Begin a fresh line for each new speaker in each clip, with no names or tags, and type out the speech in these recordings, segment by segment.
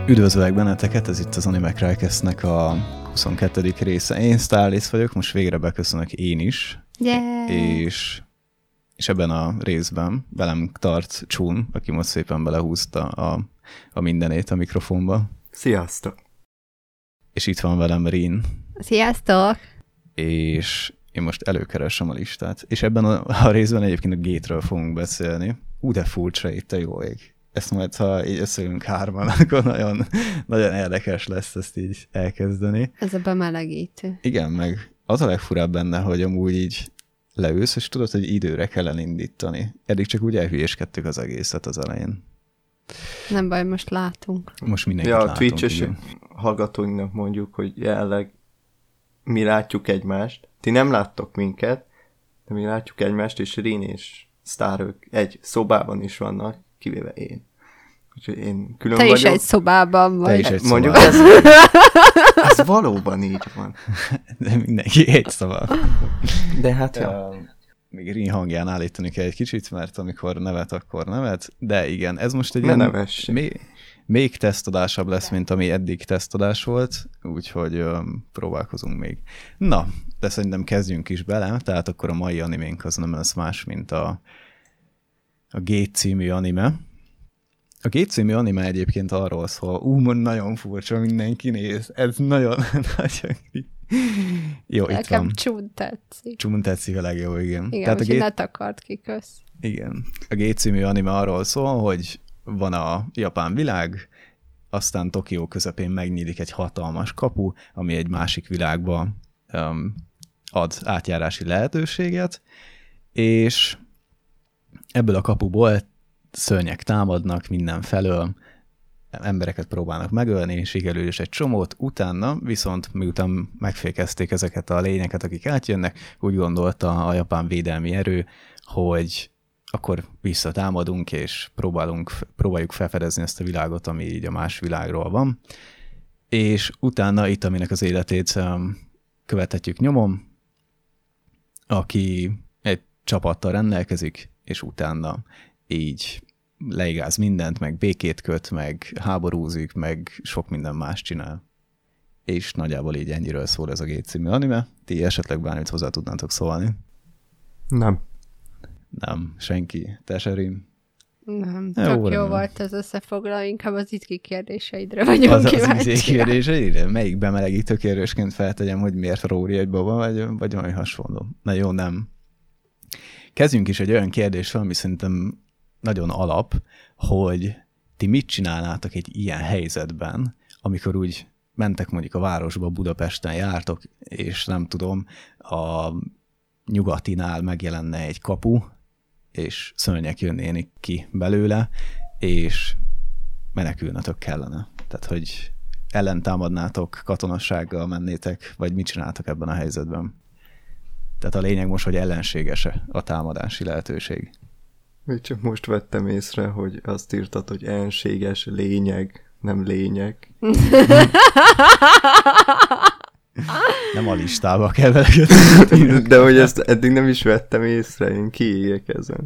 Üdvözlök benneteket, ez itt az Anime Crycast-nek a 22. része. Én Starlis vagyok, most végre beköszönök én is.
Yeah.
És ebben a részben velem tart Chun, aki most szépen belehúzta a mindenét a mikrofonba.
Sziasztok!
És itt van velem Rin.
Sziasztok!
És én most előkeresem a listát. És ebben a részben egyébként a Gate-ről fogunk beszélni. De furcsa itt a jó ég. Ezt majd, ha így összeülünk hárman, akkor nagyon, nagyon érdekes lesz ezt így elkezdeni.
Ez a bemelegítő.
Igen, meg az a legfurább benne, hogy amúgy így leülsz, és tudod, hogy időre kell elindítani. Eddig csak úgy elhülyéskedtük az egészet az elején.
Nem baj, most látunk.
Most mindenkit látunk.
A Twitch-es hallgatóinknak mondjuk, hogy jelenleg mi látjuk egymást. Ti nem láttok minket, de mi látjuk egymást, és Rin és Sztárök egy szobában is vannak, kivéve én. Úgyhogy én külön
Te
vagyok.
is egy szobában vagy.
Te is egy
Mondjuk
szobában.
ez valóban így van.
De mindenki egy szobában.
De hát ja.
Még Rin hangján állítani kell egy kicsit, mert amikor nevet, akkor nevet. De igen, ez most egy
Ne nevess.
még tesztadásabb lesz, mint ami eddig tesztadás volt, úgyhogy próbálkozunk még. Na, de szerintem kezdjünk is bele, tehát akkor a mai animénk az nem lesz más, mint a Gate című anime. A Gate című anime egyébként arról szól, nagyon furcsa, mindenki néz, ez nagyon, nagyon... Jó, itt
Nekem
van.
Chun tetszik.
Chun tetszik a legjobb, igen.
Igen,
tehát
úgyhogy ne takart ki, kösz.
Igen. A Gate című anime arról szól, hogy van a japán világ, aztán Tokió közepén megnyílik egy hatalmas kapu, ami egy másik világba ad átjárási lehetőséget, és ebből a kapuból szörnyek támadnak mindenfelől, embereket próbálnak megölni, sikerül is egy csomót, utána viszont miután megfékezték ezeket a lényeket, akik átjönnek, úgy gondolta a japán védelmi erő, hogy akkor visszatámadunk, és próbáljuk felfedezni ezt a világot, ami így a más világról van. És utána itt, aminek az életét követhetjük nyomon, aki egy csapattal rendelkezik, és utána így leigáz mindent, meg békét köt, meg háborúzik, meg sok minden más csinál. És nagyjából így ennyiről szól ez a Gate című anime. Ti esetleg bármit hozzá tudnátok szólni? Nem, senki. Te se, Rin?
Nem,
Jó,
tök jó volt ez összefoglaló, inkább az itki kérdéseidre vagyunk
Az
kíváncsiak.
izé kérdéseire? Melyik bemelegítő kérdésként feltegyem, hogy miért Róri egy baba, vagy valami hasonló? Na jó, nem. Kezdjünk is egy olyan kérdéssel, ami szerintem nagyon alap, hogy ti mit csinálnátok egy ilyen helyzetben, amikor úgy mentek mondjuk a városba, Budapesten jártok, és nem tudom, a nyugatinál megjelenne egy kapu, és szörnyek jönnének ki belőle, és menekülnötök kellene. Tehát, hogy ellentámadnátok, katonassággal mennétek, vagy mit csináltok ebben a helyzetben. Tehát a lényeg most, hogy ellenséges-e a támadási lehetőség.
Még csak most vettem észre, hogy azt írtad, hogy ellenséges lényeg, nem lényeg.
Nem a listába kell vele.
De hogy ezt eddig nem is vettem észre, én kiégek ezen.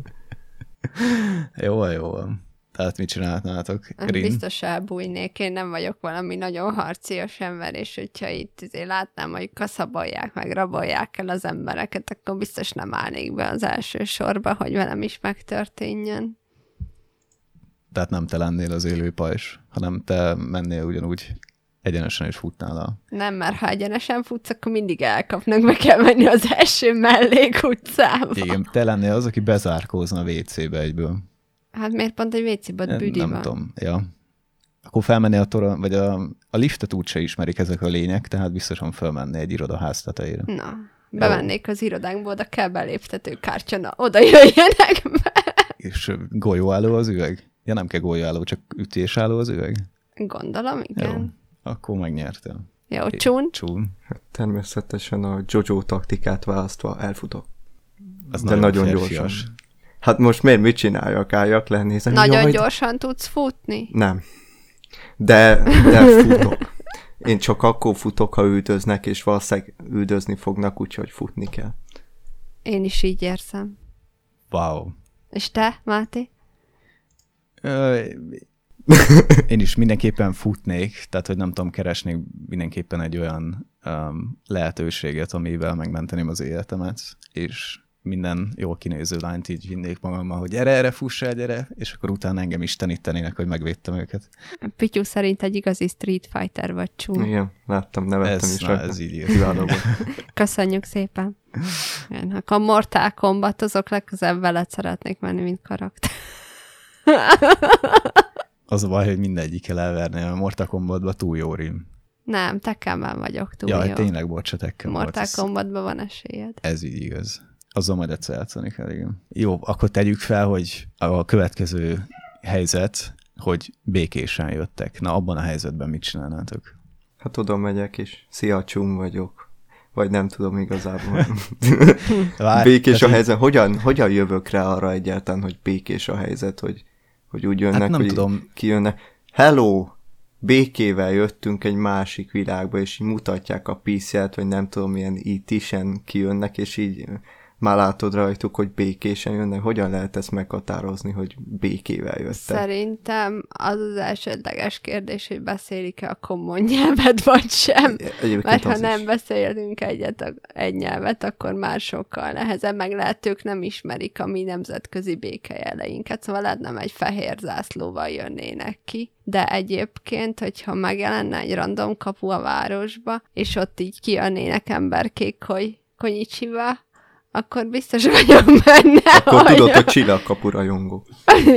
Jó. Tehát mit csinálnátok, Rin?
Biztos elbújnék, én nem vagyok valami nagyon harcias ember, és hogyha itt azért látnám, hogy kaszabolják, meg rabolják el az embereket, akkor biztos nem állnék be az első sorba, hogy velem is megtörténjen.
Tehát nem te lennél az élő pajzs, hanem te mennél ugyanúgy egyenesen és futnál
Nem, mert ha egyenesen futsz, akkor mindig elkapnak, meg kell menni az első mellékutcába.
Igen, te lennél az, aki bezárkózna a WC-be egyből.
Hát miért pont egy WC-bot büdi van?
Nem tudom, ja. Akkor felmenni a toron, vagy a liftet úgyse ismerik ezek a lények, tehát biztosan felmenni egy irodaház tetejére.
Na, bemennék az irodánkba, oda kell beléptetőkártya, na, oda jöjjenek be.
És golyóálló az üveg? Ja, nem kell golyóálló, csak ütésálló az üveg?
Gondolom, igen.
Jó, akkor megnyertél.
Jó, Chun.
Chun.
Természetesen a Jojo taktikát választva elfutok.
Az
de nagyon gyorsan. Hát most miért mit csináljak? Álljak le, nézem.
Nagyon gyorsan tudsz futni?
Nem. De futok. Én csak akkor futok, ha üldöznek, és valószínűleg üldözni fognak, úgyhogy futni kell.
Én is így érzem.
Wow.
És te, Máté?
Én is mindenképpen futnék, tehát hogy nem tudom, keresnék mindenképpen egy olyan lehetőséget, amivel megmenteném az életemet, és minden jól kinéző lányt így vinnék magammal, hogy erre fussál, gyere, és akkor utána engem is tanítanének, hogy megvédtem őket.
Pityu szerint egy igazi Street Fighter vagy csú.
Igen, láttam, nevettem is.
Ez így igaz.
Köszönjük szépen. Igen, akkor Mortal Kombat, azok legközelebb veled szeretnék menni, mint karakter.
Az a baj, hogy mindegyikkel elverné, a Mortal Kombatban túl jó rim.
Nem, Tekkenben vagyok túl jó.
Jaj, tényleg, bocs, a Tekken
Mortal Kombatban van esélyed.
Ez így igaz. Azzal majd egyszer játszani kell, igen. Jó, akkor tegyük fel, hogy a következő helyzet, hogy békésen jöttek. Na, abban a helyzetben mit csinálnátok?
Hát oda megyek, és szia, csum vagyok. Vagy nem tudom igazából. Békés a helyzet. Hogyan jövök rá arra egyáltalán, hogy békés a helyzet, hogy úgy jönnek,
hát nem
hogy
tudom.
kijönnek. Hello! Békével jöttünk egy másik világba, és így mutatják a PC-t, vagy nem tudom, milyen IT-sen kijönnek, és így már látod rajtuk, hogy békésen jönnek. Hogyan lehet ezt meghatározni, hogy békével jöttek?
Szerintem az elsődleges kérdés, hogy beszélik-e a common nyelvet, vagy sem. Mert ha nem beszélünk egy nyelvet, akkor már sokkal nehezebb, meg lehet, ők nem ismerik a mi nemzetközi békejeleinket, szóval lehet nem egy fehér zászlóval jönnének ki. De egyébként, hogyha megjelenne egy random kapu a városba, és ott így kijönnének emberkék, hogy konnichiwa, akkor biztos vagyok benne,
akkor tudod, hogy csillagkapu rajongó.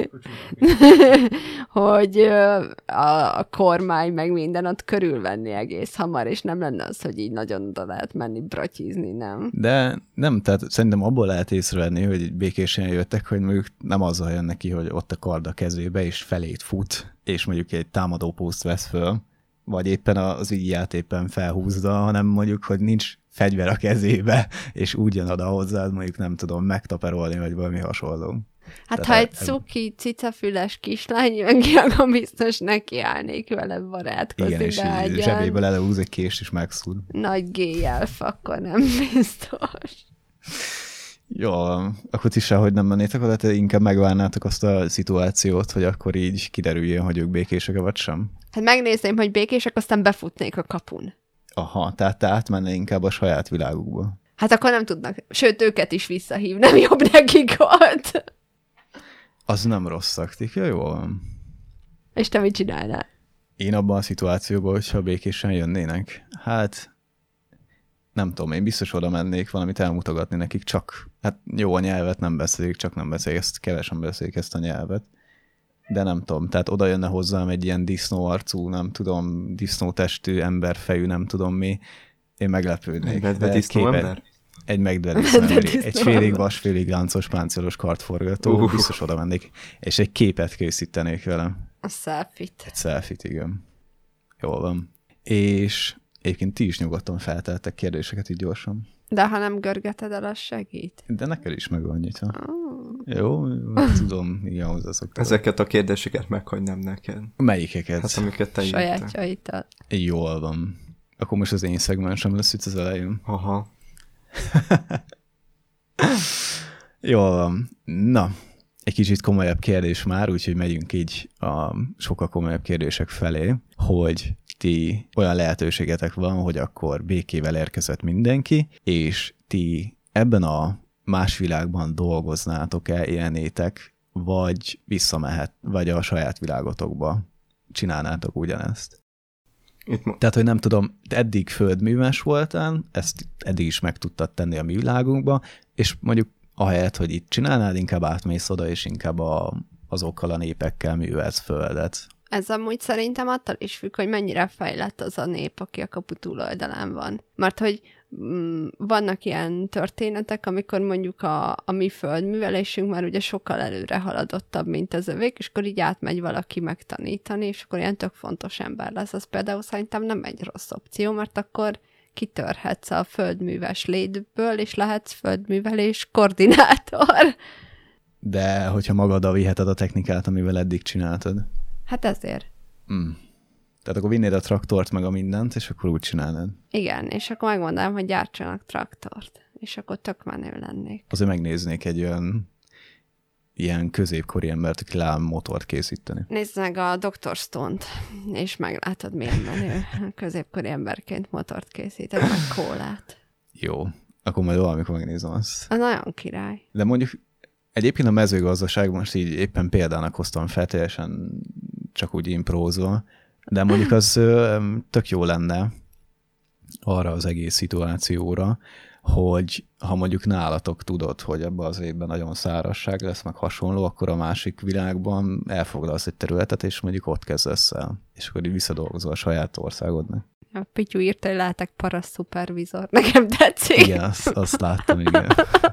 hogy a kormány meg minden ott körülvenni egész hamar, és nem lenne az, hogy így nagyon oda lehet menni brotyizni, nem?
De nem, tehát szerintem abból lehet észrevenni, hogy békésen jöttek, hogy mondjuk nem azzal jön neki, hogy ott a kard a kezébe, és felét fut, és mondjuk egy támadó pószt vesz föl, vagy éppen az íját éppen felhúzza, hanem mondjuk, hogy nincs fegyver a kezébe, és úgy jön oda hozzád, mondjuk nem tudom, megtaperolni, vagy valami hasonló.
Hát tehát ha egy cuki, cicafüles kislány jön ki, akkor biztos nekiállnék vele barátkozni.
Igen, és zsebéből előhúz egy kést, és megszúr.
Nagy géjelf, akkor nem biztos.
Jó, akkor ti hogy nem mennétek oda, te inkább megvárnátok azt a szituációt, hogy akkor így kiderüljön, hogy ők békések vagy sem?
Hát megnézném, hogy békések, aztán befutnék a kapun.
Aha, tehát te átmennél inkább a saját világukba.
Hát akkor nem tudnak, sőt, őket is visszahív, nem jobb nekik volt.
Az nem rossz taktika, jó van.
És te mit csinálnál?
Én abban a szituációban, hogyha békésen jönnének, hát nem tudom, én biztos oda mennék valamit elmutogatni nekik, csak, hát jó, a nyelvet nem beszélik, csak nem beszélik, ezt kevesen beszélik ezt a nyelvet. De nem tudom, tehát oda jönne hozzám egy ilyen disznóarcú, nem tudom, disznótestű, emberfejű, nem tudom mi, én meglepődnék. Egy megdvedisznó ember, egy félig vas, félig láncos, páncélos kartforgató, biztos oda mennék, és egy képet készítenék velem.
A selfie-t.
Egy selfie-t, igen. Jól van. És egyébként ti is nyugodtan felteltek kérdéseket így gyorsan.
De ha nem görgeted el, az segít.
De neked is megvan nyitva. Jó, tudom, igen, hozzászoktam.
Ezeket a kérdéseket meghagynám neked.
Melyikeket?
Hát amiket te írtál.
Sajátjaitat.
Jól van. Akkor most az én szegmensem lesz itt az elején.
Aha.
Jól van. Na, egy kicsit komolyabb kérdés már, úgyhogy megyünk így a sokkal komolyabb kérdések felé, hogy ti olyan lehetőségetek van, hogy akkor békével érkezett mindenki, és ti ebben a más világban dolgoznátok-e, élnétek, vagy visszamehet, vagy a saját világotokba csinálnátok ugyanezt. Tehát, hogy nem tudom, eddig földműves voltál, ezt eddig is meg tudtad tenni a mi világunkba, és mondjuk ahelyett, hogy itt csinálnád, inkább átmész oda, és inkább azokkal a népekkel művelsz földet.
Ez amúgy szerintem attól is függ, hogy mennyire fejlett az a nép, aki a kapu túloldalán van. Mert hogy vannak ilyen történetek, amikor mondjuk a mi földművelésünk már ugye sokkal előre haladottabb, mint az övék, és akkor így átmegy valaki megtanítani, és akkor ilyen tök fontos ember lesz. Az például szerintem nem egy rossz opció, mert akkor kitörhetsz a földműves létből, és lehetsz földművelés koordinátor.
De hogyha magaddal viheted a technikát, amivel eddig csináltad.
Hát ezért.
Tehát akkor vinnéd a traktort, meg a mindent, és akkor úgy csinálnád.
Igen, és akkor megmondanám, hogy gyártsanak traktort, és akkor tök menő lennék.
Azért megnéznék egy olyan ilyen középkori embert, aki lám motort készíteni.
Nézd meg a Dr. Stone-t, és meglátod, milyen menő középkori emberként motort készíteni, meg kólát.
Jó, akkor majd valamikor megnézem azt.
Nagyon király.
De mondjuk egyébként a mezőgazdaság, most így éppen példának hoztam fel, teljesen csak úgy imprózva, de mondjuk az tök jó lenne arra az egész szituációra, hogy ha mondjuk nálatok tudod, hogy ebben az évben nagyon szárazság lesz, meg hasonló, akkor a másik világban elfoglalsz egy területet, és mondjuk ott kezdesz el. És akkor így visszadolgozol a saját országodnak.
A Pityu írta, hogy látok paraszupervizor. Nekem tetszik.
Igen, azt láttam, igen.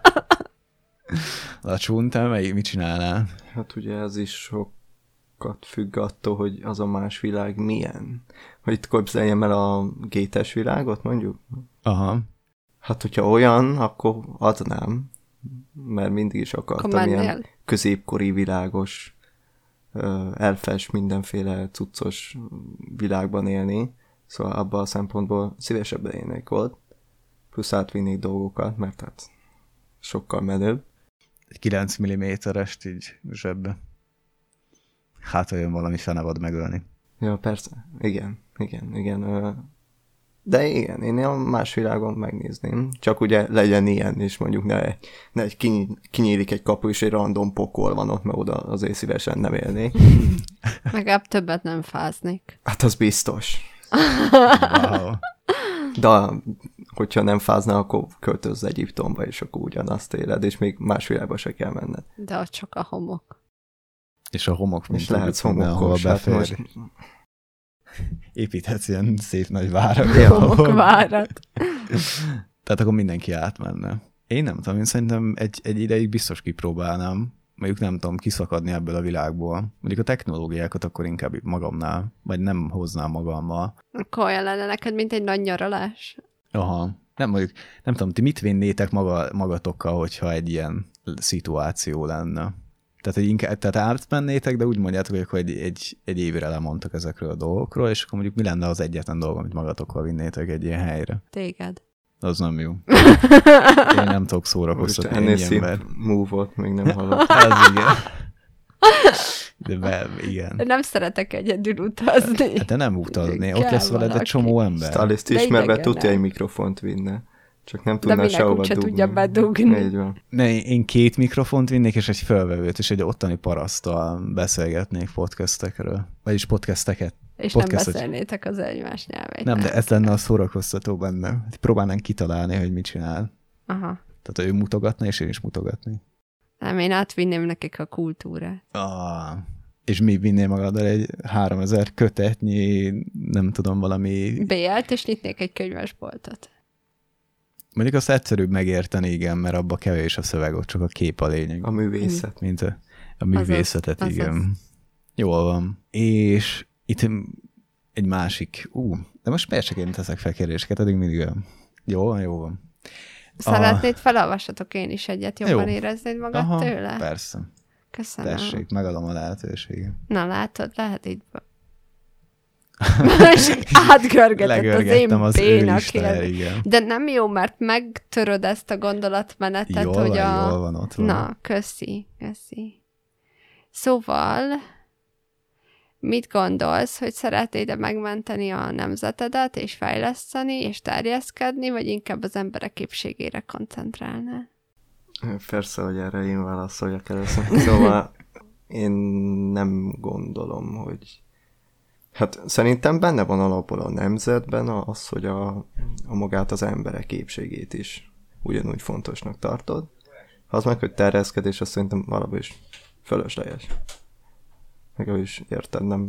Lacsún, te mit csinálnál?
Hát ugye ez is sokat függ attól, hogy az a más világ milyen. Hogy itt képzeljem el a gétes világot, mondjuk?
Aha.
Hát, hogyha olyan, akkor adnám, mert mindig is akartam ilyen középkori világos, elfes, mindenféle cuccos világban élni, szóval abban a szempontból szívesebben élnék ott, plusz átvinnék dolgokat, mert hát sokkal menőbb.
Egy 9 mm-est így zsebbe. Hát olyan valami fenevad megölni.
Ja, persze. Igen. De igen, én a más világon megnézném. Csak ugye legyen ilyen, és mondjuk ne egy kinyílik egy kapu, és egy random pokol van ott, mert oda azért szívesen nem élnék.
Legalább többet nem fáznék.
Hát az biztos.
Wow.
De hogyha nem fázna, akkor költözz Egyiptomba, és akkor ugyanazt éled, és még más világba se kell menned.
De ott csak a homok.
És a homok, mint
és lehetsz homokkos, hát most...
Építhetsz ilyen szép nagy várat.
Homokvárat.
Tehát akkor mindenki átmenne. Én nem tudom, én szerintem egy ideig biztos kipróbálnám, mondjuk nem tudom, kiszakadni ebből a világból. Mondjuk a technológiákat akkor inkább magamnál, vagy nem hoznám magammal.
Akkor olyan lenne neked, mint egy nagy nyaralás.
Aha. Nem tudom, ti mit vinnétek magatokkal, hogyha egy ilyen szituáció lenne? Tehát átmennétek, de úgy mondjátok, hogy egy évre lemondtak ezekről a dolgokról, és akkor mondjuk mi lenne az egyetlen dolog, amit magatokkal vinnétek egy ilyen helyre?
Téged.
Az nem jó. Én nem tudok szórakoztatni
ennyi ember. Move-ot még nem hallottam.
Ez igen. Igen.
Nem szeretek egyedül utazni.
Hát de nem utazni. Ott lesz veled egy csomó ember.
Stylist ismerve tudja egy mikrofont vinne. Csak nem tudná sehova dugni.
Tudja bedugni.
Így van.
Én 2 mikrofont vinnék, és egy felvevőt, és egy ottani paraszttal beszélgetnék podcastekről. Vagyis podcasteket.
És nem beszélnétek az egymás nyelvét.
Nem, de ez lenne a szórakoztató benne. Próbálnánk kitalálni, hogy mit csinál.
Aha.
Tehát ő mutogatna, és én is mutogatni.
Nem, én átvinném nekik a kultúrát.
És mi vinnél magaddal egy 3000 kötetnyi, nem tudom, valami...
BL-t, és nyitnék egy könyvesboltot.
Mondjuk azt egyszerűbb megérteni, igen, mert abba kevés a szöveg, ott csak a kép a lényeg.
A művészet.
Mint a művészetet, azaz. Igen. Jól van. És itt egy másik... de most persze én teszek fel kérdéseket, eddig mindig olyan. Jó van.
Szeretnéd, felolvassatok én is egyet, jobban éreznéd magad tőle?
Persze.
Köszönöm.
Tessék, megadom a lehetőséget.
Na látod, lehet így... Átgörgetett az én bénaként. De nem jó, mert megtöröd ezt a gondolatmenetet,
jól
hogy
van, ott van.
Na, köszi. Szóval, mit gondolsz, hogy szeretnéd megmenteni a nemzetedet, és fejleszteni, és terjeszkedni, vagy inkább az emberek épségére koncentrálnál?
Persze, hogy erre én válaszoljak először. Szóval én nem gondolom, hogy... Hát szerintem benne van alapból a nemzetben az, hogy a magát az emberek épségét is ugyanúgy fontosnak tartod. Ha az meg, hogy terjeszkedés, azt szerintem valahol is fölösleges. Meg is érted, nem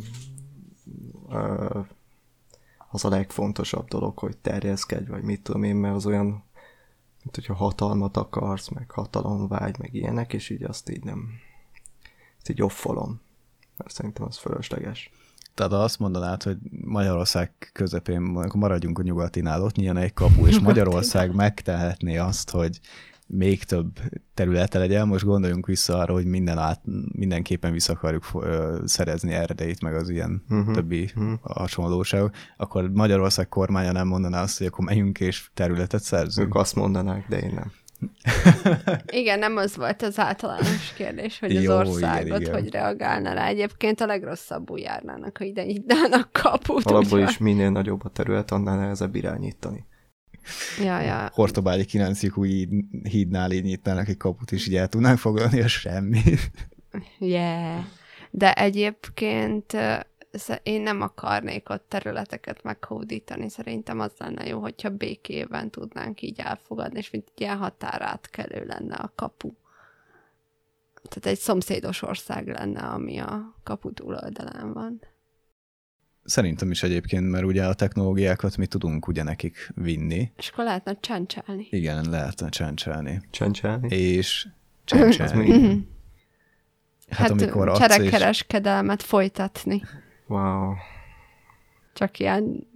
az a legfontosabb dolog, hogy terjeszkedj, vagy mit tudom én, mert az olyan, mint hogyha hatalmat akarsz, meg hatalomvágy, meg ilyenek, és így azt így nem, ezt így offolom. Mert szerintem az fölösleges.
Tehát azt mondanád, hogy Magyarország közepén, maradjunk a nyugatinál, ott nyílna egy kapu, és Magyarország megtehetné azt, hogy még több területe legyen. Most gondoljunk vissza arra, hogy mindenképpen vissza akarjuk szerezni Erdélyt, meg az ilyen többi hasonlóságok. Akkor Magyarország kormánya nem mondaná azt, hogy akkor menjünk és területet szerzünk.
Ők azt mondanák, de én nem.
Igen, nem az volt az általános kérdés, hogy az
Jó,
országot
igen.
hogy reagálna rá. Egyébként a legrosszabbul járnának, ha ide nyitnának kaput.
Alapból
úgyhogy-
is minél nagyobb a terület, annál nehezebb irányítani.
Ja.
Hortobágyi 9 lyukú hídnál így nyitnának egy kaput, és így el tudnánk foglalni a semmi.
Yeah. De egyébként én nem akarnék ott területeket meghódítani. Szerintem az lenne jó, hogyha békében tudnánk így elfogadni, és mint ilyen határátkelő lenne a kapu. Tehát egy szomszédos ország lenne, ami a kapu túloldalán van.
Szerintem is egyébként, mert ugye a technológiákat mi tudunk ugye nekik vinni.
És akkor lehetne csencselni.
Igen, lehetne csencselni.
Csencselni?
És
Az
csencselni.
mi?
Hát amikor adsz és...
cserekereskedelmet folytatni.
Wow.
Csak ilyen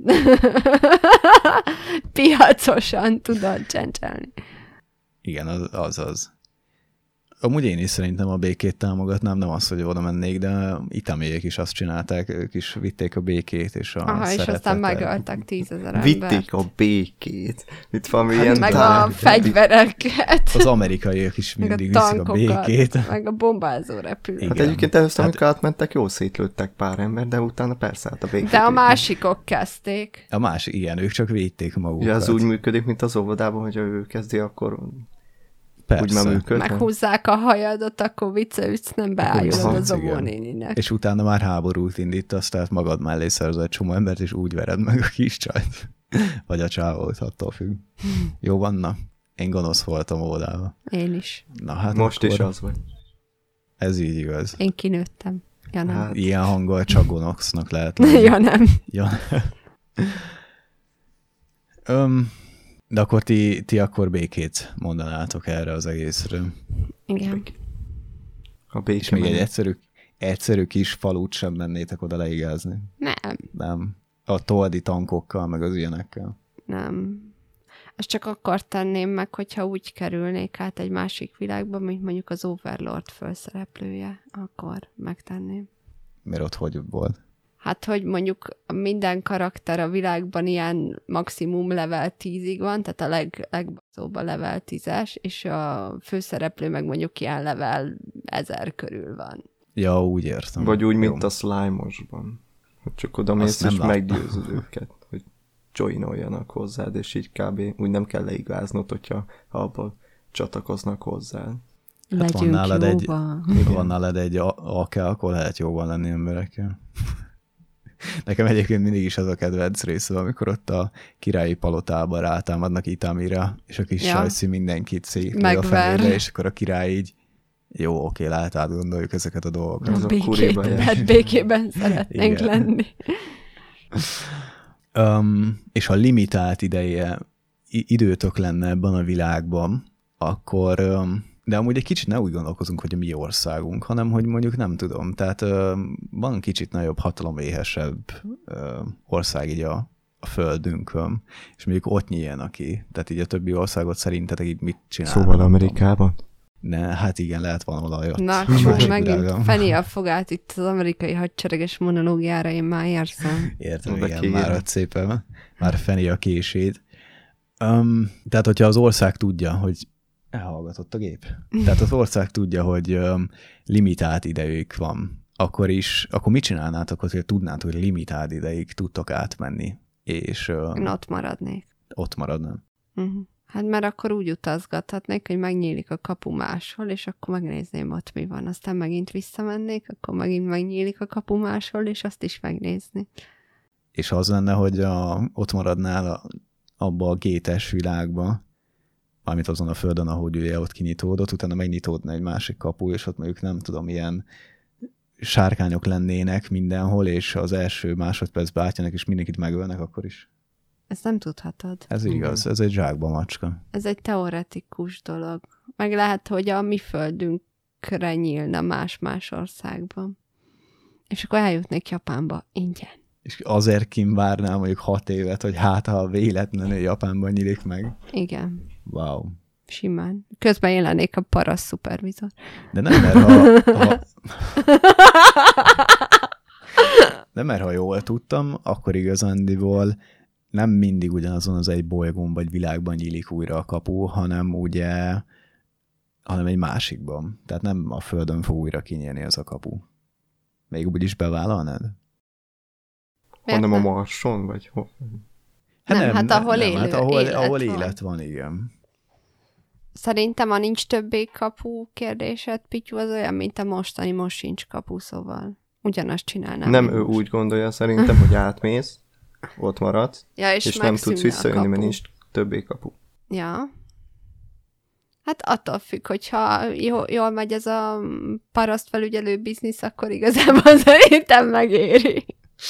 piacosan tudod csencselni.
Igen, az. Amúgy én is szerintem a békét támogatnám, nem az, hogy oda mennék, de itamélyek is azt csinálták, ők is vitték a békét és a
Aha, és
szeretetet.
aztán megöltek 10 000 embert.
Vitték a békét. Itt valami ilyen...
Meg a fegyvereket.
Az amerikaiak is
Meg
mindig
a
viszik a
tankokat.
békét.
Meg a bombázó repülőt.
Hát
Igen.
egyébként először,
Hát-
amikor átmentek, jól szétlőttek pár ember, de utána persze hát a békét.
De a másikok kezdték.
A másik, igen, ők csak védték magukat.
Ugye az úgy működik, mint az óvodában, hogy ha ő kezdi, akkor
Persze.
úgy már működik.
Meghúzzák a hajadat, akkor vicceütsz, nem beállulod
Akkor
az
igen.
óvónéninek.
És utána már háborút indítasz, tehát magad mellé szerzel egy csomó embert, és úgy vered meg a kis csajt. Vagy a csávót, attól függ. Jó van, na. Én gonosz voltam óvodában.
Én is.
Na hát
Most
akkor
is az vagy.
Ez így igaz.
Én kinőttem. Ja nem.
Hát,
Ilyen hanggal csak gonosznak lehet lenni.
Ja nem.
Ja. De akkor ti akkor békét mondanátok erre az egészre.
Igen.
a béke
És még egy
menet.
egyszerű kis falut sem mennétek oda leigázni.
Nem.
Nem. A toldi tankokkal, meg az ilyenekkel.
Nem. Ezt csak akkor tenném meg, hogyha úgy kerülnék át egy másik világba, mint mondjuk az Overlord főszereplője, akkor megtenném.
Mert ott hogy volt?
Hát, hogy mondjuk minden karakter a világban ilyen maximum level 10-ig van, tehát a legbaszóbb a level 10-es, és a főszereplő meg mondjuk ilyen level 1000 körül van.
Ja, úgy értem.
Vagy úgy,
Jó.
mint a slime-osban. Hogy csak oda mész
Azt nem
és
láttam.
meggyőzöd őket, hogy joinoljanak hozzád, és így kb. Úgy nem kell leigáznod, hogyha abban csatlakoznak hozzád.
Hát van nálad egy,
jóba.
van nálad egy AK, akkor lehet jóban lenni emberekkel. Nekem egyébként mindig is az a kedvenc része, amikor ott a királyi palotában rátámadnak Itamira, és a kis sajszi mindenkit szétlő a
Megver.
fenébe, és akkor a király így jó, oké, lehet átgondoljuk ezeket a dolgokat.
Az a kuréba jár.
Hát békében szeretnénk
Igen.
lenni.
És ha limitált időtök lenne ebben a világban, akkor, de amúgy egy kicsit ne úgy gondolkozunk, hogy a mi országunk, hanem hogy mondjuk nem tudom, tehát van kicsit nagyobb hataloméhesebb ország így a földünkön, és mondjuk ott nyíljen ki. Tehát így a többi országot szerintetek így mit csinálnak?
Szóval Amerikában?
Ne, hát igen, lehet van olaj ott.
Na,
Másik
csú, megint
világon.
feni a fogát itt az amerikai hadsereges monológiára, én már érzem.
Értem,
Oda
igen,
kiírja.
már ott szépen, már feni a kését. Tehát, hogyha az ország tudja, hogy elhallgatott a gép. Tehát az ország tudja, hogy limitált idejük van, akkor mit csinálnátok, hogy tudnátok, hogy limitált ideig tudtok átmenni, és
Én ott maradnék.
ott maradnám.
Uh-huh. Hát mert akkor úgy utazgathatnék, hogy megnyílik a kapu máshol, és akkor megnézném ott mi van. Aztán megint visszamennék, akkor megint megnyílik a kapu máshol, és azt is megnézni.
És az lenne, hogy ott maradnál abba a gétes világba, amit azon a földön, ahogy ugye ott kinyitódott, utána megnyitódna egy másik kapu, és ott mondjuk nem tudom, ilyen sárkányok lennének mindenhol, és az első másodpercben átjönnek, és mindenkit megölnek, akkor is.
Ezt nem tudhatod.
Ez igaz, ez egy zsákba macska.
Ez egy teoretikus dolog. Meg lehet, hogy a mi földünkre nyílna más-más országban. És akkor eljutnék Japánba ingyen.
És azért kim várnál mondjuk 6 évet, hogy hát ha véletlenül Japánban nyílik meg.
Igen.
Wow.
Simán. Közben én lennék a paraszt szupervizor.
De nem, mert ha jól tudtam, akkor igazándiból nem mindig ugyanazon az egy bolygón vagy világban nyílik újra a kapu, hanem egy másikban. Tehát nem a Földön fog újra kinyílni az a kapu. Még úgy is bevállalnád?
Hanem a Marson, vagy hol?
Hát ahol
ahol
élet
élet van, igen.
Szerintem a nincs többé kapu kérdésed, Pityu, az olyan, mint a mostani, most sincs kapu, szóval ugyanazt csinálnám.
Nem ő úgy gondolja szerintem, hogy átmész, ott maradsz,
ja,
és nem tudsz visszajönni, mert nincs többé kapu.
Ja. Hát attól függ, hogyha jól megy ez a parasztfelügyelő biznisz, akkor igazából szerintem megéri.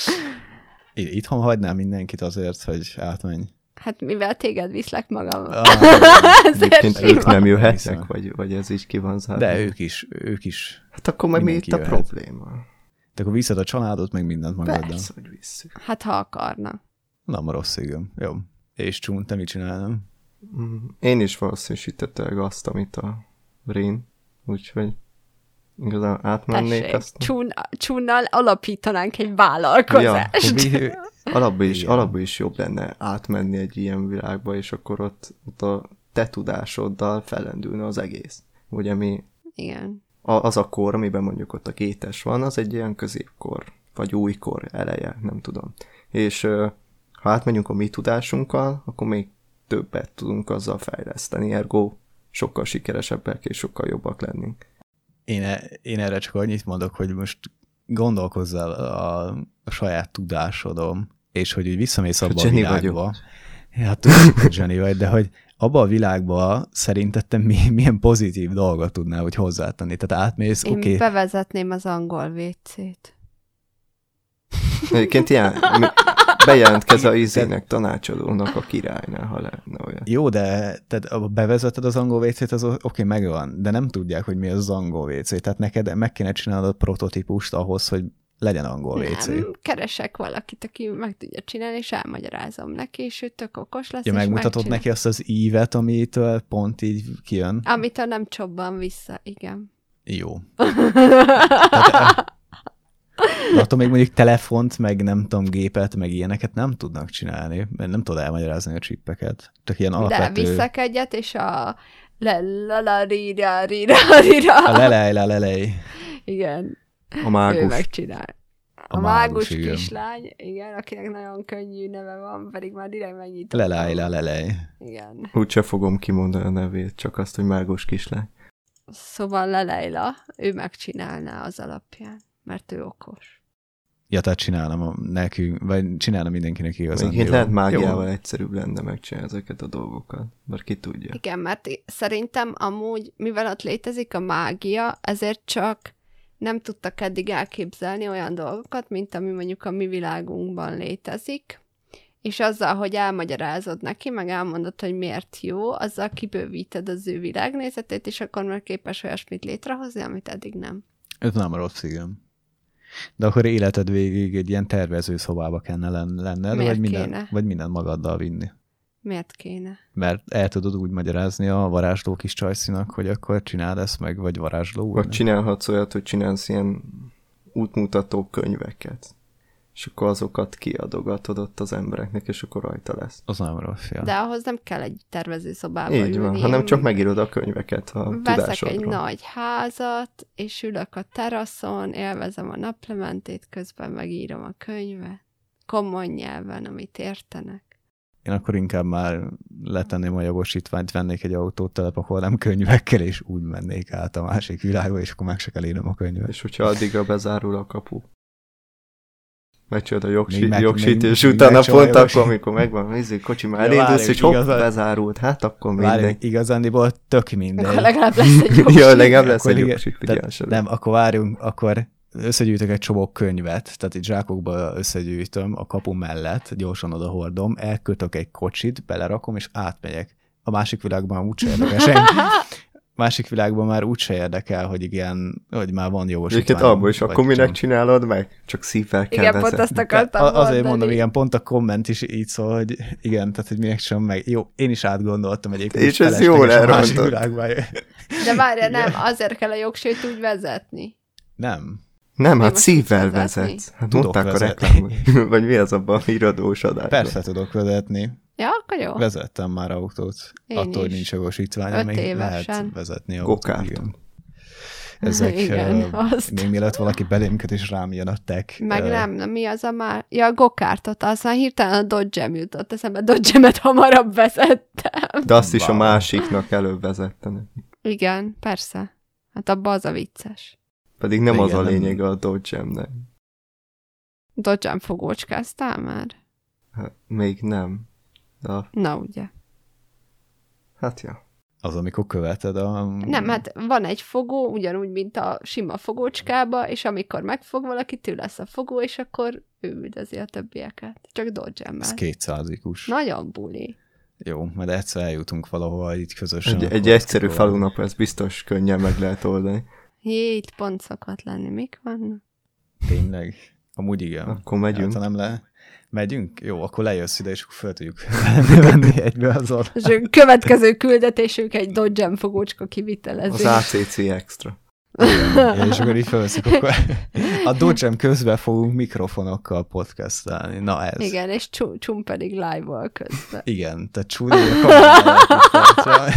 Itthon hagynám mindenkit azért, hogy átmenj.
Hát mivel téged viszlek magam.
Egyébként ők nem jöhetnek, vagy ez így ki van zárva.
De ők is.
Hát akkor meg mi itt a probléma?
De akkor viszed a családot, meg mindent magaddal.
Persze, hogy visszük.
Hát ha akarna.
Nem rossz, igen. Jó. És Csún, te mit csinálnám?
Én is valószínűsítettem azt, amit a Rén, úgyhogy igazán átmennék.
Tessék,
azt.
Csúnnal alapítanánk egy vállalkozást.
Ja, alapból is jobb lenne átmenni egy ilyen világba, és akkor ott a te tudásoddal fellendülne az egész. Ugye mi...
Igen.
Az a kor, amiben mondjuk ott a gétes van, az egy ilyen középkor, vagy újkor eleje, nem tudom. És ha átmegyünk a mi tudásunkkal, akkor még többet tudunk azzal fejleszteni, ergo sokkal sikeresebbek és sokkal jobbak lennénk.
Én erre csak annyit mondok, hogy most gondolkozzál a saját tudásodon, és hogy visszamész abba a világba. Hát tudom, hogy Jenny vagy, de hogy abba a világba szerinted te milyen pozitív dolgot tudnál hogy hozzátenni? Tehát átmész,
Én bevezetném az angol WC-t.
Egyébként ilyen, bejelentkezz a izének, tanácsadónak a királynál, ha lehetne olyan.
Jó, de tehát bevezeted az angol WC-t, az oké, megvan, de nem tudják, hogy mi az angol WC. Tehát neked meg kéne csinálnod a prototípust ahhoz, hogy legyen angol WC.
Nem, keresek valakit, aki meg tudja csinálni, és elmagyarázom neki, és ő tök okos lesz,
ja,
és
megmutatod neki azt az ívet, amitől pont így kijön?
Amitől nem csobban vissza, igen.
Jó. De attól még mondjuk telefont, meg nem tudom, gépet, meg ilyeneket nem tudnak csinálni, mert nem tudod elmagyarázni a csippeket. Csak ilyen alapvető...
De visszak egyet, és a le-la-la-ri-ra-ri-ra.
A lelej.
Igen.
A mágus.
Ő megcsinál. A mágus kislány, igen, akinek nagyon könnyű neve van, pedig már direkt megnyitott.
Lelej.
Igen.
Úgyse fogom kimondani a nevét, csak azt, hogy mágus kislány.
Szóval Lelejla, ő megcsinálná az alapján, mert ő okos.
Ja, tehát csinálnám nekünk, vagy csinálnám mindenkinek igazán.
Még lehet mágiával egyszerűbb lenne megcsinálni ezeket a dolgokat, mert ki tudja.
Igen, mert szerintem amúgy, mivel ott létezik a mágia, ezért csak nem tudtak eddig elképzelni olyan dolgokat, mint ami mondjuk a mi világunkban létezik, és azzal, hogy elmagyarázod neki, meg elmondod, hogy miért jó, azzal kibővíted az ő világnézetét, és akkor már képes olyasmit létrehozni, amit eddig nem.
Ez nem rossz, igen. De akkor életed végig egy ilyen tervező szobába kellene lenned, vagy minden magaddal vinni.
Miért kéne?
Mert el tudod úgy magyarázni a varázsló kis csajszinak, hogy akkor csináld ezt meg, vagy varázsló.
Vagy csinálhatsz olyat, hogy csinálsz ilyen útmutató könyveket, és akkor azokat kiadogatod ott az embereknek, és akkor rajta lesz.
Az nem rossz, ja.
De ahhoz nem kell egy tervezőszobába
ülni. Így van, hanem csak megírod a könyveket a tudásodról.
Veszek egy nagy házat, és ülök a teraszon, élvezem a naplementét, közben megírom a könyvet. Komoly nyelven, amit értenek.
Én akkor inkább már letenném a jogosítványt, vennék egy autót, telepakolnám könyvekkel, és úgy mennék át a másik világba, és akkor meg se kell írnom a könyvet.
És hogyha addigra bezárul a kapu. Megcsinálod a jogsít, és utána pont akkor, amikor megvan, nézzük, kocsi már elindulsz, és hopp, bezárult, hát akkor mindegy.
Igazándiból tök mindegy.
Akkor legalább lesz egy jogsít.
Ja, legalább lesz egy jogsít,
nem, akkor várjunk, akkor összegyűjtök egy csomó könyvet, tehát egy zsákokba összegyűjtöm a kapu mellett, gyorsan oda hordom, elkötök egy kocsit, belerakom, és átmegyek. A másik világban úgyse érdekel másik világban már úgyse érdekel, hogy igen, hogy már van jogosítvány.
Egyébként abból is, akkor minek csinálod meg? Csak szívvel kell
igen, pont azt akartam mondani.
Azért mondom, igen, pont a komment is így szól, hogy igen, tehát hogy minek csinálom meg. Jó, én is átgondoltam egyébként.
És ez jól elrontott.
De várja, nem, azért kell a jogsít úgy vezetni.
Nem.
Nem, hát
most
szívvel
tudsz vezetni?
vezetsz. Hát
Tudok
mondták a
vezetni.
reklámban. Vagy mi az abban a híradós adásban?
Persze tudok vezetni.
Ja, akkor jó.
Vezettem már autót.
Én
Attól, hogy
is.
nincs jogosítványa,
5
még
évesen.
lehet vezetni autót.
Gokártot.
Igen. Ezek,
Igen, azt.
még mielőtt valaki belém köt és rám jön a tech.
Meg nem, mi az a már... Ja, a gokártot, aztán hirtelen a Dodge-em jutott eszembe, Dodge-emet hamarabb vezettem.
De azt is a
Wow.
másiknak előbb vezette.
Igen, persze. Hát abban az a vicces.
Pedig nem
Igen,
az a
nem-
lényeg a Dodge-emnek.
Dodge-em fogócskáztál már?
Hát, még nem. De,
Na, ugye.
hát ja.
Az, amikor követed a...
Nem, hát van egy fogó, ugyanúgy, mint a sima fogócskába, és amikor megfog valaki, tő lesz a fogó, és akkor ő üldözi a többieket. Csak
Ez
Dodge-emmel.
200-ikus.
Nagyon buli.
Jó, majd egyszer eljutunk valahova így közösen.
Egy
akkor
egyszerű
azt kipróbálom.
falunap, ez biztos könnyen meg lehet oldani.
Jé, itt pont szokott lenni. Mik vannak?
Tényleg? Amúgy igen.
Akkor megyünk.
Hát, ha nem megyünk? Jó, akkor lejössz ide, és akkor fel tudjuk venni egybe azon.
És a következő küldetésünk egy Dodge-em fogócska
Az
kivitelezés.
ACC Extra.
Igen, és akkor így felveszik, akkor a Dodge-em közben fogunk mikrofonokkal podcastelni. Na ez.
Igen, és Csum pedig live-val közben.
Igen, tehát csúnya a kamerát.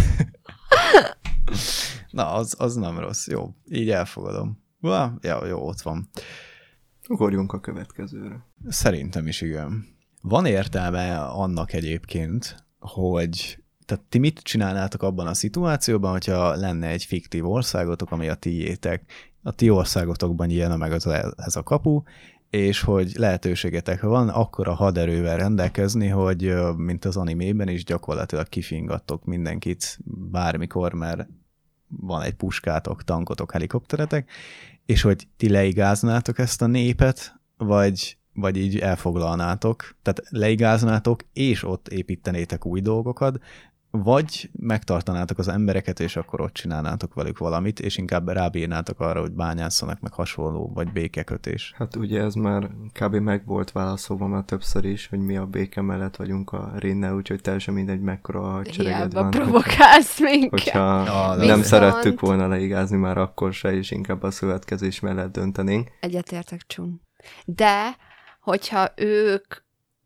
Na, az nem rossz. Jó, így elfogadom. Ja, jó, ott van.
Ugorjunk a következőre.
Szerintem is igen. Van értelme annak egyébként, hogy tehát ti mit csinálnátok abban a szituációban, hogyha lenne egy fiktív országotok, ami a tiétek. A ti országotokban nyílna meg ez a kapu, és hogy lehetőségetek van akkora haderővel rendelkezni, hogy mint az animében is gyakorlatilag kifingattok mindenkit bármikor, mert van egy puskátok, tankotok, helikopteretek, és hogy ti leigáznátok ezt a népet, vagy így elfoglalnátok, tehát leigáznátok, és ott építenétek új dolgokat, vagy megtartanátok az embereket, és akkor ott csinálnátok velük valamit, és inkább rábírnátok arra, hogy bányásszanak, meg hasonló, vagy békekötés.
Hát ugye ez már kb. Meg volt válaszolva már többször is, hogy mi a béke mellett vagyunk a Rénnel, úgyhogy teljesen mindegy, mekkora a hadsereged
Hiába
van.
provokálsz minket.
Hogyha nem
Viszont-
szerettük volna leigázni már akkor se, és inkább a szövetkezés mellett döntenénk.
Egyetértek, Csum. De, hogyha ők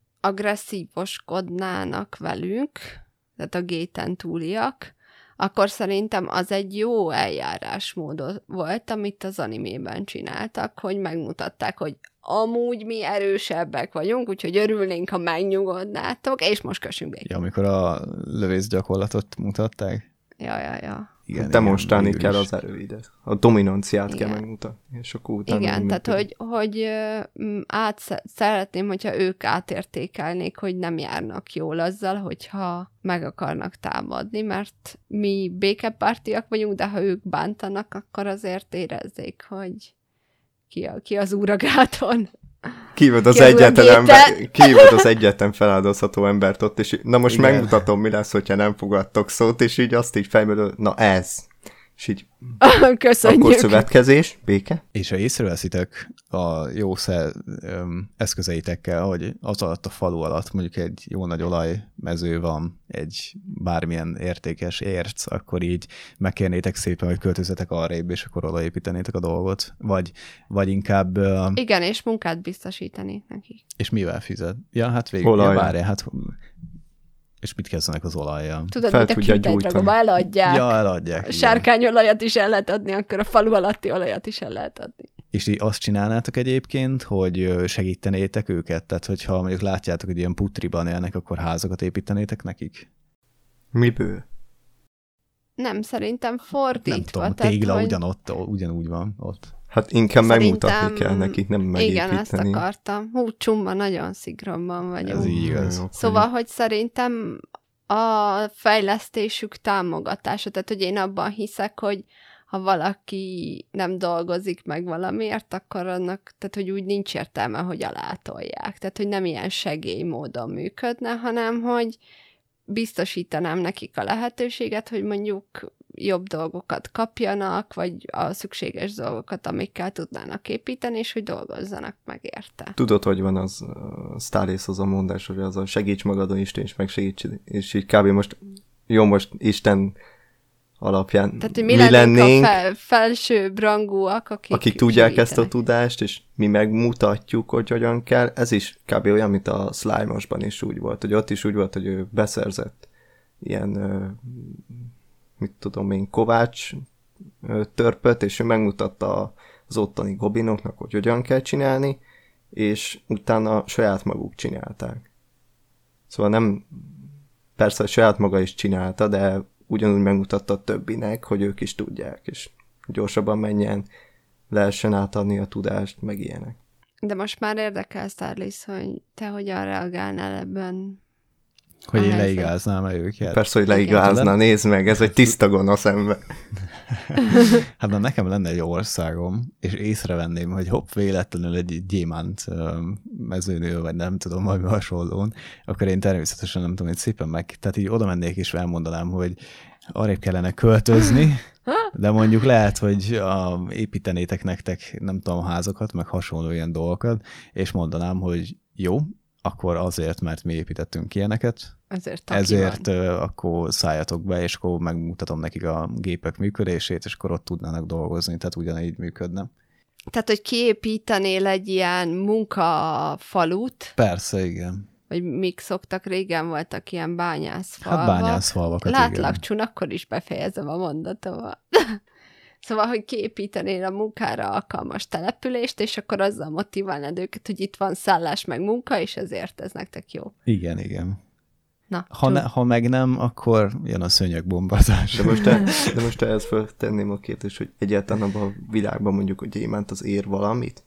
agresszívoskodnának velünk, tehát a géten túliak, akkor szerintem az egy jó eljárásmód volt, amit az animében csináltak, hogy megmutatták, hogy amúgy mi erősebbek vagyunk, úgyhogy örülnénk, ha megnyugodnátok, és most kössünk békét.
Ja, amikor a lövészgyakorlatot mutatták.
Ja.
Igen,
Demonstrálni
végül
kell
is.
az erőidet. A dominanciát kell
Igen.
megmutatni, és akkor utána
Igen,
működik.
tehát hogy szeretném, hogyha ők átértékelnék, hogy nem járnak jól azzal, hogyha meg akarnak támadni, mert mi békepártiak vagyunk, de ha ők bántanak, akkor azért érezzék, hogy ki az úragáton.
Kívod az
Kerül a
egyetlen
géten.
ember, kívod az egyetlen feláldozható embert ott, és na most
Igen.
megmutatom, mi lesz, hogyha nem fogadtok szót, és így azt így fejből, na ez. És így,
Köszönjük.
akkor szövetkezés, béke.
És ha észreveszitek a jó eszközeitekkel, hogy az alatt a falu alatt mondjuk egy jó nagy olajmező van, egy bármilyen értékes érc, akkor így megkérnétek szépen, hogy költözzetek arrébb, és akkor odaépítenétek a dolgot. Vagy inkább...
Igen, és munkát biztosítani nekik.
És mivel fizet? Ja, hát végül,
Olajjal.
várjál, hát... És mit kezdenek az olajjal?
Tudod,
Fel
mint a
tudja
kintálydragba
gyújtani.
eladják.
Ja, eladják.
A
igen.
sárkányolajat is el lehet adni, akkor a falu alatti olajat is el lehet adni.
És így azt csinálnátok egyébként, hogy segítenétek őket? Tehát, hogyha mondjuk látjátok, hogy ilyen putriban élnek, akkor házakat építenétek nekik?
Miből?
Nem, szerintem
Nem
fordítva.
tudom,
tehát,
tégla
hogy...
ugyanúgy van ott.
Hát inkább
Szerintem-
megmutatni kell nekik, nem
Igen, ezt
megépíteni.
akartam. Csumba nagyon szigorban vagyunk.
Ez így igaz.
Jó,
Szóval, hogy szerintem a fejlesztésük támogatása, tehát hogy én abban hiszek, hogy ha valaki nem dolgozik meg valamiért, akkor annak, tehát hogy úgy nincs értelme, hogy alátolják. Tehát, hogy nem ilyen segélymódon működne, hanem, hogy biztosítanám nekik a lehetőséget, hogy mondjuk jobb dolgokat kapjanak, vagy a szükséges dolgokat, amikkel tudnának építeni, és hogy dolgozzanak meg érte.
Tudod, hogy van az Sztárész az a mondás, hogy az a segíts magadon, Isten is megsegíts, és így kb. Most Isten
alapján tehát, hogy mi lennénk a felsőbb rangúak,
akik tudják ezt a tudást, és mi megmutatjuk, hogy hogyan kell. Ez is kb. Olyan, mint a Slime-osban is úgy volt, hogy ott is úgy volt, hogy ő beszerzett ilyen, mit tudom én, kovács törpöt, és ő megmutatta az ottani gobinoknak, hogy hogyan kell csinálni, és utána saját maguk csinálták. Szóval nem, persze saját maga is csinálta, de ugyanúgy megmutatta a többinek, hogy ők is tudják, és gyorsabban menjen, lehessen átadni a tudást, meg ilyenek.
De most már érdekel, Starlis, hogy te hogyan reagálnál ebben?
Hogy én leigáznám őket.
Persze, hogy leigázna, nézd meg, ez egy tiszta gonosz ember.
Hát na, nekem lenne egy országom, és észrevenném, hogy hopp, véletlenül egy gyémánt mezőnő, vagy nem tudom, valami hasonlón, akkor én természetesen nem tudom, hogy szépen tehát így oda mennék, és elmondanám, hogy arrébb kellene költözni, de mondjuk lehet, hogy építenétek nektek, nem tudom, házakat, meg hasonló ilyen dolgokat, és mondanám, hogy jó, akkor azért, mert mi építettünk ilyeneket, ezért akkor szálljatok be, és akkor megmutatom nekik a gépek működését, és akkor ott tudnának dolgozni, tehát ugyanígy működne.
Tehát, hogy kiépítenél egy ilyen munkafalut?
Persze, igen.
Vagy mik szoktak, régen voltak ilyen bányászfalvak.
Hát bányászfalvakat,
látlak, Csun, akkor is befejezem a mondatomat. Szóval, hogy kiépítenél a munkára alkalmas települést, és akkor azzal motiválnád őket, hogy itt van szállás meg munka, és ezért ez nektek jó.
Igen, igen.
Na,
ha meg nem, akkor jön a szőnyegbombázás.
De most ehhez feltenném a kérdést, hogy egyáltalán abban a világban mondjuk, hogy gyémánt az ér valamit?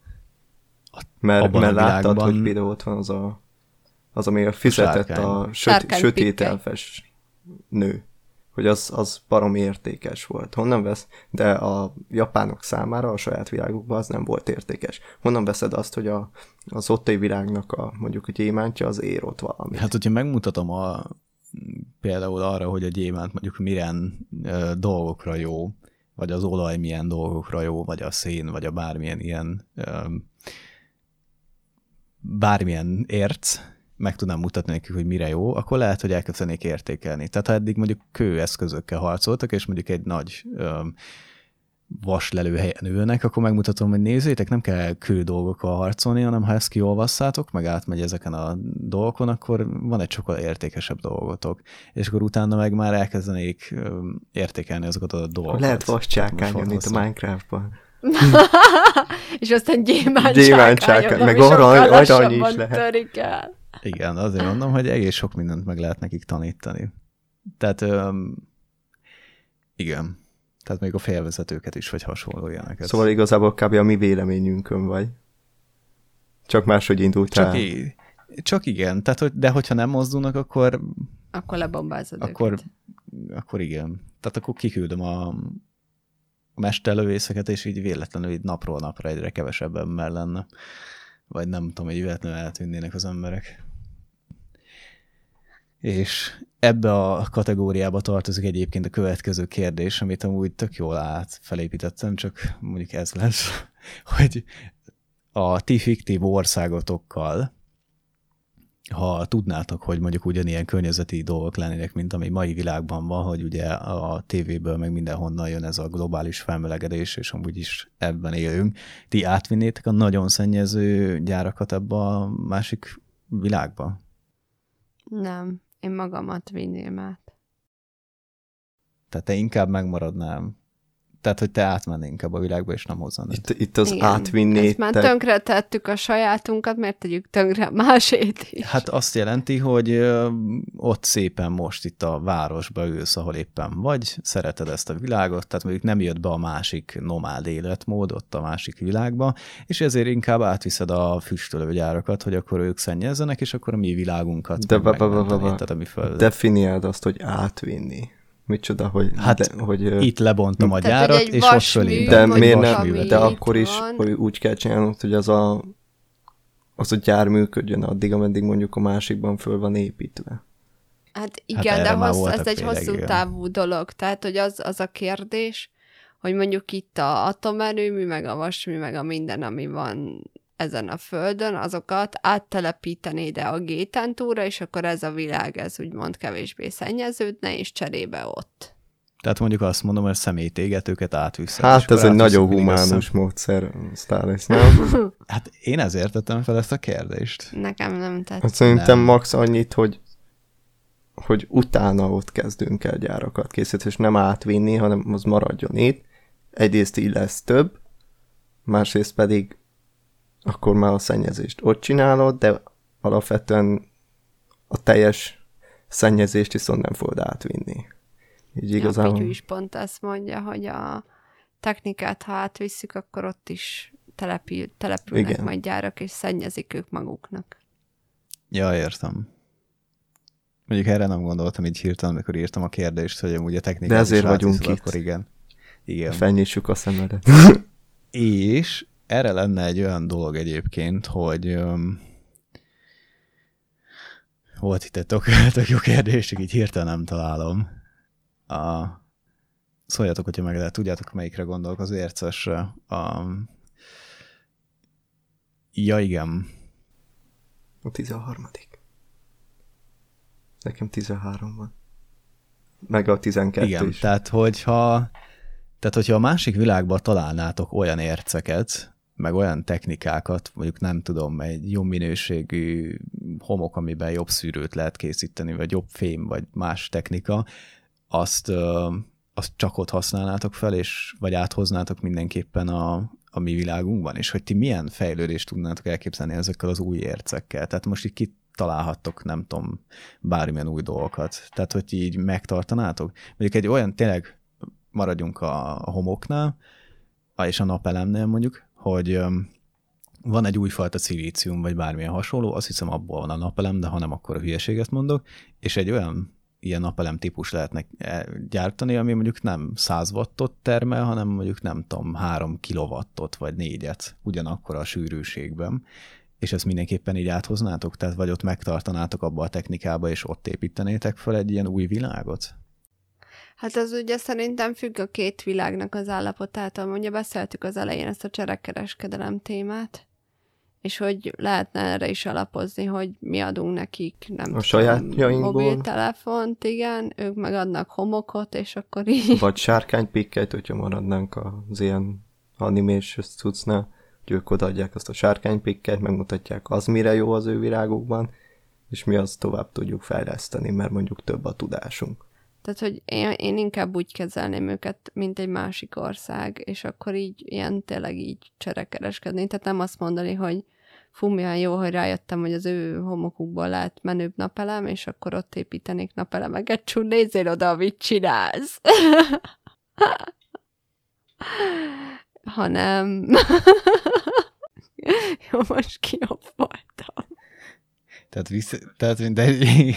Mert láttad, hogy például ott van az ami fizetett a sötét elfes nő. Hogy az barom értékes volt. Honnan vesz? De a japánok számára a saját világukban az nem volt értékes. Honnan veszed azt, hogy az ottani világnak mondjuk a gyémántja az ér ott valamit?
Hát, hogyha megmutatom például arra, hogy a gyémánt mondjuk milyen dolgokra jó, vagy az olaj milyen dolgokra jó, vagy a szén, vagy a bármilyen ilyen bármilyen érc, meg tudnám mutatni nekik, hogy mire jó, akkor lehet, hogy elkezdenék értékelni. Tehát ha eddig mondjuk kőeszközökkel harcoltak, és mondjuk egy nagy vaslelő helyen ülnek, akkor megmutatom, hogy nézzétek, nem kell kő dolgokkal harcolni, hanem ha ezt kiolvasszátok, meg átmegy ezeken a dolgokon, akkor van egy sokkal értékesebb dolgotok. És akkor utána meg már elkezdenék értékelni azokat a dolgokat.
Lehet vascsákányon, mint a Minecraftban.
És aztán gyémántsákányon,
meg arany is lehet.
Törik el.
Igen, azért mondom, hogy egész sok mindent meg lehet nekik tanítani. Tehát igen. Tehát még a félvezetőket is, vagy hasonló ilyeneket.
Szóval igazából kb. A mi véleményünkön vagy. Csak máshogy indultál.
Csak igen. Tehát, de hogyha nem mozdulnak, akkor
lebombázod
akkor igen. Tehát akkor kiküldöm a mesterlövészeket, és így véletlenül így napról napra egyre kevesebb ember lenne. Vagy nem tudom, hogy véletlenül eltűnnének az emberek. És ebbe a kategóriába tartozik egyébként a következő kérdés, amit amúgy tök jól felépítettem, csak mondjuk ez lesz, hogy a ti fiktív országotokkal, ha tudnátok, hogy mondjuk ugyanilyen környezeti dolgok lennének, mint ami mai világban van, hogy ugye a tévéből meg mindenhonnan jön ez a globális felmelegedés, és amúgy is ebben élünk, ti átvinnétek a nagyon szennyező gyárakat ebbe a másik világba?
Nem, én magamat vinném át.
Tehát te inkább megmaradnál. Tehát, hogy te átmennél inkább a világba, és nem hozzanád.
Itt az átvinné.
Ezt már tönkre tettük a sajátunkat, miért tegyük tönkre másét is?
Hát azt jelenti, hogy ott szépen most itt a városba ülsz, ahol éppen vagy, szereted ezt a világot, tehát mondjuk nem jött be a másik nomád életmód ott a másik világba, és ezért inkább átviszed a füstölőgyárakat, hogy akkor ők szennyezzenek, és akkor a mi világunkat
definiáld azt, hogy átvinni. Micsoda, hogy...
hogy itt lebontom a gyárat, és ott fölé.
De miért nem? De akkor is hogy úgy kell csinálnod, hogy az a gyár működjön addig, ameddig mondjuk a másikban föl van építve.
Hát igen, de ez egy hosszú távú dolog. Tehát, hogy az a kérdés, hogy mondjuk itt a atomerőmű, meg a vasmű, meg a minden, ami van ezen a földön, azokat áttelepíteni ide a Géten túra, és akkor ez a világ, ez úgymond kevésbé szennyeződne, és cserébe ott.
Tehát mondjuk azt mondom, hogy személytégetőket átviszed.
Hát ez egy nagyon humánus módszer, Sztálisz, nem?
Hát én ezért tettem fel ezt a kérdést.
Nekem nem tetszik.
Hát szerintem max annyit, hogy utána ott kezdünk el gyárakat készíteni, és nem átvinni, hanem az maradjon itt. Egyrészt így lesz több, másrészt pedig akkor már a szennyezést ott csinálod, de alapvetően a teljes szennyezést viszont nem fogod átvinni. Így igazából...
A Pityu is pont ezt mondja, hogy a technikát, ha átvisszük, akkor ott is települnek
Igen.
majd gyárak, és szennyezik ők maguknak.
Ja, értem. Mondjuk erre nem gondoltam így hirtelen, amikor írtam a kérdést, hogy amúgy a technikát
de ezért
is
vagyunk
átviszed,
itt.
akkor igen.
Felnyissuk a szemedet.
És erre lenne egy olyan dolog egyébként, hogy volt itt egy tök jó kérdés, csak így hirtelen nem találom. Szóljatok, hogyha meg lehet, tudjátok, melyikre gondolok, az ércesre. Ja, igen.
A 13. Nekem 13 van. Meg a 12
igen,
is.
tehát hogyha a másik világban találnátok olyan érceket, meg olyan technikákat, mondjuk nem tudom, egy jó minőségű homok, amiben jobb szűrőt lehet készíteni, vagy jobb fém, vagy más technika, azt csak ott használnátok fel, és vagy áthoznátok mindenképpen a mi világunkban, és hogy ti milyen fejlődést tudnátok elképzelni ezekkel az új ércekkel. Tehát most így kitalálhattok, nem tudom, bármilyen új dolgokat. Tehát, hogy így megtartanátok. Mondjuk egy olyan, tényleg maradjunk a homoknál, és a napelemnél mondjuk, hogy van egy újfajta szilícium, vagy bármilyen hasonló, azt hiszem abból van a napelem, de ha nem, akkor a hülyeséget mondok, és egy olyan ilyen napelem típus lehetne gyártani, ami mondjuk nem 100 wattot termel, hanem mondjuk nem tudom, 3 kilowattot, vagy 4-et, ugyanakkor a sűrűségben, és ezt mindenképpen így áthoznátok, tehát vagy ott megtartanátok abba a technikába, és ott építenétek fel egy ilyen új világot?
Hát az ugye szerintem függ a két világnak az állapotától. Ugye beszéltük az elején ezt a cserekereskedelem témát, és hogy lehetne erre is alapozni, hogy mi adunk nekik, nem
a sajátjainkból.
Mobiltelefont, igen, ők meg adnak homokot, és akkor így...
Vagy sárkánypikket, hogyha maradnánk az ilyen animés cuccnál, hogy ők odaadják azt a sárkánypikket, megmutatják az mire jó az ő világukban, és mi azt tovább tudjuk fejleszteni, mert mondjuk több a tudásunk.
Tehát, hogy én inkább úgy kezelném őket, mint egy másik ország, és akkor így ilyen tényleg így cserekereskedni. Tehát nem azt mondani, hogy fú, milyen jó, hogy rájöttem, hogy az ő homokukból lehet menőbb napelem, és akkor ott építenék napelemeket. Csú, nézzél oda, mit csinálsz! Hanem... Jó, most kijobb voltam.
Tehát mindegy...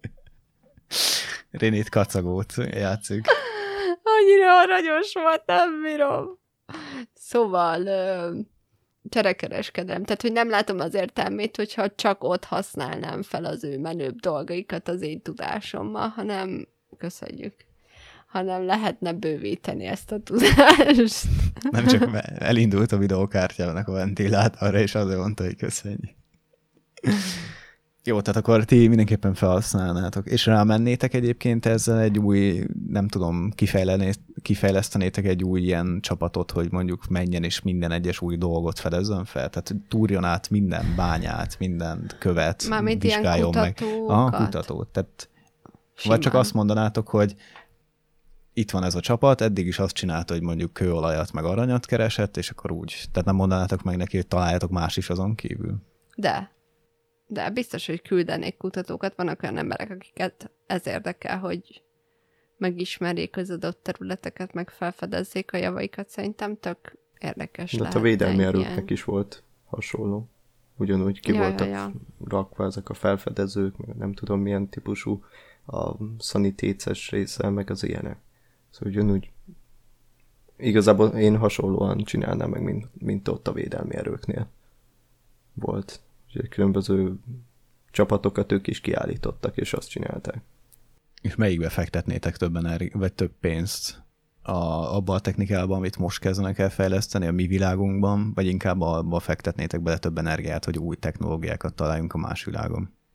Rénét kacagót játszik.
Annyira aranyos volt, nem bírom. Szóval cserekereskedelem. Tehát, hogy nem látom az értelmét, hogyha csak ott használnám fel az ő menőbb dolgaikat az én tudásommal, hanem köszönjük. Hanem lehetne bővíteni ezt a tudást.
Nem csak elindult a videókártyának a ventilátorra, és azért mondta, hogy köszönjük. Jó, tehát akkor ti mindenképpen felhasználnátok. És rámennétek egyébként ezzel egy új, nem tudom, kifejlesztenétek egy új ilyen csapatot, hogy mondjuk menjen és minden egyes új dolgot fedezzen fel? Tehát túrjon át minden bányát, minden követ,
mármint
vizsgáljon
ilyen
meg.
kutatókat.
Kutatót. Tehát,
Simán.
vagy csak azt mondanátok, hogy itt van ez a csapat, eddig is azt csinálta, hogy mondjuk kőolajat meg aranyat keresett, és akkor úgy. Tehát nem mondanátok meg neki, hogy találjátok más is azon kívül.
De biztos, hogy küldenék kutatókat. Vannak olyan emberek, akiket ez érdekel, hogy megismerjék az adott területeket, meg felfedezzék a javaikat. Szerintem tök érdekes lehet.
A védelmi erőknek is volt hasonló. Ugyanúgy ki voltak rakva ezek a felfedezők, meg nem tudom milyen típusú a szanitéces része, meg az ilyenek. Szóval ugyanúgy igazából én hasonlóan csinálnám meg, mint ott a védelmi erőknél volt. Úgyhogy különböző csapatokat ők is kiállítottak, és azt csinálták.
És melyikbe fektetnétek több vagy több pénzt? Abba a technikában, amit most kezdenek el fejleszteni a mi világunkban, vagy inkább abba fektetnétek bele több energiát, hogy új technológiákat találjunk a más világon?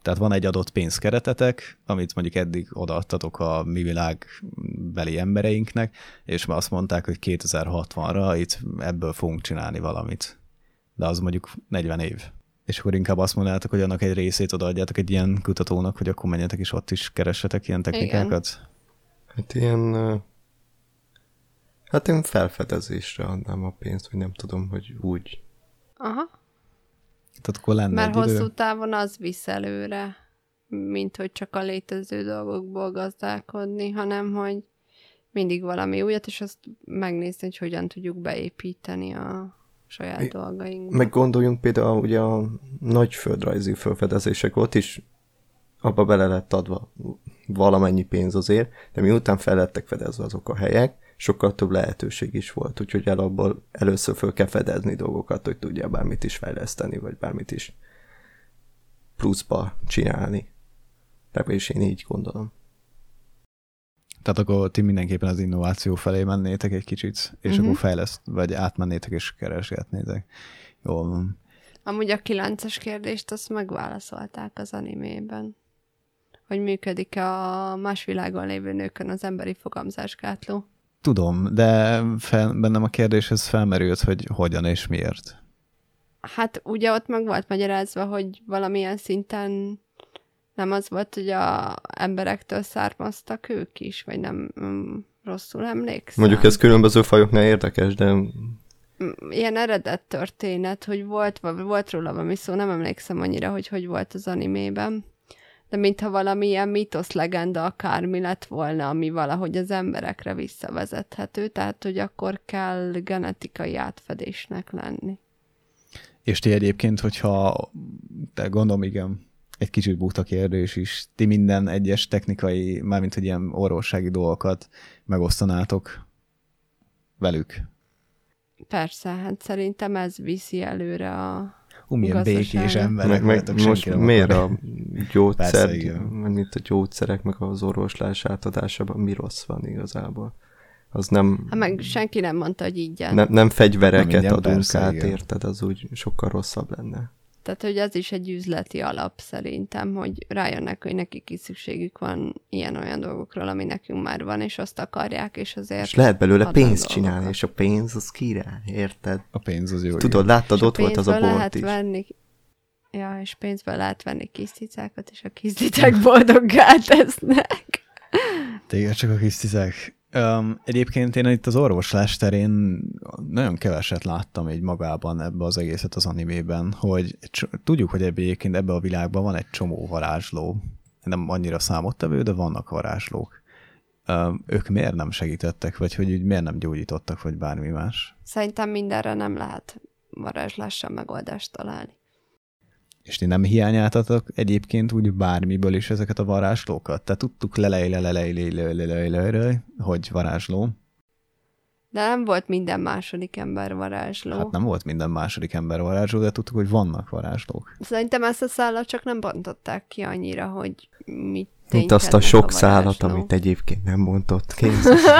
Tehát van egy adott pénzkeretetek, amit mondjuk eddig odaadtatok a mi világbeli embereinknek, és azt mondták, hogy 2060-ra itt ebből fogunk csinálni valamit. De az mondjuk 40 év. És akkor inkább azt mondanátok, hogy annak egy részét odaadjátok egy ilyen kutatónak, hogy akkor menjetek és ott is keressetek ilyen technikákat?
Igen. Hát én felfedezésre adnám a pénzt, hogy nem tudom, hogy úgy.
Aha.
Tehát akkor lenne
Mert
egy
hosszú
idő.
távon az visz előre, mint hogy csak a létező dolgokból gazdálkodni, hanem hogy mindig valami újat, és azt megnézni, hogy hogyan tudjuk beépíteni a saját dolgainkba.
Meg gondoljunk például ugye a nagy földrajzi felfedezések, ott is abba bele lett adva valamennyi pénz azért, de miután fel lettek fedezve azok a helyek, sokkal több lehetőség is volt, úgyhogy alapból először föl kell fedezni dolgokat, hogy tudja bármit is fejleszteni, vagy bármit is pluszba csinálni. Legalábbis én így gondolom.
Tehát akkor ti mindenképpen az innováció felé mennétek egy kicsit, és akkor vagy átmennétek és keresgetnétek. Jól van.
Amúgy a 9-es kérdést azt megválaszolták az animében. Hogy működik a más világon lévő nőkön az emberi fogamzásgátló.
Tudom, de bennem a kérdéshez felmerült, hogy hogyan és miért.
Hát ugye ott meg volt magyarázva, hogy valamilyen szinten nem az volt, hogy a emberektől származtak ők is, vagy nem rosszul emlékszem.
Mondjuk ez különböző fajoknál érdekes, de...
Ilyen eredet történet, hogy volt róla valami szó, nem emlékszem annyira, hogy volt az animében. De mintha valamilyen mítosz legenda akármi lett volna, ami valahogy az emberekre visszavezethető, tehát hogy akkor kell genetikai átfedésnek lenni.
És ti egyébként, hogyha, te gondolom, igen, egy kicsit buta kérdés is, ti minden egyes technikai, mármint hogy ilyen orvossági dolgokat megosztanátok velük?
Persze, hát szerintem ez viszi előre a
Milyen békés
gazdaságot.
emberek
Meg most miért a gyógyszer,
Persze, igen.
mint a gyógyszerek, meg az orvoslás átadásában mi rossz van igazából? Az nem...
Hát meg senki nem mondta, hogy így
Nem
Nem
fegyvereket
ingyen,
adunk
persze,
át,
igen.
érted? Az úgy sokkal rosszabb lenne.
Tehát, hogy ez is egy üzleti alap szerintem, hogy rájönnek, hogy nekik is szükségük van ilyen-olyan dolgokról, ami nekünk már van, és azt akarják, és azért...
És lehet belőle
adnak
pénzt
dolgokat.
csinálni, és a pénz az király, érted?
A pénz az jó.
Tudod, láttad,
És a
ott volt az a
pénzből
bolt
lehet
is.
venni... Ja, és pénzből lehet venni kis cicákat, és a kis cicák boldoggá tesznek.
Téged csak a kis cicák. Egyébként én itt az orvoslás terén nagyon keveset láttam így magában ebbe az egészet az animében, hogy tudjuk, hogy egyébként ebbe a világban van egy csomó varázsló. Nem annyira számottevő, de vannak varázslók. Ők miért nem segítettek, vagy hogy úgy miért nem gyógyítottak, vagy bármi más?
Szerintem mindenre nem lehet varázslással megoldást találni.
És ti nem hiányáltatok egyébként úgy bármiből is ezeket a varázslókat? Tehát tudtuk hogy varázsló.
De nem volt minden második ember varázsló.
Hát nem volt minden második ember varázsló, de tudtuk, hogy vannak varázslók.
Szerintem ezt a szállat csak nem bontották ki annyira, hogy mit
Mint azt a
ténykednek
sok szálat,
varázslók.
amit egyébként nem bontott ki.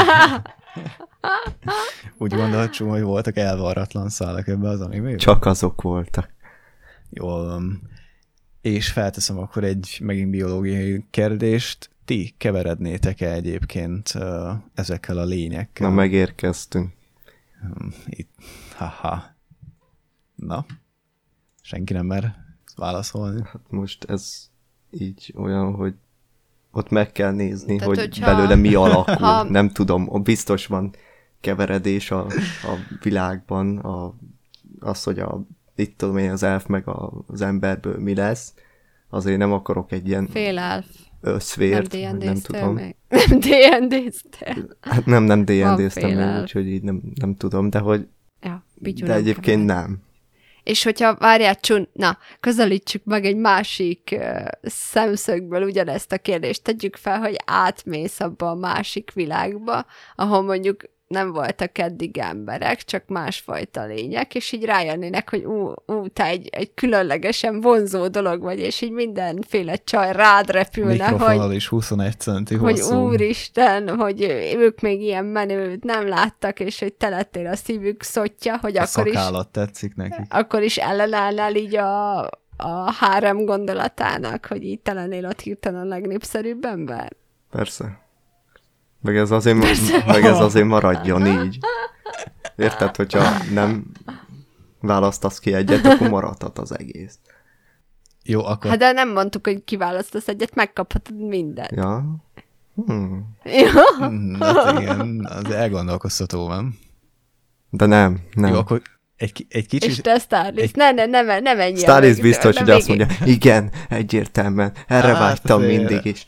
Úgy gondoltam, hogy voltak elvarratlan szálak ebbe az animében?
Csak azok voltak.
Jól van. És felteszem akkor egy megint biológiai kérdést. Ti keverednétek-e egyébként ezekkel a lényekkel?
Na, megérkeztünk.
Itt. Haha. Na? Senki nem mer válaszolni?
Hát most ez így olyan, hogy ott meg kell nézni,
Tehát,
hogy
hogyha-
belőle mi alakul.
Ha-
Nem tudom, biztos van keveredés a világban, az, hogy itt tudom én, az elf meg az emberből mi lesz. Azért nem akarok egy ilyen
Fél elf.
összvért,
Nem
nem
D&D-ztél
tudom.
még. Nem D&D-ztél.
Hát nem D&D-ztem
fél
meg,
elf.
úgyhogy így nem tudom, de hogy
Ja, Pityu
de
nem
egyébként
kevered.
nem.
És hogyha várjál, na, közelítsük meg egy másik szemszögből ugyanezt a kérdést. Tegyük fel, hogy átmész abba a másik világba, ahol mondjuk nem voltak eddig emberek, csak másfajta lények, és így rájönnének, hogy te egy különlegesen vonzó dolog vagy, és így mindenféle csaj rád repülne,
Mikrofonnal is 21 centi
hogy
hosszú.
úristen, hogy ők még ilyen menőt nem láttak, és hogy te lettél a szívük szottya, hogy
A
akkor is
szakállat tetszik nekik.
akkor is ellenállnál így a hárem gondolatának, hogy így te lennél ott hirtelen a legnépszerűbb ember?
Persze. Meg ez azért maradjon így. Érted, hogyha nem választasz ki egyet, akkor maradhat az egész.
Jó, akkor...
Hát de nem mondtuk, hogy kiválasztasz egyet, megkaphatod mindent.
Ja.
Jó?
Hát igen, az elgondolkoztató van.
De nem.
Jó, akkor egy kicsit...
És te Starlist. Nem ennyi.
Starlist biztos, hogy azt mondja, igen, egyértelműen, erre vágytam mindig is.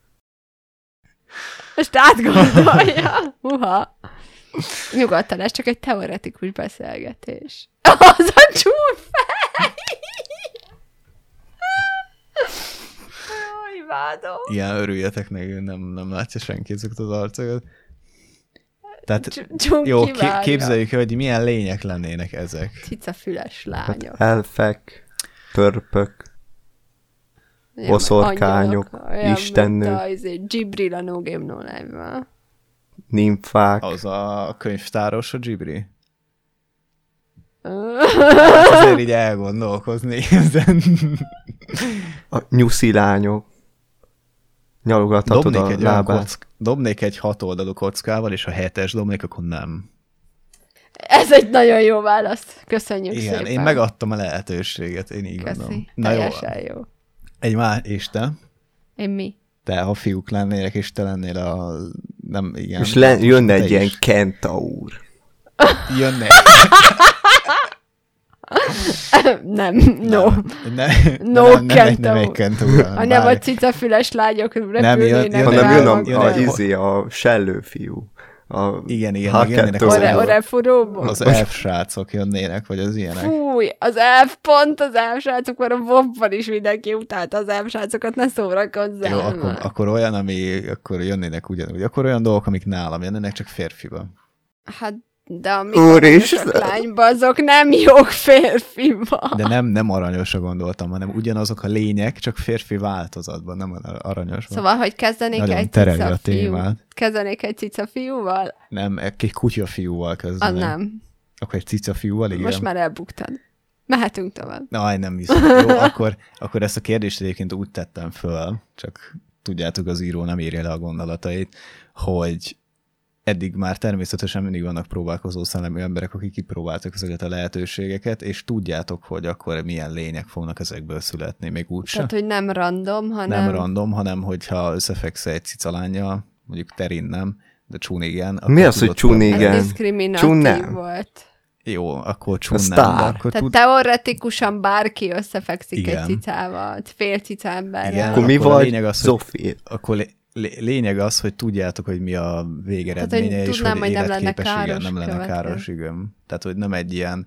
Most átgondolja. Nyugodtan, ez csak egy teoretikus beszélgetés. Az a csúfej! Imádom.
Igen, örüljetek meg, nem látja senki ezeket az arcokat. Tehát, jó, képzeljük, hogy milyen lények lennének ezek.
Cicafüles lányok.
Hát elfek, törpök, boszorkányok, istennők.
Gibril a No Game No Live-val.
Nimfák.
Az a könyvtáros a Gibri? Hát azért így elgondolkozni.
A nyuszi lányok. Nyalogathatod a lábát.
Dobnék egy 6 oldalú kockával, és ha 7-es dobnék, akkor nem.
Ez egy nagyon jó válasz. Köszönjük
igen,
szépen.
Én megadtam a lehetőséget, én így gondolom.
Na teljesen jó.
És te?
Én mi?
Te, ha fiúk lennének, és te lennél a... Nem, igen.
És jönne egy ilyen kentaur.
Jönne.
Nem, no.
Nem egy kentaur.
Hanem a cicafüles lányok repülnének.
Hanem jön a sellő fiú.
Igen,
jönnének
az elfsrácok jönnének, vagy az ilyenek.
Fúj, az elfsrácok, mert a WoW-ban is mindenki utálta az elfsrácokat, ne szórakozzál.
Jó, akkor olyan, akkor jönnének ugyanúgy. Akkor olyan dolgok, amik nálam jönnének, csak férfiba.
Hát, de a lányba, azok nem jók férfiba.
De nem aranyosra gondoltam, hanem ugyanazok a lények, csak férfi változatban, nem aranyosban.
Szóval, hogy kezdenék egy cica fiúval?
Nem, egy kutya fiúval kezdenék.
Nem.
Akkor egy cica fiúval, igen.
Most már elbuktad. Mehetünk tovább.
Nem hiszem. Jó, akkor ezt a kérdést egyébként úgy tettem föl, csak tudjátok, az író nem írja le a gondolatait, hogy eddig már természetesen mindig vannak próbálkozó szellemű emberek, akik kipróbáltak ezeket a lehetőségeket, és tudjátok, hogy akkor milyen lények fognak ezekből születni, még úgyse.
Tehát, hogy nem random, hanem...
Nem random, hanem hogyha összefeksz egy cicalánnyal, mondjuk Terin nem, de Csun igen.
Mi az, hogy Csun igen?
Ez diszkriminatív volt.
Jó, akkor Csun nem.
Tehát teoretikusan bárki összefekszik egy cicával, fél cica emberrel.
Akkor mi vagy Zofie?
Akkor lényeg az, hogy tudjárdok, hogy mi a végeredménye,
tehát,
és hogy
életképes,
nem lenne káros, igen. Tehát, hogy nem egy ilyen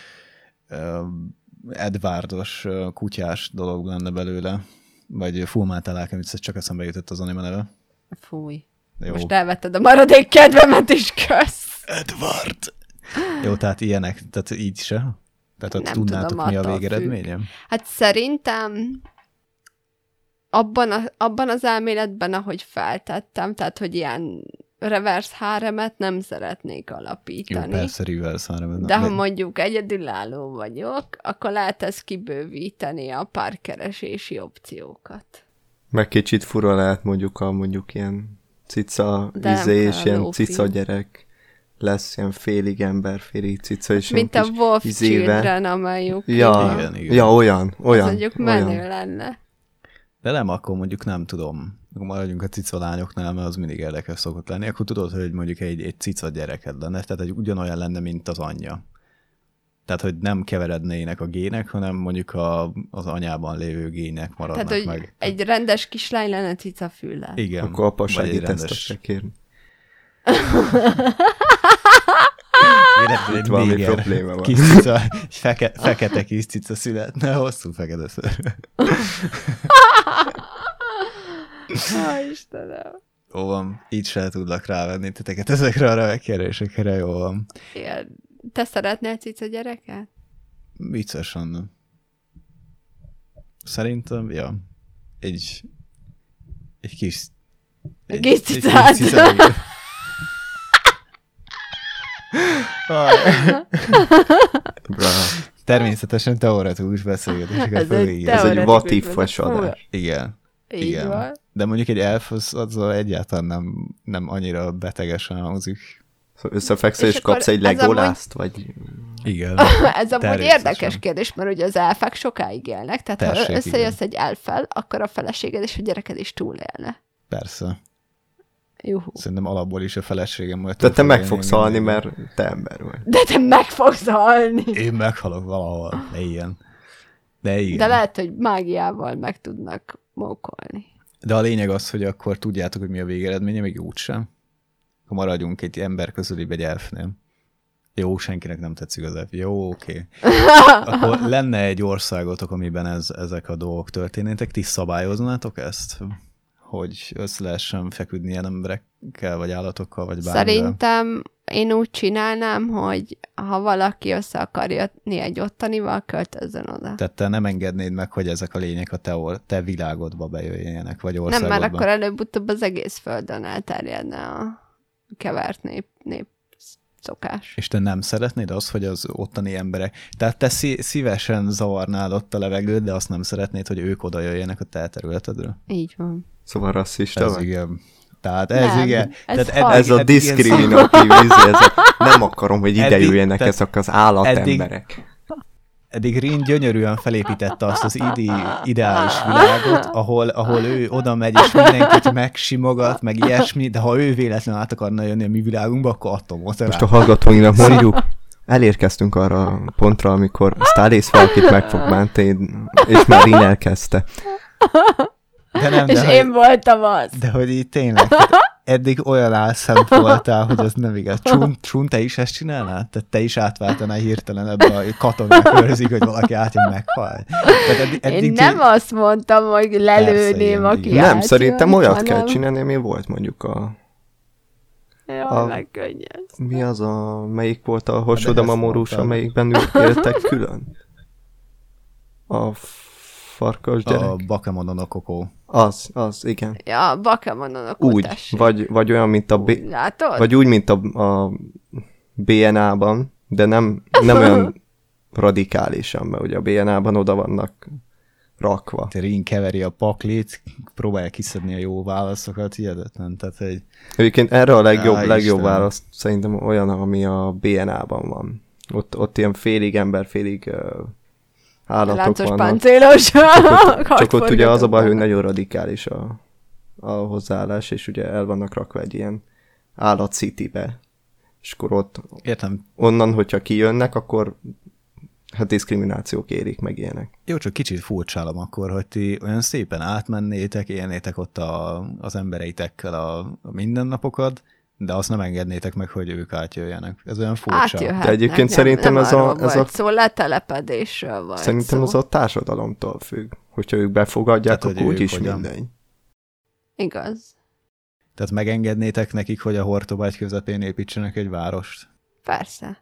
Edwardos kutyás dolog lenne belőle, vagy Fullmetal Alchemist, csak eszembe jutott az anime neve.
Fúj. Jó. Most elvetted a maradék kedvemet is, kösz!
Edward! Jó, tehát ilyenek, tehát így se? Tehát ott tudnátok, mi a végeredménye?
Hát szerintem abban az elméletben, ahogy feltettem, tehát, hogy ilyen reverse háremet nem szeretnék alapítani.
Jó, persze reverse háremet.
De ha mondjuk egyedülálló vagyok, akkor lehet ezt kibővíteni a párkeresési opciókat.
Meg kicsit fura lehet mondjuk ilyen cica és ilyen cica gyerek. Lesz ilyen félig ember, félig cica, és
mint a Wolf Children, amelyik.
Ja, ja, olyan. Az
mondjuk menő lenne.
De nem, akkor mondjuk nem tudom. Maradjunk a cica lányoknál, mert az mindig érdekes szokott lenni. Akkor tudod, hogy mondjuk egy cica gyereked lenne, tehát egy ugyanolyan lenne, mint az anyja. Tehát, hogy nem keverednének a gének, hanem mondjuk az anyában lévő gének maradnak
tehát, hogy
meg.
Egy rendes kislány lenne cica füllel.
Igen.
Akkor apasági tesztet kell kérni.
Itt valami probléma van. Kis cica, fekete kis cica születne, hosszú fekete szőr.
Istenem.
Jó van, így se tudlak rávenni titeket ezekre a kérdésekre, jó van.
Igen. Te szeretnél cica gyereket?
Vicces, Anna. Szerintem, ja. Egy kis...
Kis cicát.
Természetesen teoretikus beszélgetéseket
Ez egy
fölír.
Ez egy
teoretikus
what if
beszélgetés.
adás.
Igen.
Így
Igen.
van.
De mondjuk egy elf az egyáltalán nem annyira betegesen hangzik.
Szóval összefekszel
És
és kapsz
akkor
egy
ez
Legolászt, vagy...
Igen.
Ez amúgy
Természetesen.
érdekes kérdés, mert ugye az elfek sokáig élnek, tehát
Tessék,
ha összejössz
igen.
egy elffel, akkor a feleséged és a gyereked is túlélne.
Persze.
Juhu.
Szerintem alapból is a feleségem majd
Tehát te
túl
meg
fog
fogsz
élni
halni,
mindig.
mert te ember vagy.
De te meg fogsz halni.
Én meghalok valahol. De ilyen. De igen.
De lehet, hogy mágiával meg tudnak mókolni.
De a lényeg az, hogy akkor tudjátok, hogy mi a végeredménye, még úgysem. Akkor maradjunk egy ember közül, egy elfnél. Jó, senkinek nem tetszik az elf. Jó, oké. Akkor lenne egy országotok, amiben ezek a dolgok történnétek. Ti szabályoznátok ezt? Hogy össze lehessen feküdni ilyen emberekkel, vagy állatokkal, vagy bármivel?
Szerintem én úgy csinálnám, hogy ha valaki össze akar jönni egy ottanival, költözzön oda.
Tehát te nem engednéd meg, hogy ezek a lények a te világodba bejöjjenek, vagy
Nem,
országodba.
mert akkor előbb-utóbb az egész földön elterjedne a kevert nép szokás.
És te nem szeretnéd azt, hogy az ottani emberek... Tehát te szívesen zavarnál ott a levegőt, de azt nem szeretnéd, hogy ők oda jöjjenek a te területedről?
Így van.
Szóval rasszista
Ez
vagy?
igen. Tehát ez
Nem,
igen.
ez
Tehát
Ez a
eddig ilyen
diszkriminatív nem akarom, hogy ide
Eddig-
jöjjenek
tehát
ezek az állatemberek.
Eddig Rin gyönyörűen felépítette azt az ideális világot, ahol ő oda megy, és mindenkit megsimogat, meg ilyesmi, de ha ő véletlenül át akarna jönni a mi világunkba, akkor atomot rá.
Most a hallgatóinak mondjuk, elérkeztünk arra a pontra, amikor Stálész valakit meg fog bántani, és már Rin elkezdte.
De nem,
És én voltam az.
De hogy így tényleg, eddig olyan álszent voltál, hogy az nem igaz. Csun, te is ezt csinálnád? Tehát te is átváltanál hirtelen ebbe a katonák őrzik, hogy valaki átjön meghal.
Én nem azt mondtam, hogy lelőném,
Persze,
aki
igen.
Nem,
átjön,
szerintem olyat
hanem-
kell csinálni, ami volt mondjuk
Jaj, megkönnyez.
mi az melyik volt a Hosodamamorús,
mondtad.
amelyikben ők éltek külön? A farkas gyerek?
A Bakemonon a kokó.
Az, igen.
Ja, Bakemonon a
Úgy,
tessék.
vagy olyan, mint a
Látod?
vagy úgy, mint a BNA-ban, de nem olyan radikálisan, mert ugye a BNA-ban oda vannak rakva.
Te Rin keveri a paklit, próbálja kiszedni a jó válaszokat, hihetetlen. Tehát egy...
Egyébként erre a legjobb
Istenem.
válasz szerintem olyan, ami a BNA-ban van. Ott ilyen félig ember, félig állatok
Láncos
vannak.
páncélos.
Csak ott ugye az a baj, hogy nagyon radikális a hozzáállás, és ugye el vannak rakva egy ilyen állatcitybe. És akkor ott
Értem.
onnan, hogyha kijönnek, akkor hát diszkriminációk érik meg ilyenek.
Jó, csak kicsit furcsálom akkor, hogy ti olyan szépen átmennétek, élnétek ott az embereitekkel a mindennapokat, de azt nem engednétek meg, hogy ők átjöjjenek. Ez olyan furcsa.
Átjöhetnek.
De egyébként
nem,
szerintem
nem
ez a-
arról
ez
volt
a-
szó, letelepedésről volt
Szerintem
szó.
az a társadalomtól függ. Hogyha ők befogadják,
Tehát, hogy
akkor
ők
úgyis
hogyan?
mindegy.
Igaz.
Tehát megengednétek nekik, hogy a Hortobágy közepén építsenek egy várost?
Persze.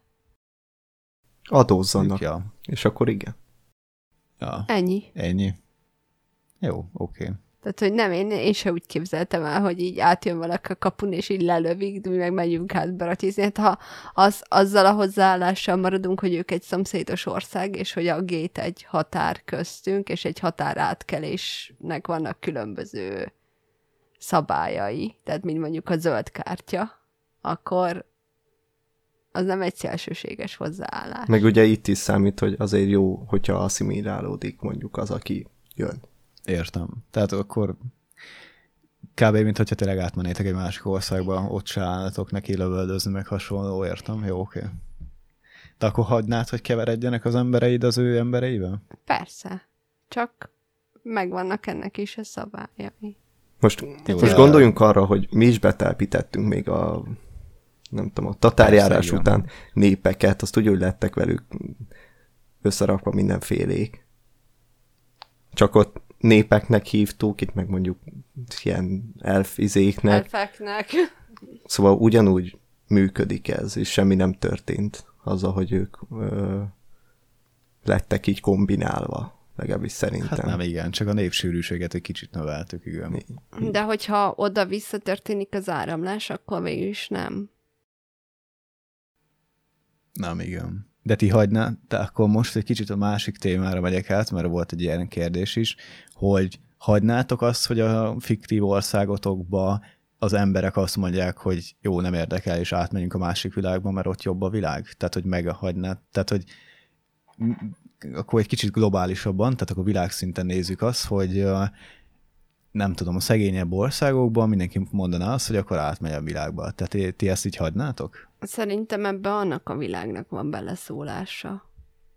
Adózzanak.
Ja.
És akkor igen.
Ja.
Ennyi.
Ennyi. Jó, oké.
Tehát, hogy nem, én sem úgy képzeltem el, hogy így átjön valaki a kapun, és így lelövik, de mi meg megyünk át baratizni. Hát ha azzal a hozzáállással maradunk, hogy ők egy szomszédos ország, és hogy a gét egy határ köztünk, és egy határ átkelésnek vannak különböző szabályai, tehát mint mondjuk a zöld kártya, akkor az nem egy szélsőséges hozzáállás.
Meg ugye itt is számít, hogy azért jó, hogyha asszimilálódik mondjuk az, aki jön.
Értem. Tehát akkor kb. Mint hogyha tényleg átmennétek egy másik országba, ott se állnatok neki lövöldözni, meg hasonló, értem? Jó, oké. De akkor hagynád, hogy keveredjenek az embereid az ő embereivel?
Persze. Csak megvannak ennek is a szabályai.
Most
Jó,
most
de-
gondoljunk arra, hogy mi is betelepítettünk még nem tudom, a tatárjárás
Persze, igen.
után népeket, azt úgy, hogy lettek velük összerakva mindenfélék. Csak ott népeknek hívtuk, itt meg mondjuk ilyen elfizéknek.
Elfeknek.
Szóval ugyanúgy működik ez, és semmi nem történt azzal, hogy ők lettek így kombinálva, legalábbis szerintem.
Hát nem, igen, csak a népsűrűséget egy kicsit növeltük, igen.
De hogyha oda-vissza történik az áramlás, akkor mégis nem.
Nem, igen. De ti hagyná, de akkor most egy kicsit a másik témára megyek át, mert volt egy ilyen kérdés is, hogy hagynátok azt, hogy a fiktív országotokba az emberek azt mondják, hogy jó, nem érdekel, és átmenjünk a másik világba, mert ott jobb a világ? Tehát, hogy meghagynád, tehát, hogy akkor egy kicsit globálisabban, tehát akkor világszinten nézzük azt, hogy nem tudom, a szegényebb országokban mindenki mondaná azt, hogy akkor átmegy a világba. Tehát ti ezt így hagynátok?
Szerintem ebbe annak a világnak van beleszólása.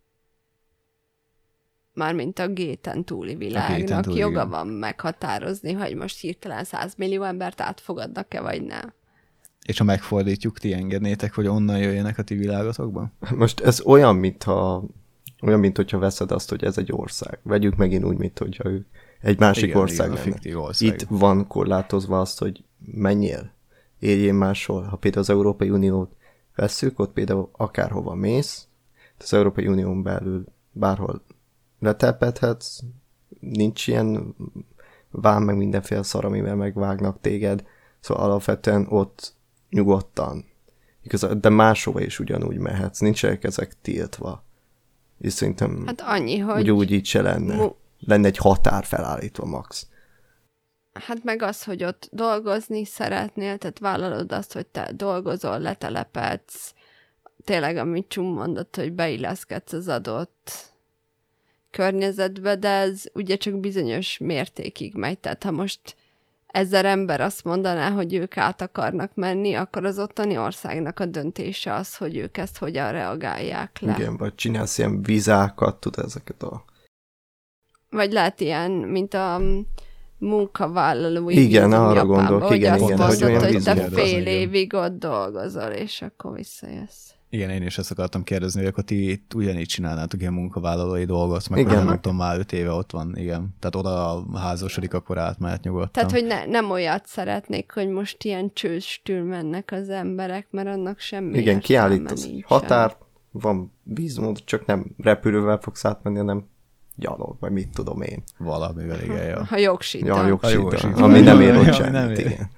Mármint a géten túli világnak
túli,
joga
igen.
van meghatározni, hogy most hirtelen 100 millió embert átfogadnak-e, vagy nem.
És ha megfordítjuk, ti engednétek, hogy onnan jöjjenek a ti világotokba?
Most ez olyan, mint hogyha veszed azt, hogy ez egy ország. Vegyük megint úgy, mint hogyha ők egy másik
igen,
ország
igen, a
lenne.
fiktív ország.
Itt van korlátozva azt, hogy menjél, éljél máshol. Ha például az Európai Uniót vesszük, ott például akárhova mész, az Európai Unión belül bárhol letelepedhetsz, nincs ilyen vám, meg mindenféle szar, amivel megvágnak téged, szóval alapvetően ott nyugodtan. De máshova is ugyanúgy mehetsz, nincsenek ezek tiltva. És szerintem
Hát annyi, hogy...
úgy így se lenne. Lenne egy határ felállítva max.
Hát meg az, hogy ott dolgozni szeretnél, tehát vállalod azt, hogy te dolgozol, letelepedsz, tényleg, amit Csum mondott, hogy beilleszkedsz az adott környezetbe, de ez ugye csak bizonyos mértékig megy. Tehát ha most 1000 ember azt mondaná, hogy ők át akarnak menni, akkor az ottani országnak a döntése az, hogy ők ezt hogyan reagálják le.
Igen, vagy csinálsz ilyen vizákat, tud ezeket a...
Vagy lehet ilyen, mint a munkavállalói
igen,
vízum
arra
Japánban,
gondolok, igen,
hogy
igen,
azt
hogy
mondod,
olyan
hogy te
vízum
fél
igen.
évig ott dolgozol, és akkor visszajössz.
Igen, én is ezt akartam kérdezni, hogy akkor ti ugyanígy csinálnátok ilyen munkavállalói dolgot, meg
Igen,
igen,
meg-
nem tudom, már 5 éve ott van, igen. Tehát oda házasodik, akkor átmehet nyugodtan.
Tehát, hogy nem olyat szeretnék, hogy most ilyen csőstül mennek az emberek, mert annak semmi
Igen,
értelme
kiállítasz egy
nincsen.
határ, van vízumod, csak nem repülővel fogsz átmenni, hanem gyalog, vagy mit tudom én.
Valamivel, igen, ja.
Ha jogsítan.
Ja, jogsítan,
jogsítan.
ami nem ér ott
Ami
semmit,
nem ér.
igen.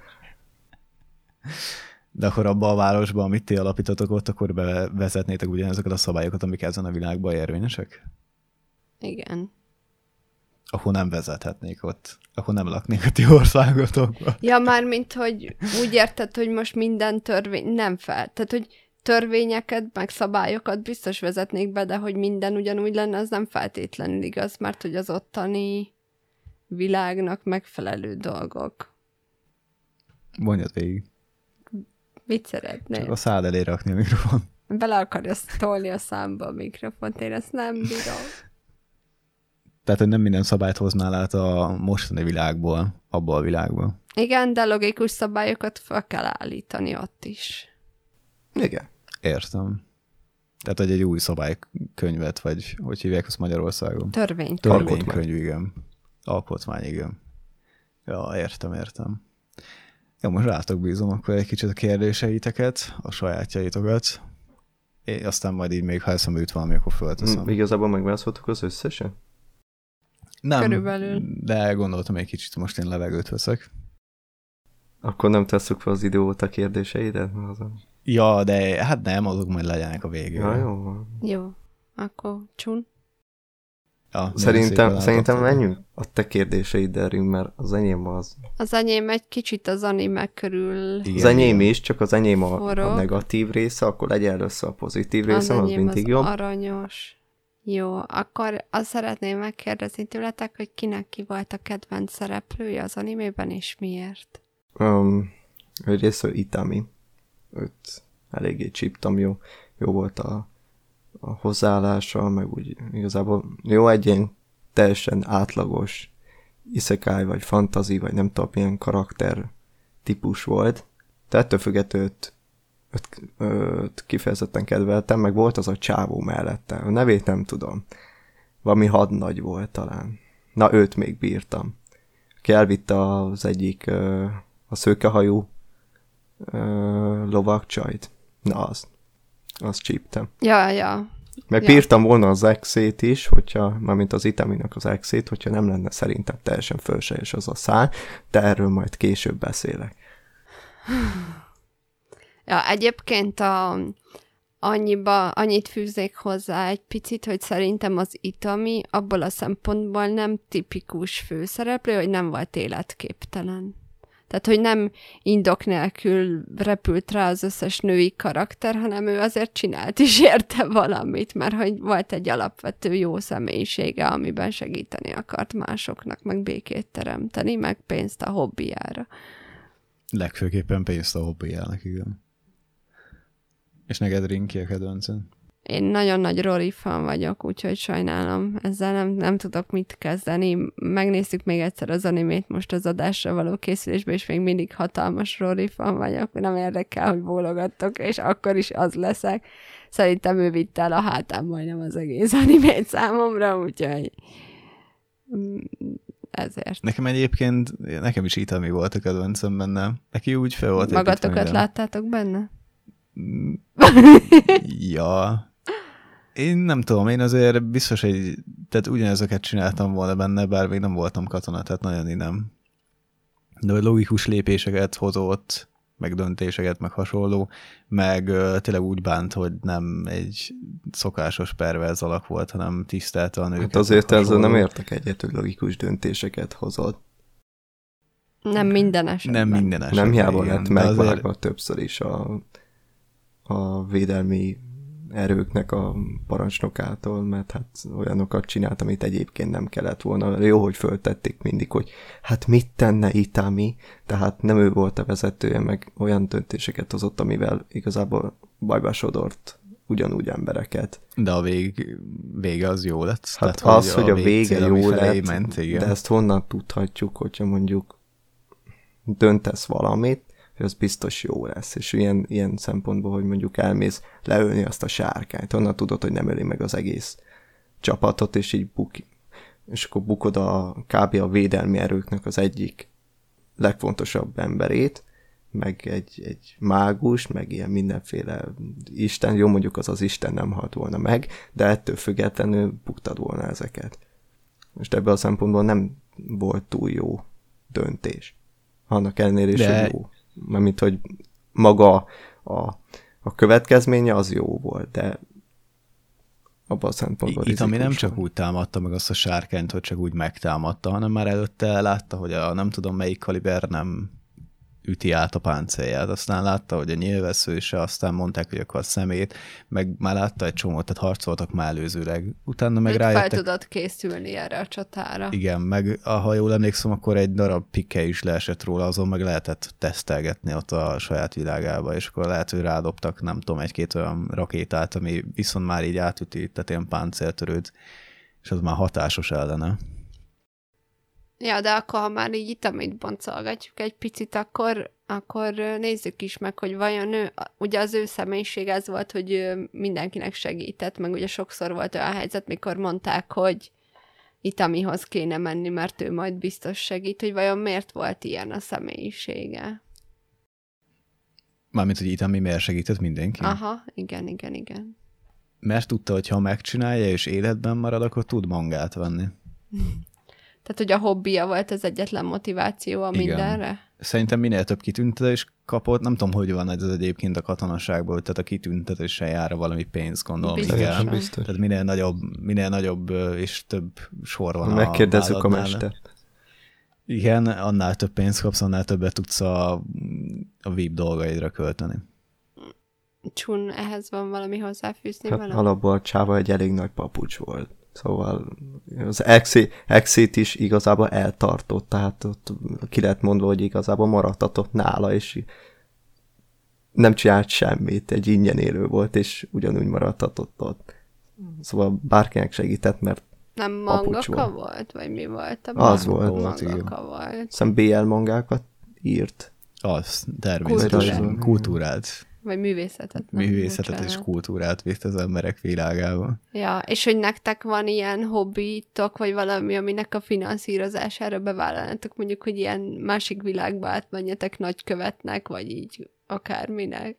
De akkor abban a városban, amit ti alapítotok ott, akkor bevezetnétek ugyanazokat a szabályokat, amik ezen a világban érvényesek?
Igen.
Ahol nem vezethetnék ott. Ahol nem laknék a ti országotokban.
Ja, mármint, hogy úgy érted, hogy most minden törvény nem fel. Tehát, hogy törvényeket, meg szabályokat biztos vezetnék be, de hogy minden ugyanúgy lenne, az nem feltétlenül igaz, mert hogy az ottani világnak megfelelő dolgok.
Mondjad végig.
Mit szeretnél?
Csak a szád elé rakni a mikrofon.
Bele akarja tolni a számba a mikrofont, én ezt nem bírom.
Tehát, hogy nem minden szabályt hoznál át a mostani világból, abból a világból.
Igen, de logikus szabályokat fel kell állítani ott is.
Igen.
Értem. Tehát, hogy egy új szabálykönyvet, vagy hogy hívják azt Magyarországon?
Törvényt.
Törvénykönyv, igen. Alkotmány, igen. Ja, értem. Jó, most rátok bízom akkor egy kicsit a kérdéseiteket, a sajátjaitokat. Aztán majd így még, ha eszembe jut valami, akkor fölteszem.
Igazából megválaszoltuk az összesen?
Nem,
Körülbelül.
de gondoltam egy kicsit, most én levegőt veszek.
Akkor nem tesszük fel az idióta kérdéseidet?
Ja, de hát nem, azok majd legyenek a végén.
Ja, jó van.
Jó, akkor Csun.
Ja,
Szerintem menjünk a te kérdéseiddel, mert az enyém az.
Az enyém egy kicsit az anime körül.
Igen,
Az enyém
igen.
is, csak az enyém a
Forog.
negatív része, akkor legyen először a pozitív része, az
enyém
mindig jobb.
aranyos. Jó, akkor azt szeretném megkérdezni tőletek, hogy kinek ki volt a kedvenc szereplője az animében, és miért?
Részről Itami. Őt eléggé csíptam, jó volt a hozzáállása, meg úgy igazából jó egy ilyen teljesen átlagos isekai, vagy fantasy, vagy nem tudom, milyen karakter típus volt. De ettől függetlenül őt kifejezetten kedveltem, meg volt az a csávó mellette. A nevét nem tudom. Valami hadnagy volt talán. Na, őt még bírtam. Aki elvitte az egyik a szőkehajú lovagcsajt. Na, azt csíptem.
Ja.
Meg
Ja.
bírtam volna az exét is, mármint az Itaminak az exét, hogyha nem lenne szerintem teljesen fölsejes az a szál, de erről majd később beszélek.
Ja, egyébként annyit fűzzék hozzá egy picit, hogy szerintem az Itami abból a szempontból nem tipikus főszereplő, hogy nem volt életképtelen. Tehát, hogy nem indok nélkül repült rá az összes női karakter, hanem ő azért csinált is érte valamit, mert hogy volt egy alapvető jó személyisége, amiben segíteni akart másoknak, meg békét teremteni, meg pénzt a hobbiára.
Legfőképpen pénzt a hobbijának, igen. És neked Rinki a kedvenced?
Én nagyon nagy Rory fan vagyok, úgyhogy sajnálom. Ezzel nem tudok mit kezdeni. Megnéztük még egyszer az animét most az adásra való készülésben, és még mindig hatalmas Rory fan vagyok. Nem érdekel, hogy bólogattok, és akkor is az leszek. Szerintem ő vitte el a hátán majdnem az egész animét számomra, úgyhogy ezért.
Nekem is Itami volt a kedvencem benne. Neki úgy fel volt.
Magatokat láttátok benne?
Ja. Én nem tudom, én azért biztos, hogy tehát ugyanezeket csináltam volna benne, bár még nem voltam katona, tehát nagyon nem. De hogy logikus lépéseket hozott, meg döntéseket, meg hasonló, meg tényleg úgy bánt, hogy nem egy szokásos perverz alak volt, hanem tisztelte a nőket.
Hát azért ezzel nem értek egyet, hogy logikus döntéseket hozott.
Nem minden esetben.
Nem minden esetben.
Nem hiába lett megvágva azért többször is a védelmi erőknek a parancsnokától, mert hát olyanokat csinált, amit egyébként nem kellett volna. Jó, hogy föltették mindig, hogy hát mit tenne Itami, tehát nem ő volt a vezetője, meg olyan döntéseket hozott, amivel igazából bajba sodort ugyanúgy embereket.
De a vége az jó lett.
Hát tehát, az, hogy a vége jó lett,
ment,
de ezt honnan tudhatjuk, hogyha mondjuk döntesz valamit, hogy az biztos jó lesz, és ilyen szempontból, hogy mondjuk elmész leölni azt a sárkányt, onnan tudod, hogy nem öli meg az egész csapatot, és így és akkor bukod kb. A védelmi erőknek az egyik legfontosabb emberét, meg egy mágus, meg ilyen mindenféle isten, jó mondjuk az Isten nem halt volna meg, de ettől függetlenül buktad volna ezeket. Most ebből a szempontból nem volt túl jó döntés. Annak ellenére is, hogy jó. Mármint, hogy maga a következménye az jó volt, de abban a szempontból
itt, ami nem csak úgy támadta meg azt a sárkányt, hogy csak úgy megtámadta, hanem már előtte látta, hogy a nem tudom melyik kaliber nem üti át a páncélját. Aztán látta, hogy a nyilvessző is, aztán mondták, hogy akkor a szemét, meg már látta egy csomót, tehát harcoltak már előzőleg. Utána meg rájöttek...
Fel tudott készülni erre a csatára.
Igen, meg ha jól emlékszem, akkor egy darab pikke is leesett róla, azon meg lehetett tesztelgetni ott a saját világába, és akkor lehet, hogy rádobtak, nem tudom, egy-két olyan rakétát, ami viszont már így átüti, tehát ilyen páncéltörőt, és az már hatásos ellene.
Ja, de akkor, ha már így itt, amit boncolgatjuk egy picit, akkor nézzük is meg, hogy vajon ő, ugye az ő személyiség ez volt, hogy ő mindenkinek segített, meg ugye sokszor volt olyan helyzet, mikor mondták, hogy Itamihoz kéne menni, mert ő majd biztos segít, hogy vajon miért volt ilyen a személyisége.
Mármint, hogy Itami miért segített mindenki?
Aha, igen.
Mert tudta, hogy ha megcsinálja és életben marad, akkor tud mangát venni.
Tehát, hogy a hobbija volt az egyetlen motiváció a mindenre?
Szerintem minél több kitüntetés kapott, nem tudom, hogy van ez egyébként a katonaságból, tehát a kitüntetéssel jár valami pénz, gondolom.
Biztos.
Tehát minél nagyobb és több sor van.
Megkérdezzük a mestert.
Igen, annál több pénzt kapsz, annál többet tudsz a VIP dolgaidra költeni.
Csun, ehhez van valami hozzáfűzni
hát
vele?
Alapból a csáva egy elég nagy papucs volt. Szóval az exit is igazából eltartott, tehát ott ki lehet mondva, hogy igazából maradtatott nála, és nem csinált semmit, egy ingyen élő volt, és ugyanúgy maradtatott ott. Szóval bárkinek segített, mert
nem mangaka volt? Vagy mi volt?
Az volt.
Mangaka volt.
Szóval BL mangákat írt.
Az, természetesen. Kultúrát.
Vagy művészetet.
Művészetet és kultúrát vitt az emberek világába.
Ja, és hogy nektek van ilyen hobbitok, vagy valami, aminek a finanszírozására bevállalnátok, mondjuk, hogy ilyen másik világba átmenjetek nagykövetnek, vagy így akárminek?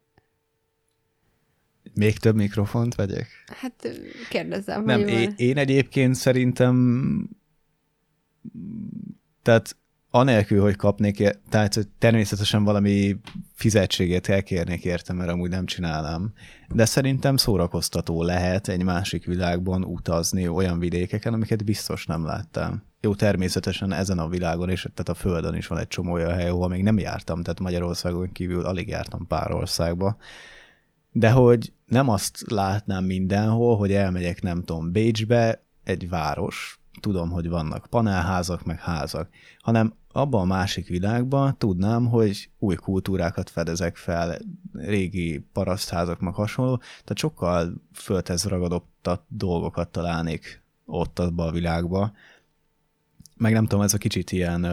Még több mikrofont vegyek?
Hát kérdezem.
Nem, én egyébként szerintem tehát anélkül, hogy kapnék, tehát hogy természetesen valami fizetségét elkérnék érte, mert amúgy nem csinálnám. De szerintem szórakoztató lehet egy másik világban utazni olyan vidékeken, amiket biztos nem láttam. Jó, természetesen ezen a világon, és tehát a Földön is van egy csomó olyan hely, ahol még nem jártam, tehát Magyarországon kívül alig jártam pár országba. De hogy nem azt látnám mindenhol, hogy elmegyek, nem tudom, Bécsbe, egy város, tudom, hogy vannak panelházak, meg házak, hanem abban a másik világban tudnám, hogy új kultúrákat fedezek fel, régi parasztházak, meg hasonló, tehát sokkal földhez ragadottat dolgokat találnék ott abban a világban. Meg nem tudom, ez a kicsit ilyen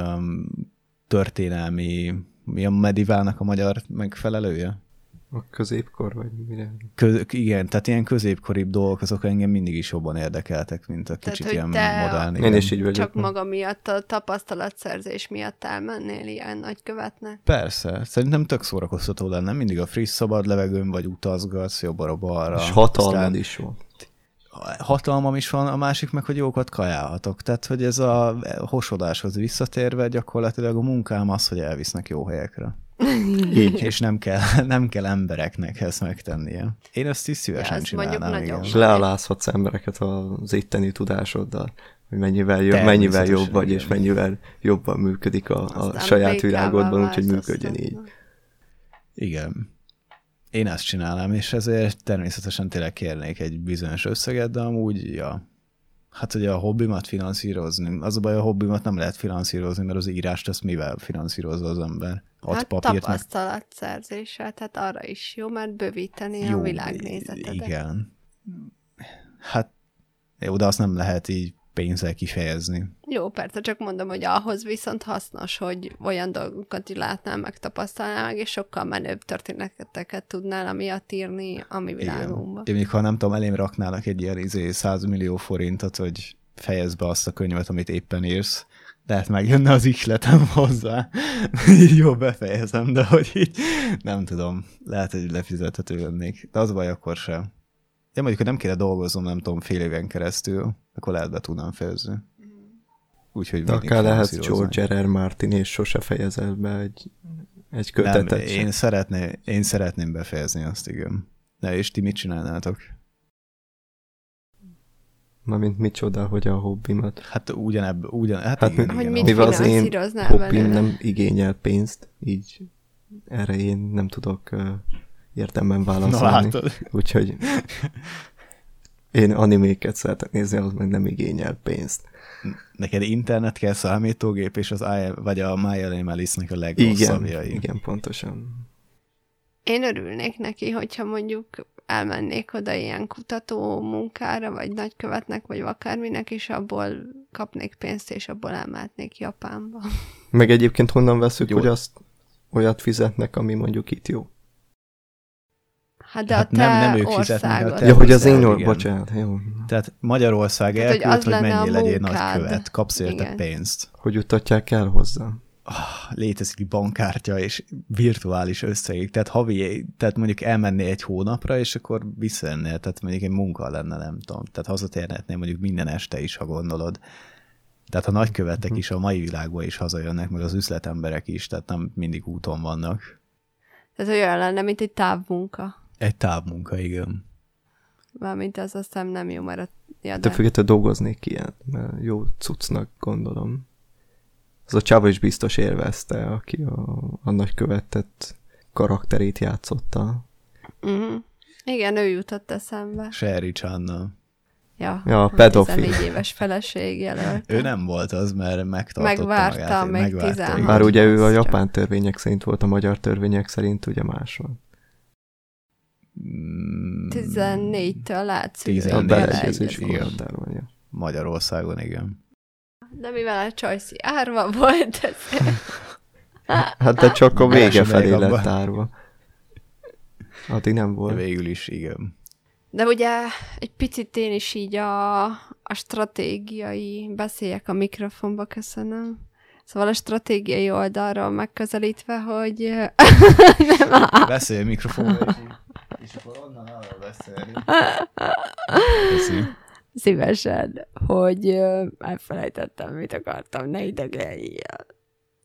történelmi, mi a mediválnak a magyar megfelelője?
A középkor, vagy mire?
Igen, tehát ilyen középkoribb dolgok, azok engem mindig is jobban érdekeltek, mint a kicsit
tehát,
ilyen modern.
Én is így vagyok.
Csak maga miatt, a tapasztalatszerzés miatt elmennél ilyen nagykövetnek?
Persze, szerintem tök szórakoztató lenne, mindig a friss szabad levegőn, vagy utazgatsz jobbra-balra.
És hatalmad is van.
Hatalmam is van, a másik meg, hogy jókat kajálhatok. Tehát, hogy ez a hosodáshoz visszatérve gyakorlatilag a munkám az, hogy elvisznek jó helyekre.
Így.
És nem kell embereknek ezt megtennie. Én ezt is szívesen csinálnám. Igen.
És lealázhatsz embereket az itteni tudásoddal, hogy mennyivel jobb vagy, és mennyivel jobban működik a saját világodban, úgyhogy működjön így.
Igen. Én ezt csinálnám, és ezért természetesen tényleg kérnék egy bizonyos összeget, de amúgy, ja, hát ugye a hobbimat finanszírozni. Az a baj, a hobbimat nem lehet finanszírozni, mert az írást ezt mivel finanszírozza az ember?
Hát tapasztalatszerzéssel, tehát arra is jó, mert bővíteni jó, a világnézetedet.
Igen. Hát jó, de azt nem lehet így pénzzel kifejezni.
Jó, persze, csak mondom, hogy ahhoz viszont hasznos, hogy olyan dolgokat látnál, meg tapasztalnál meg, és sokkal menőbb történeteket tudnál amiatt írni a mi világunkban.
Én még ha nem tudom, elém raknának egy ilyen 100 millió forintot, hogy fejezd be azt a könyvet, amit éppen írsz, lehet megjönne az ihletem hozzá. Jó, befejezem, de hogy így nem tudom, lehet, hogy lefizethető lennék. De az baj, akkor sem. Én mondjuk, hogy nem kéne dolgoznom, nem tudom, fél éven keresztül, akkor lehet be tudnám fejezni. Úgyhogy
de akár lehet George R.R. Martin, és sose fejezel be egy kötetet.
Nem, én szeretném befejezni azt, igen. De és ti mit csinálnátok?
Mármint micsoda, hogy a hobbimat.
Hát hát igen,
hogy
igen,
mit
mivel az én hobbim nem igényel pénzt, így erre én nem tudok értemben válaszolni. Úgyhogy én animéket szeretek nézni, az meg nem igényel pénzt.
Neked internet kell, számítógép, és vagy a My Alice-nek a legrosszabbjai.
Igen, pontosan.
Én örülnék neki, hogyha mondjuk elmennék oda ilyen kutató munkára, vagy nagykövetnek, vagy akárminek, és abból kapnék pénzt, és abból elmehetnék Japánba.
Meg egyébként honnan veszük, hogy azt olyat fizetnek, ami mondjuk itt jó?
Hát de hát nem ők fizetnek.
Ja, hogy az én bocsánat, jó.
Tehát Magyarország elküld, hogy mennyi legyél nagykövet, kapsz érte pénzt.
Hogy jutatják el hozzá?
Létezik bankkártya és virtuális összegek, tehát mondjuk elmennél egy hónapra, és akkor visszajönnél, tehát mondjuk egy munka lenne, nem tudom. Tehát hazatérhetnél mondjuk minden este is, ha gondolod. Tehát a nagykövetek is a mai világban is hazajönnek, meg az üzletemberek is, tehát nem mindig úton vannak.
Ez olyan lenne, mint egy távmunka.
Egy távmunka, igen.
Mármint az aztán nem jó, mert
de függetlenül dolgoznék ilyen, mert jó cuccnak gondolom. Az a csáva is biztos élvezte, aki a nagykövetet karakterét játszotta.
Igen, ő jutott eszembe.
Sherry Chan-nal.
Ja,
a pedofil.
14 éves feleség jelölt.
Ő nem volt az, mert megtartotta
megvárta,
magát.
Megvárta, 16.
Bár ugye ő a japán törvények szerint volt, a magyar törvények szerint ugye más van.
14-től látszik.
14
beleegyezés van, ja.
Magyarországon, igen.
De mivel a Csajci árva volt,
hát de csak a vége felé lett árva. Addig nem volt.
Végül is, igen.
De ugye egy picit én is így a stratégiai, beszéljek a mikrofonba, köszönöm. Szóval a stratégiai oldalról megközelítve, hogy...
Beszélj a mikrofonba, és akkor onnan arra beszélni.
Szívesen, hogy elfelejtettem, mit akartam, ne idegelj.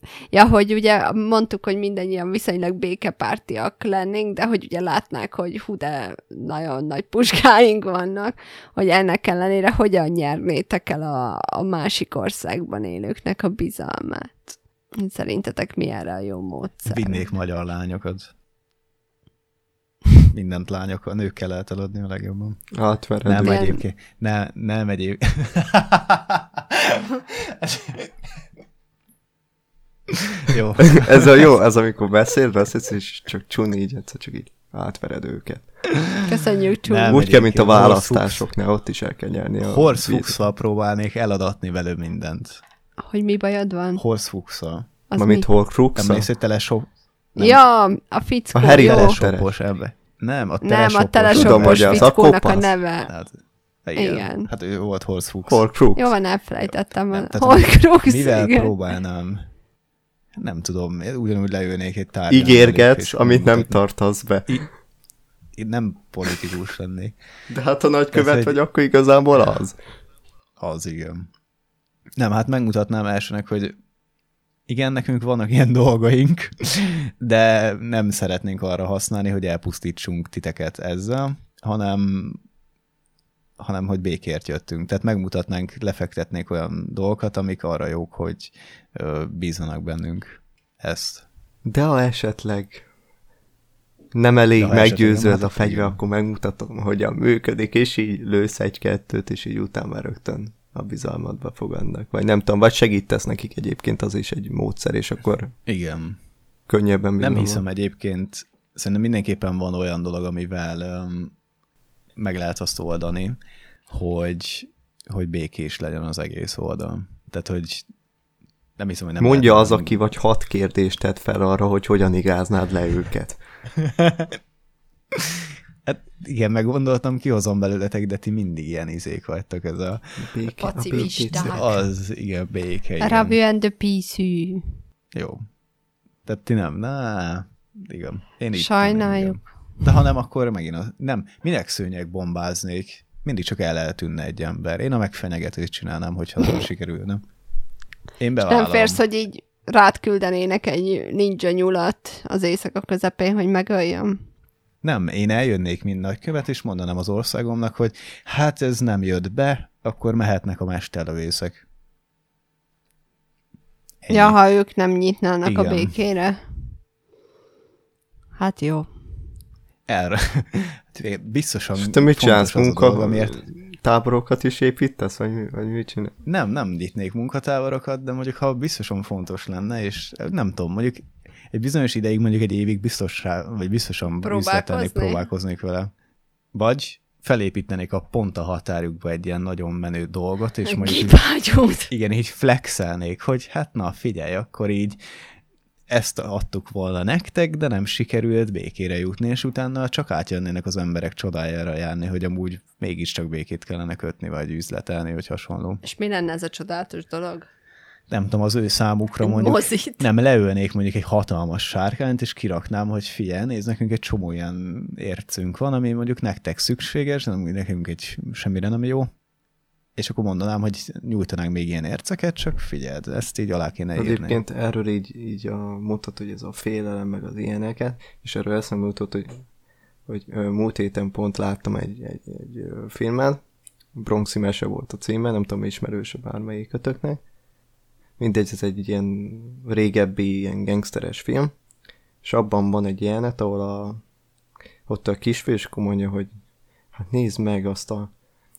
Ja, hogy ugye mondtuk, hogy mindannyian viszonylag békepártiak lennénk, de hogy ugye látnák, hogy hú, de nagyon nagy puskáink vannak, hogy ennek ellenére hogyan nyernétek el a másik országban élőknek a bizalmát. Szerintetek mi erre a jó módszer?
Vinnék magyar lányokat. Mindent lányok, a nőkkel lehet eladni a legjobban.
Átvered.
Nem
Ilyen-
egyébként. Nem egyébként. Jó.
Ez a jó, ez amikor beszélsz, és csak csuni így, egyszer csak így átvered őket.
Köszönjük, Csú.
Nem.
Úgy kell, mint a
egyébként
választásoknál, ott is el kell nyerni a
Horsefuchs-szal próbálnék eladatni velő mindent.
Hogy mi bajod van?
Horsefuchs-szal.
Az
Amit
mi?
Horcrux-a?
Emlékszel, teleshop? Nem.
Ja, a fickó,
A Harry
jó.
Potter.
Teleshopos ebbe. Nem, a
Nem,
teleshopos.
a teleshopos
Tudom, hogy az a
fickónak a
kopasz.
neve.
Hát, igen.
Igen.
Hát ő volt Horsefuchs.
Horcrux.
Jó van, elfelejtettem.
Nem, tehát
Horcrux,
mivel
igen.
próbálnám, nem tudom, ugyanúgy leülnék egy tárgyalni.
Ígérgetsz, amit nem tartasz be.
Én nem politikus lennék.
De hát ha nagykövet
Ez
vagy, akkor igazából az.
Az igen. Nem, hát megmutatnám elsőnek, hogy igen, nekünk vannak ilyen dolgaink, de nem szeretnénk arra használni, hogy elpusztítsunk titeket ezzel, hanem hogy békért jöttünk. Tehát megmutatnánk, lefektetnék olyan dolgokat, amik arra jók, hogy bízzanak bennünk ezt.
De ha esetleg nem elég
De ha esetleg
meggyőző
nem,
ez a
hát
fegyver,
igen.
akkor megmutatom, hogyan működik, és így lősz egy-kettőt, és így utána már rögtön a bizalmadba fogadnak. Vagy nem tudom, vagy segítesz nekik egyébként, az is egy módszer, és akkor
Igen.
könnyebben
Nem
bizalom.
hiszem egyébként, szerintem mindenképpen van olyan dolog, amivel meg lehet azt oldani, hogy békés legyen az egész oldal. Tehát, hogy nem hiszem, hogy nem
Mondja
lehet-
az, aki vagy 6 kérdést tett fel arra, hogy hogyan igáznád le őket.
Hát igen, meggondoltam, kihozom belőletek, de ti mindig ilyen izék vagytok, ez a...
Pacifisták.
Az, igen, béke, igen.
Rabien de Piszű.
Jó. Tehát ti nem, igen. Én így
Sajnáljuk.
tudom, igen. De ha nem, akkor megint nem. Minek szőnyeg bombáznék? Mindig csak el lehet tűnne egy ember. Én a megfenyegetést csinálnám, hogyha nem sikerülne. Én bevállalom.
Nem férsz, hogy így rád küldenének egy ninja nyulat az éjszaka közepén, hogy megöljön?
Nem, én eljönnék mind nagykövet, és mondanám az országomnak, hogy hát ez nem jött be, akkor mehetnek a mesterlövészek. Ennyi.
Ja, ha ők nem nyitnának
Igen.
a békére. Hát jó.
Erre. Biztosan
És te mit csinálsz?
fontos az a dolog, amiért...
Táborokat is építesz, vagy mit csinálsz?
Nem nyitnék munkatáborokat, de mondjuk ha biztosan fontos lenne, és nem tudom, mondjuk egy bizonyos ideig, mondjuk egy évig biztosan próbálkoznék vele. Vagy felépítenék a pont a határukba egy ilyen nagyon menő dolgot, és mondjuk
Kipágyót.
igen, így flexelnék, hogy hát na figyelj, akkor így ezt adtuk volna nektek, de nem sikerült békére jutni, és utána csak átjönnének az emberek csodájára járni, hogy amúgy mégiscsak békét kellene kötni, vagy üzletelni, vagy hasonló.
És mi lenne ez a csodálatos dolog?
Nem tudom, az ő számukra
Egy
mondjuk,
mozit.
nem leölnék mondjuk egy hatalmas sárkányt, és kiraknám, hogy figyelj, nézd, nekünk egy csomó ilyen ércünk van, ami mondjuk nektek szükséges, nem nekünk egy semmire nem jó, és akkor mondanám, hogy nyújtanánk még ilyen érceket, csak figyeld, ezt így alá kéne írni.
Egyébként erről így mutat, hogy ez a félelem, meg az ilyeneket, és erről eszembe jutott, hogy múlt héten pont láttam egy filmet, Bronxi mese volt a címe, nem tudom, ismerős bármelyikötöknek. Mindegy, ez egy ilyen régebbi, ilyen gangsteres film, és abban van egy jelenet, ahol ott a kisfiú, és akkor mondja, hogy hát nézd meg azt a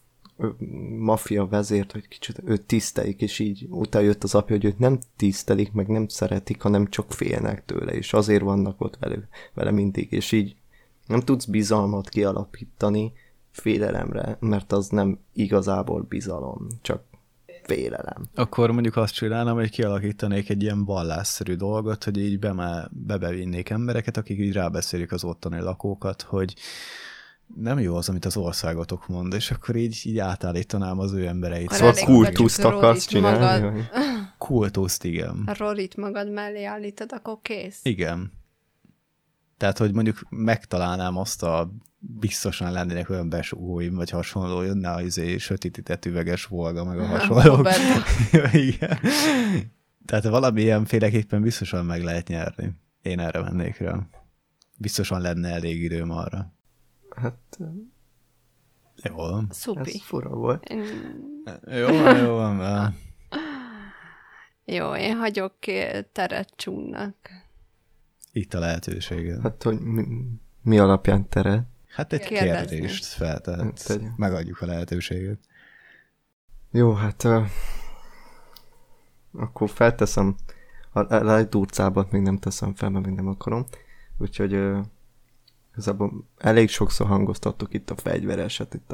maffia vezért, hogy kicsit őt tisztelik, és így utána jött az apja, hogy őt nem tisztelik, meg nem szeretik, hanem csak félnek tőle, és azért vannak ott vele mindig, és így nem tudsz bizalmat kialapítani félelemre, mert az nem igazából bizalom, csak félelem.
Akkor mondjuk azt csinálnám, hogy kialakítanék egy ilyen vallásszerű dolgot, hogy így bevinnék embereket, akik így rábeszélik az ottani lakókat, hogy nem jó az, amit az országotok mond, és akkor így átállítanám az ő embereit.
Szóval
Kultuszt akarsz csinálni?
Magad,
Kultuszt, igen.
a Rorit magad mellé állítod, akkor kész.
Igen. Tehát, hogy mondjuk megtalálnám azt a biztosan lennének olyan besugóim, vagy hasonló, jönne a sötétített üveges Volga, meg a hasonlók. Igen. Tehát valamilyenféleképpen biztosan meg lehet nyerni. Én erre mennék rá. Biztosan lenne elég időm arra.
Hát...
Jó.
Szupi.
Ez fura volt.
Jó.
Jó, én hagyok teret Csungnak.
Itt a lehetőséged.
Hát, hogy mi alapján tered?
Hát egy
Kérdezni.
kérdést feltehetsz.
Tegye.
Megadjuk a lehetőséget.
Jó, hát akkor felteszem, a legdurcábbat még nem teszem fel, mert még nem akarom. Úgyhogy igazából elég sokszor hangoztattuk itt a fegyvereset, itt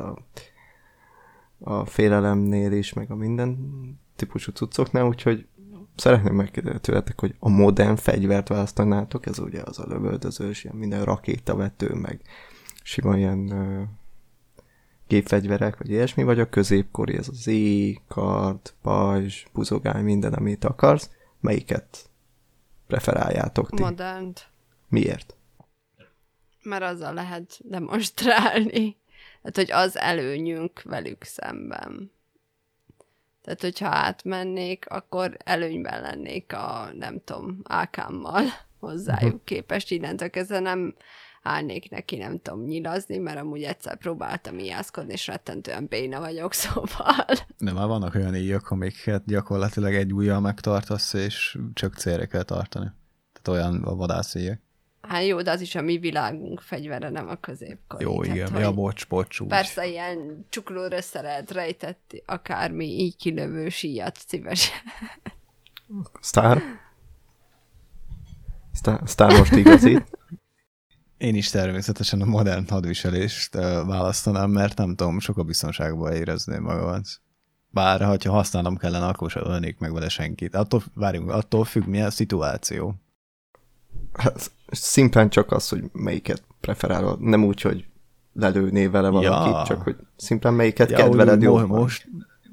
a félelemnél is, meg a minden típusú cuccoknál, úgyhogy szeretném megkérdezni tőletek, hogy a modern fegyvert választanátok, ez ugye az a lövöldözős, ilyen minden rakétavető, meg sima ilyen gépfegyverek, vagy ilyesmi, vagy a középkori, ez az kard, pajzs, buzogány, minden, amit akarsz. Melyiket preferáljátok ti?
Modernt.
Miért?
Mert azzal lehet demonstrálni. Tehát, hogy az előnyünk velük szemben. Tehát, hogyha átmennék, akkor előnyben lennék a, nem tudom, AK-mmal hozzájuk képest. Innentől kezdve nem állnék neki, nem tudom, nyilazni, mert amúgy egyszer próbáltam ijászkodni, és rettentően béna vagyok, szóval.
De már vannak olyan íjak, amiket gyakorlatilag egy ujjal megtartasz, és csak célra kell tartani. Tehát olyan a vadászíjak.
Hát jó, de az is a mi világunk fegyvere, nem a középkori.
Jó,
Tehát,
igen.
hogy
Ja, bocs, úgy.
persze ilyen csuklóra szeret, rejtett, akármi így kilövő síjat szívesen.
Sztár most igazi.
Én is természetesen a modern hadviselést választanám, mert nem tudom, sokkal biztonságban érezném magamat. Bár, ha használnom kellene, akkor sem ölnék meg vele senkit. Attól függ, milyen szituáció.
Hát, szimplán csak az, hogy melyiket preferálod. Nem úgy, hogy lelőnél vele valakit, csak hogy szimplán melyiket kedveled jobban.
Most...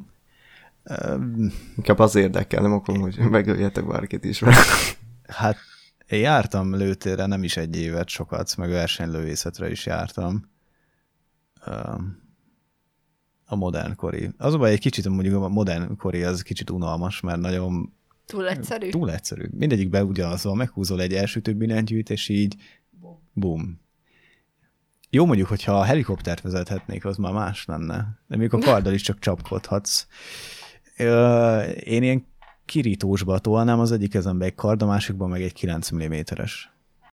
Inkább az érdekel, nem akarom, hogy megöljetek bárkit is.
Hát én jártam lőtérre, nem is egy évet sokat, meg versenylövészetre is jártam. A modernkori. Az a baj, egy kicsit mondjuk a modernkori az kicsit unalmas, mert nagyon
Túl egyszerű?
Túl egyszerű. Mindegyikben ugyanaz van, meghúzol egy elsütő billentyűt, és így bum. Jó mondjuk, hogyha a helikoptert vezethetnék, az már más lenne. De még a karddal is csak csapkodhatsz. Én ilyen kirítósba tolnám az egyik kezembe egy kard, a másikban meg egy 9 mm-es.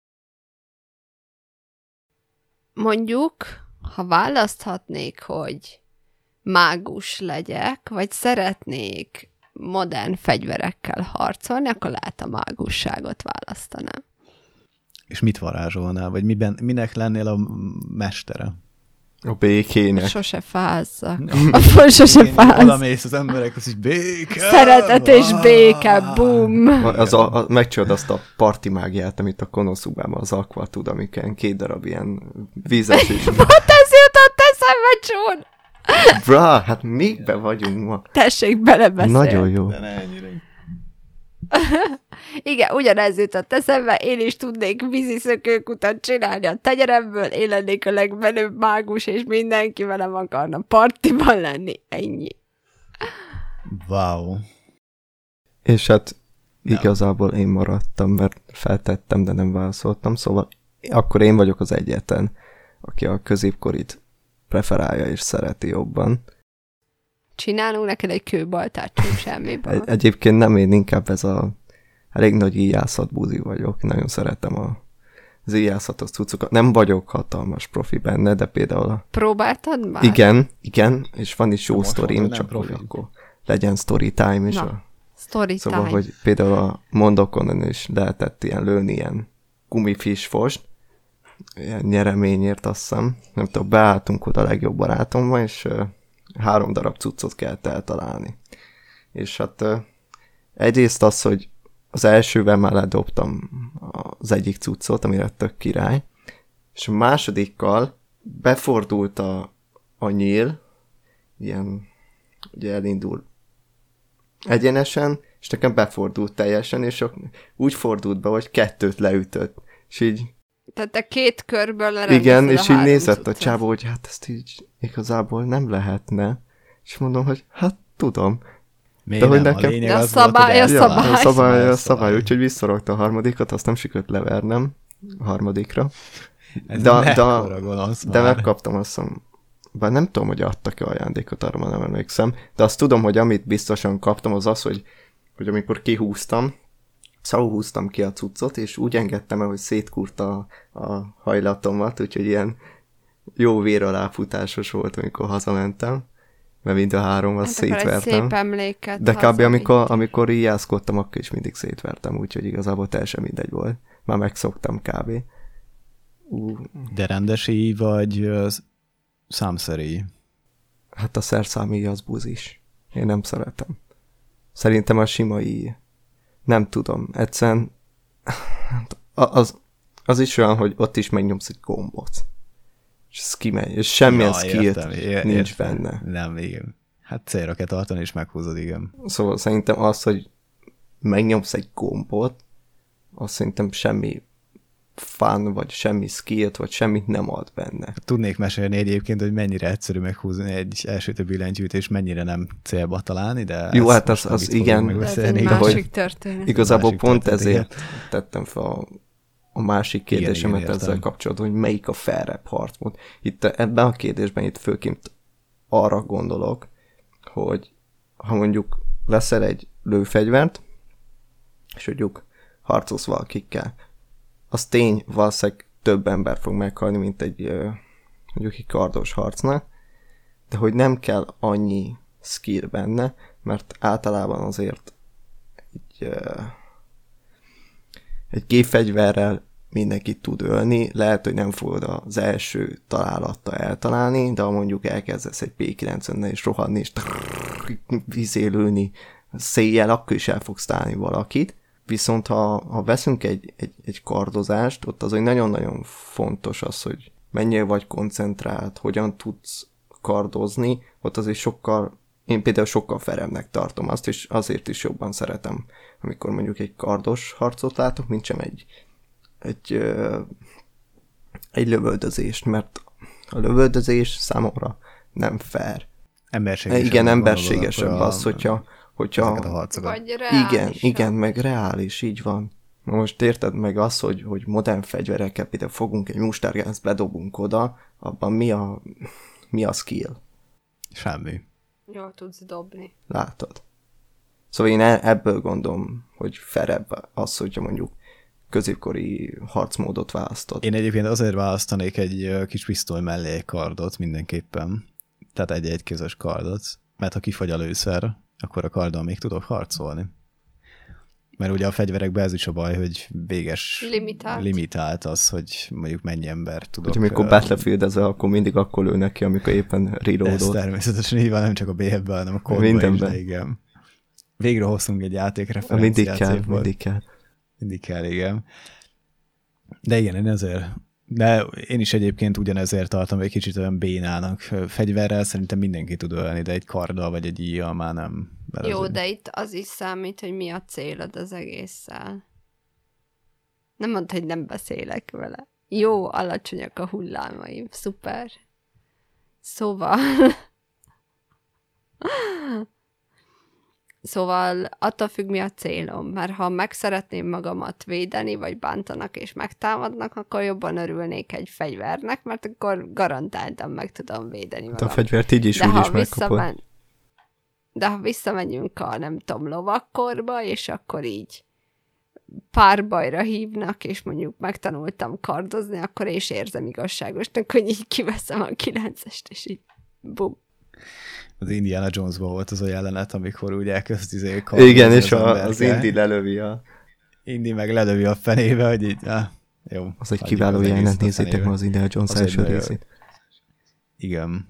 Mondjuk, ha választhatnék, hogy mágus legyek, vagy szeretnék modern fegyverekkel harcolni, akkor lehet a mágusságot választanám.
És mit varázsolnál? Vagy minek lennél a mestere?
A békének.
Sose fázzak. Sose fázz.
Oda mész az emberek, az így béke!
Szeretet és béke, bum!
Megcsinálod azt a parti mágiát, amit a Konoszubában az Aqua tud, amiken 2 darab ilyen vízes is.
Pont ez jutott eszembe, Csún!
Bra, hát mikbe vagyunk ma?
Tessék belebeszélni.
Nagyon jó.
De ne ennyire.
Igen, ugyanez jutott eszembe, én is tudnék víziszökőkutat csinálni a tenyeremből, én lennék a legmenőbb mágus, és mindenki velem akarna partiban lenni. Ennyi.
Wow.
És hát igazából én maradtam, mert feltettem, de nem válaszoltam, szóval akkor én vagyok az egyetlen, aki a középkorit preferálja és szereti jobban.
Csinálunk neked egy kőbaltát, csak semmiből.
Egyébként nem, én inkább ez a elég nagy íjászatbúzi vagyok. Nagyon szeretem az íjászatos cuccokat. Nem vagyok hatalmas profi benne, de például
Próbáltad már?
Igen, és van is jó sztorim, csak hogy akkor legyen story time is.
Story
szóval,
time.
hogy például a Mondokonon is lehetett ilyen lőni ilyen gumifisfost, ilyen nyereményért, azt hiszem. Nem tudom, beálltunk oda a legjobb barátommal, és 3 darab cuccot kellett eltalálni. És hát egyrészt az, hogy az elsővel már ledobtam az egyik cuccot, amire tök király, és a másodikkal befordult a nyíl, ilyen, ugye elindul egyenesen, és nekem befordult teljesen, és úgy fordult be, hogy 2 leütött. És így...
Tehát te 2 körből
igen, és így nézett
cuccot.
a csávó, hogy hát ezt így igazából nem lehetne. És mondom, hogy hát tudom.
Miért
hogy
nem?
nekem-
A lényeg
De a
az volt,
szabály
hogy
a
elszállsz.
szabály.
a szabály, úgyhogy visszarogta a harmadikat, azt nem sikerült levernem a harmadikra.
Ez
De-
mekkora gonosz
De
már.
megkaptam, azt hiszem, bár nem tudom, hogy adtak-e ajándékot, arra már nem emlékszem, de azt tudom, hogy amit biztosan kaptam, az az, hogy amikor kihúztam, szarul húztam ki a cuccot, és úgy engedtem el, hogy szétkúrta a hajlatomat, úgyhogy ilyen jó vér aláfutásos volt, amikor hazamentem, mert mind a három azt
Hát akkor egy
szétvertem.
szép emléket.
De kb.
hazavitt.
amikor íjászkodtam, akkor is mindig szétvertem, úgyhogy igazából teljesen mindegy volt. Már megszoktam kb.
De rendes íj, vagy számszerű?
Hát a szerszámi az buzis. Én nem szeretem. Szerintem a sima íj. Nem tudom. Egyszerűen az is olyan, hogy ott is megnyomsz egy gombot. És ez kimegy. És semmilyen skillt nincs benne.
Nem, igen. Hát célra kell tartani, és meghúzod, igen.
Szóval szerintem az, hogy megnyomsz egy gombot, az szerintem semmi fun, vagy semmi skillt, vagy semmit nem ad benne.
Tudnék mesélni egyébként, hogy mennyire egyszerű meghúzni egy elsőtő billentyűt, és mennyire nem célba találni, de...
Jó, hát
most
az
itt fogunk
igen.
De ez
megbeszélni.
egy
De hogy-
másik történet.
Igazából
másik
pont
történet,
ezért tettem fel a másik kérdésemet
igen,
ezzel
értem.
kapcsolatban, hogy melyik a fairebb harcmód. Itt ebben a kérdésben itt főként arra gondolok, hogy ha mondjuk veszel egy lőfegyvert, és mondjuk harcolsz valakikkel, az tény, valószínűleg több ember fog meghalni, mint egy mondjuk egy kardos harcnak, de hogy nem kell annyi skill benne, mert általában azért egy gépfegyverrel mindenkit tud ölni, lehet, hogy nem fogod az első találattal eltalálni, de ha mondjuk elkezdesz egy P90-nel és rohanni, és vizélőni széjjel, akkor is el fogsz találni valakit. Viszont ha veszünk egy kardozást, ott az, hogy nagyon-nagyon fontos az, hogy mennyire vagy koncentrált, hogyan tudsz kardozni, ott azért én például sokkal feremnek tartom azt, és azért is jobban szeretem, amikor mondjuk egy kardos harcot látok, mint sem egy lövöldözést, mert a lövöldözés számomra nem fair.
Emberségesebb.
Igen, emberségesebb az, hogyha
ezeket a harcokat.
Vagy reálisabb.
igen, meg reális, így van. Na most érted meg azt, hogy modern fegyverekkel például fogunk egy mustárgázt, bedobunk oda, abban mi a skill?
Semmi.
Jól tudsz dobni.
Látod? Szóval én ebből gondolom, hogy ferebb az, hogyha mondjuk középkori harcmódot választod.
Én egyébként azért választanék egy kis pisztoly mellé egy kardot mindenképpen. Tehát egy közös kardot. Mert ha kifogy a lőszer, akkor a karddal még tudok harcolni. Mert ugye a fegyverekben ez is a baj, hogy véges limitált az, hogy mondjuk mennyi ember tudok.
Hogy amikor Battlefield-ezel, akkor mindig akkor lőnek ki, amikor éppen
Ez
reloadol.
természetesen így van, nem csak a BF-ben, hanem a kodban
Mindenben.
is, de igen. Végre hoztunk egy játékreferenciát.
Mindig kell.
Mindig kell, igen. De igen, én is egyébként ugyanezért tartom, egy kicsit olyan bénának. Fegyverrel szerintem mindenki tud ölni, de egy karddal vagy egy íjjal már nem.
Jó, de itt az is számít, hogy mi a célod az egésszel. Nem mondd, hogy nem beszélek vele. Jó, alacsonyak a hullámaim. Szuper. Szóval... Szóval attól függ, mi a célom, mert ha meg szeretném magamat védeni, vagy bántanak és megtámadnak, akkor jobban örülnék egy fegyvernek, mert akkor garantáltan meg tudom védeni magam.
A fegyvert így is úgy is megkapod.
De ha visszamegyünk a, nem tudom, lovakkorba, és akkor így párbajra hívnak, és mondjuk megtanultam kardozni, akkor én is érzem igazságosnak, hogy így kiveszem a 9-est, és így bum.
Az Indiana Jonesban volt az a jelenet, amikor úgy elkezd
igen, és az Indi lelövi
Indi meg lelövi a fenébe, hogy így, jó.
Az egy kiváló jelenet, nézzétek meg az Indiana Jones első részét.
Igen.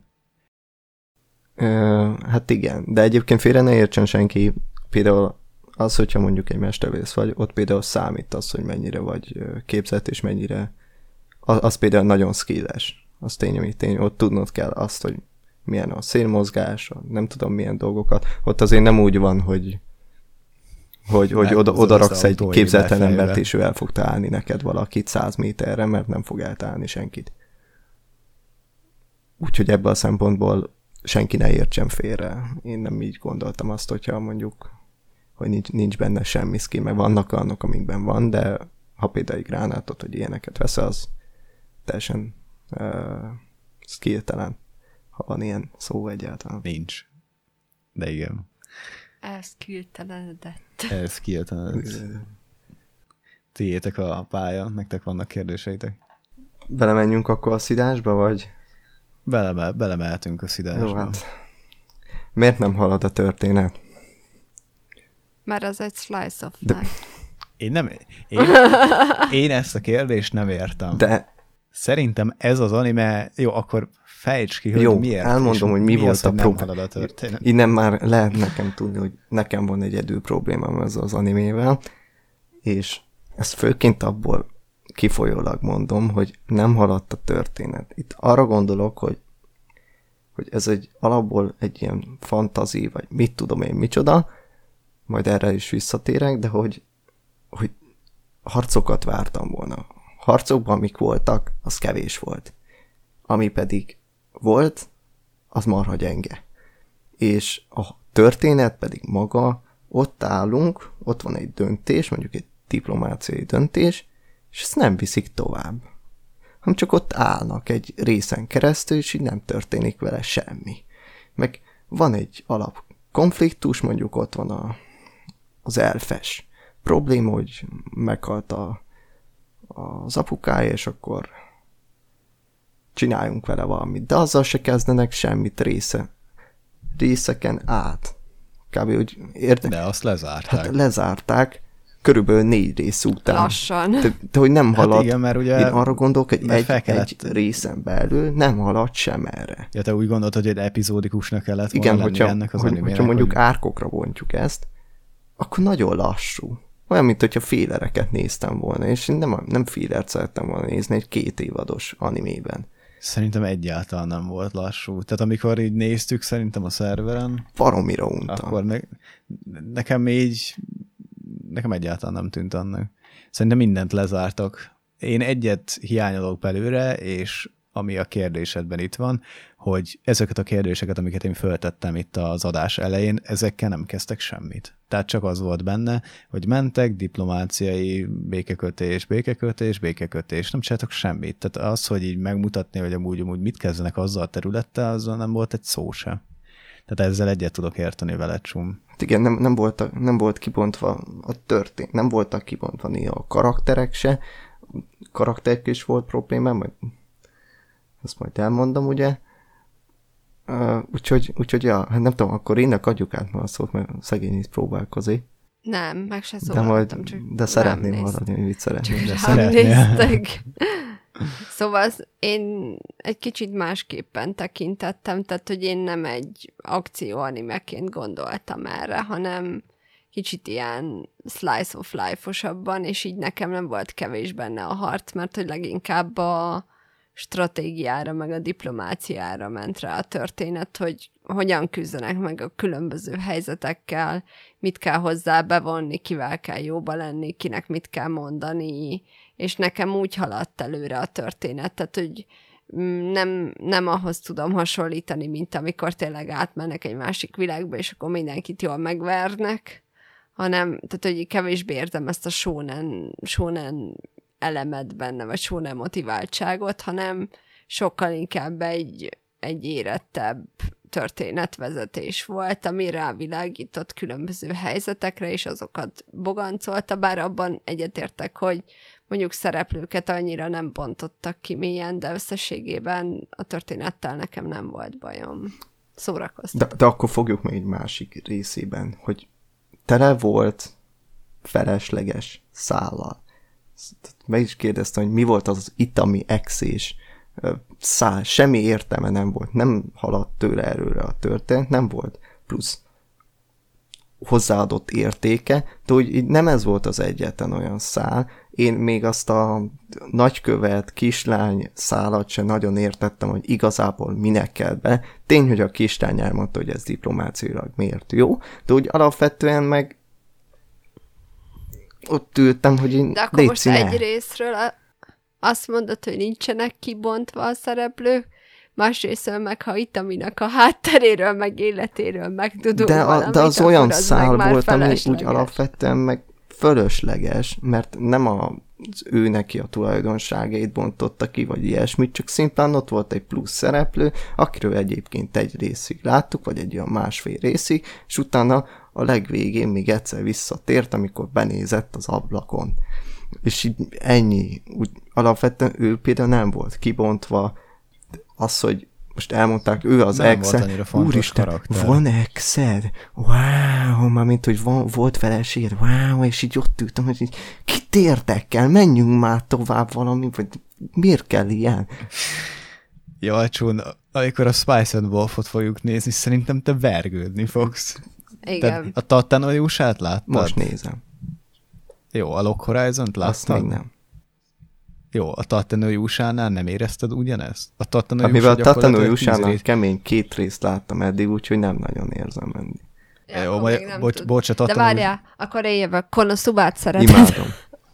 Hát igen, de egyébként félre ne értsen senki, például az, hogyha mondjuk egy mestervész vagy, ott például számít az, hogy mennyire vagy képzett, és mennyire, az például nagyon skilles. Az tény, ott tudnod kell azt, hogy milyen a szélmozgás, nem tudom milyen dolgokat. Ott azért nem úgy van, hogy oda raksz egy képzetlen embert, és ő el fog találni neked valakit 100 méterre, mert nem fog eltalálni senkit. Úgyhogy ebből a szempontból senki ne értsen félre. Én nem így gondoltam azt, hogyha mondjuk, hogy nincs benne semmi skill, mert vannak annak, amikben van, de ha például egy gránátot, hogy ilyeneket veszel, az teljesen skilltelen, ha van ilyen szó egyáltalán.
Nincs. De igen.
Elskilltelenedett.
Tiétek a pálya, nektek vannak kérdéseitek?
Belemenjünk akkor a szidásba, vagy?
Belemeltünk a szidásba.
Jó, hát. Miért nem halad a történet?
Mert az egy slice of life.
Én ezt a kérdést nem értem.
De
szerintem ez az anime, jó, akkor fejtsd ki, hogy
jó,
miért.
elmondom, hogy mi volt a
probléma.
Innen már lehet nekem tudni, hogy nekem van egy egyedül problémám ezzel az animével, és ezt főként abból kifolyólag mondom, hogy nem haladt a történet. Itt arra gondolok, hogy ez egy alapból egy ilyen fantazi, vagy mit tudom én micsoda, majd erre is visszatérek, de hogy harcokat vártam volna. Harcokban, amik voltak, az kevés volt. Ami pedig volt, az marha gyenge. És a történet pedig maga, ott állunk, ott van egy döntés, mondjuk egy diplomáciai döntés, és ezt nem viszik tovább. Hanem csak ott állnak egy részen keresztül, és így nem történik vele semmi. Meg van egy alap konfliktus, mondjuk ott van az elfes probléma, hogy meghalt az apukája, és akkor csináljunk vele valamit. De azzal se kezdenek semmit részeken át. Kb. Úgy
De azt lezárták.
Hát lezárták, körülbelül 4 rész után.
Lassan.
De hogy nem halad.
Hát igen, mert ugye
én arra gondolok, hogy egy
kellett...
részen belül nem halad sem erre.
Ja, te úgy gondoltad, hogy egy epizódikusnak kellett volna
igen,
lenni ennek az animének.
hogyha mondjuk árkokra bontjuk ezt, akkor nagyon lassú. Olyan, mint hogyha félereket néztem volna, és én nem félert szerettem volna nézni egy 2 évados animében.
Szerintem egyáltalán nem volt lassú. Tehát amikor így néztük, szerintem a szerveren...
Baromira untam.
Akkor nekem egyáltalán nem tűnt annak. Szerintem mindent lezártak. Én egyet hiányolok belőle, és ami a kérdésedben itt van, hogy ezeket a kérdéseket, amiket én föltettem itt az adás elején, ezekkel nem kezdtek semmit. Tehát csak az volt benne, hogy mentek, diplomáciai békekötés, nem csináltak semmit. Tehát az, hogy így megmutatni, hogy amúgy mit kezdenek azzal a területtel, azzal nem volt egy szó sem. Tehát ezzel egyet tudok érteni veled, Csum.
Hát igen, nem volt kibontva a történet, nem voltak kibontva néha a karakterek se, karakterek is volt problémám, majd ezt majd elmondom, ugye. Úgyhogy ja, hát nem tudom, akkor énnek adjuk át már a szót, mert szegény is próbálkozik.
Nem, meg se szólaltam, csak
de szeretném hallani, hogy mit szeretném.
Csak néztek. Szóval én egy kicsit másképpen tekintettem, tehát hogy én nem egy akcióanimeként gondoltam erre, hanem kicsit ilyen slice of life-osabban, és így nekem nem volt kevés benne a harc, mert hogy leginkább a stratégiára, meg a diplomáciára ment rá a történet, hogy hogyan küzdenek meg a különböző helyzetekkel, mit kell hozzá bevonni, kivel kell jóba lenni, kinek mit kell mondani, és nekem úgy haladt előre a történet, tehát hogy nem ahhoz tudom hasonlítani, mint amikor tényleg átmennek egy másik világba, és akkor mindenkit jól megvernek, hanem, tehát hogy kevésbé érzem ezt a shonen elemet benne, vagy shonen motiváltságot, hanem sokkal inkább egy érettebb történetvezetés volt, ami rávilágított különböző helyzetekre, és azokat bogancolta, bár abban egyetértek, hogy mondjuk szereplőket annyira nem bontottak ki mélyen, de összességében a történettel nekem nem volt bajom. Szórakoztam.
De akkor fogjuk még egy másik részében, hogy tele volt felesleges szállal. Meg is kérdeztem, hogy mi volt az Itami exés szál, semmi értelme nem volt, nem haladt tőle erőre a történet, nem volt plusz hozzáadott értéke, de úgy így nem ez volt az egyetlen olyan szál. Én még azt a nagykövet, kislány szálat sem nagyon értettem, hogy igazából minek kell be. Tény, hogy a kislány elmondta, hogy ez diplomáciailag miért jó, de úgy alapvetően meg ott ültem, hogy én
de akkor most egy részről azt mondod, hogy nincsenek kibontva a szereplők, másrésztől meg, ha itt aminek a hátteréről, meg életéről megtudunk valamit,
de az olyan
az
szál
meg
volt, ami
felesleges.
úgy alapvetően meg fölösleges, mert nem az ő neki a tulajdonságait bontotta ki, vagy ilyesmit, csak szimplán ott volt egy plusz szereplő, akiről egyébként egy részig láttuk, vagy egy olyan másfél részig, és utána a legvégén még egyszer visszatért, amikor benézett az ablakon. És így ennyi. Úgy alapvetően ő például nem volt kibontva. Az, hogy most elmondták, ő az exe. Úristen,
karakter.
van exed? Wow, mármint, hogy volt feleséged, wow, és így ott ültem, hogy így, kit érdekel, menjünk már tovább valami, vagy miért kell ilyen?
Jalcsón, amikor a Spice and Wolfot fogjuk nézni, szerintem te vergődni fogsz.
Igen.
Te a Tattanójusát láttad?
Most nézem.
Jó, a Lock Horizont láttad?
Azt még nem.
Jó, a Tattanójusánál nem érezted ugyanezt? A
Amivel a
gyakorlatilag
Tattanójusánál
10
kemény 2 részt láttam eddig, úgyhogy nem nagyon érzem menni.
Ja,
Jó,
akkor
majd,
még nem tud.
bocs, a
De
Tattanójus...
várjál, akkor én jövök. Konoszubát szereted.
Imádom.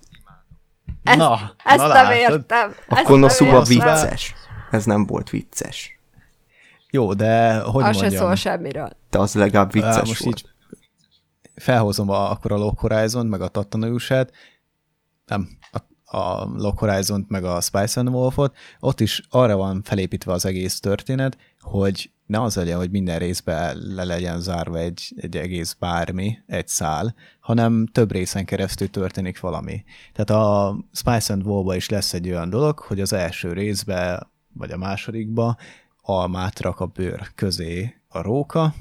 Ezt nem
látod?
értem.
A
Ezt
Konosuba
nem értem.
vicces. Ez nem volt vicces.
Jó, de hogy
Az se
mondjam?
szól semmiről.
De az legalább vicces
Most
volt.
így felhozom akkor a Lock Horizont, meg a Tattanójusát, nem, a Lock Horizont, meg a Spice and Wolfot, ott is arra van felépítve az egész történet, hogy ne az legyen, hogy minden részben le legyen zárva egy egész bármi, egy szál, hanem több részen keresztül történik valami. Tehát a Spice and Wolfban is lesz egy olyan dolog, hogy az első részben, vagy a másodikban almát rak a bőr közé a róka,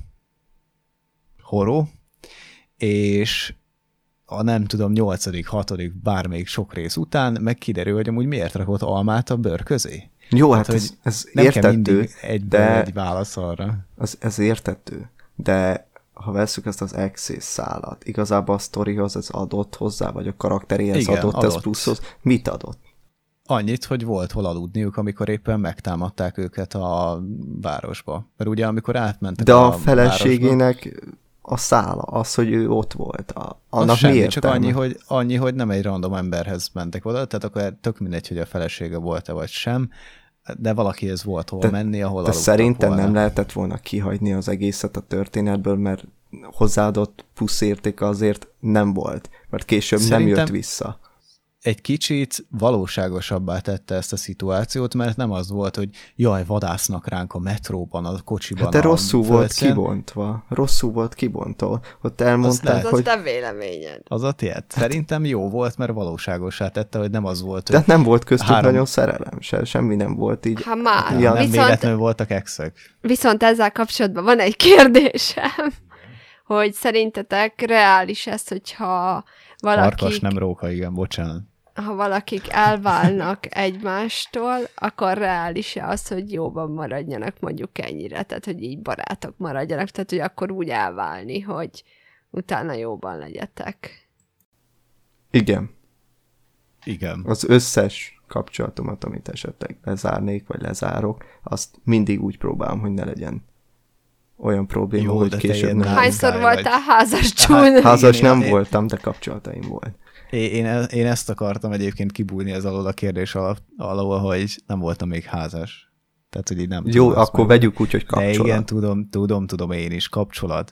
Horó, és a nem tudom, 8., 6., bármelyik sok rész után meg kiderül, hogy amúgy miért rakott almát a bőr közé.
Jó, hát
hogy
ez
nem
értető,
kell mindig
de
egy válasz arra.
ez értető, de ha vesszük ezt az Axis szálat, igazából a sztorihoz ez adott hozzá, vagy a karakteréhez
Igen,
adott, ez pluszhoz. Mit adott?
Annyit, hogy volt hol aludniuk, amikor éppen megtámadták őket a városba. Mert ugye amikor átmentek
De a
városba,
feleségének a szála, az, hogy ő ott volt, annak
semmi,
mi
csak
értelme?
annyi, hogy nem egy random emberhez mentek oda, tehát akkor tök mindegy, hogy a felesége volt-e vagy sem, de valakihez volt hol menni, ahol
De
aludtak
szerintem
volna.
nem lehetett volna kihagyni az egészet a történetből, mert hozzáadott plusz értéke azért nem volt, mert később
Szerintem
nem jött vissza.
egy kicsit valóságosabbá tette ezt a szituációt, mert nem az volt, hogy jaj, vadásznak ránk a metróban, a kocsiban.
Hát de rosszul volt
földszín.
kibontva. Rosszul volt kibontva. Ott elmondták,
Az
hogy...
te véleményed.
Az a tiéd. Szerintem jó volt, mert valóságosá tette, hogy nem az volt, hogy
De hát nem volt köztük
3
nagyon szerelem se, semmi nem volt így.
Ha már.
Ja,
nem
Viszont-
véletlenül voltak exek.
Viszont ezzel kapcsolatban van egy kérdésem, hogy szerintetek reális ez, hogyha
Farkas, nem róka, igen, bocsánat.
ha valakik elválnak egymástól, akkor reális-e az, hogy jóban maradjanak mondjuk ennyire, tehát hogy így barátok maradjanak, tehát hogy akkor úgy elválni, hogy utána jóban legyetek.
Igen.
Igen.
Az összes kapcsolatomat, amit esetleg lezárnék, vagy lezárok, azt mindig úgy próbálom, hogy ne legyen olyan probléma,
Jó,
hogy
de te
később
ilyen
nem.
Nice
Hányszor
guy
voltál
vagy.
házas csúnya?
Házas
Igen,
nem
én-
voltam, de kapcsolataim volt.
Én ezt akartam egyébként kibújni ez alól a kérdés alól, hogy nem voltam még házas. Tehát, hogy így nem
Jó,
tudom ezt
akkor vegyük úgy, hogy
De igen,
kapcsolat.
tudom én is, kapcsolat.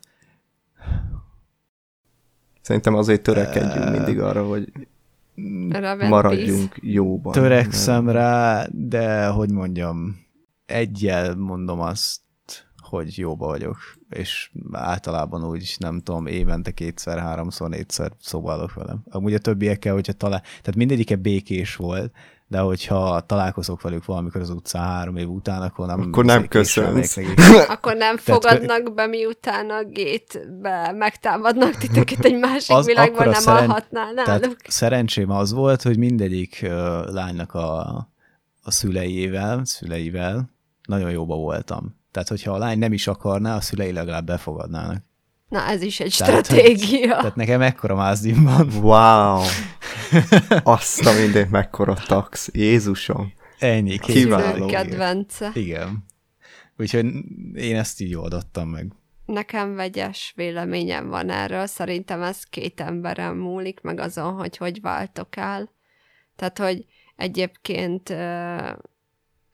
Szerintem azért törekedjünk mindig arra, hogy maradjunk jóban.
Törekszem rá, de hogy mondjam, egyel mondom azt, hogy jóba vagyok, és általában úgy, nem tudom, évente 2-szer, 3-szor, 4-szer szobálok velem. Amúgy a többiekkel, hogyha tehát mindegyike békés volt, de hogyha találkozok velük valamikor az utcán 3 év után, akkor nem
köszönsz.
Akkor nem fogadnak be, miután a gétbe megtámadnak titeket egy másik
Az
világban,
akkora
nem alhatnál
Tehát
náluk.
szerencsém az volt, hogy mindegyik lánynak a szüleivel nagyon jóba voltam. Tehát, hogyha a lány nem is akarná, a szülei legalább befogadnának.
Na, ez is egy
Tehát,
stratégia.
Tehát nekem ekkora mázdim van.
Wow! Azt a mindent mekkora tax. Jézusom!
Ennyi.
Kiváló.
Szülők kedvence.
Igen. Úgyhogy én ezt így oldottam meg.
Nekem vegyes véleményem van erről. Szerintem ez 2 emberen múlik, meg azon, hogy váltok el. Tehát, hogy egyébként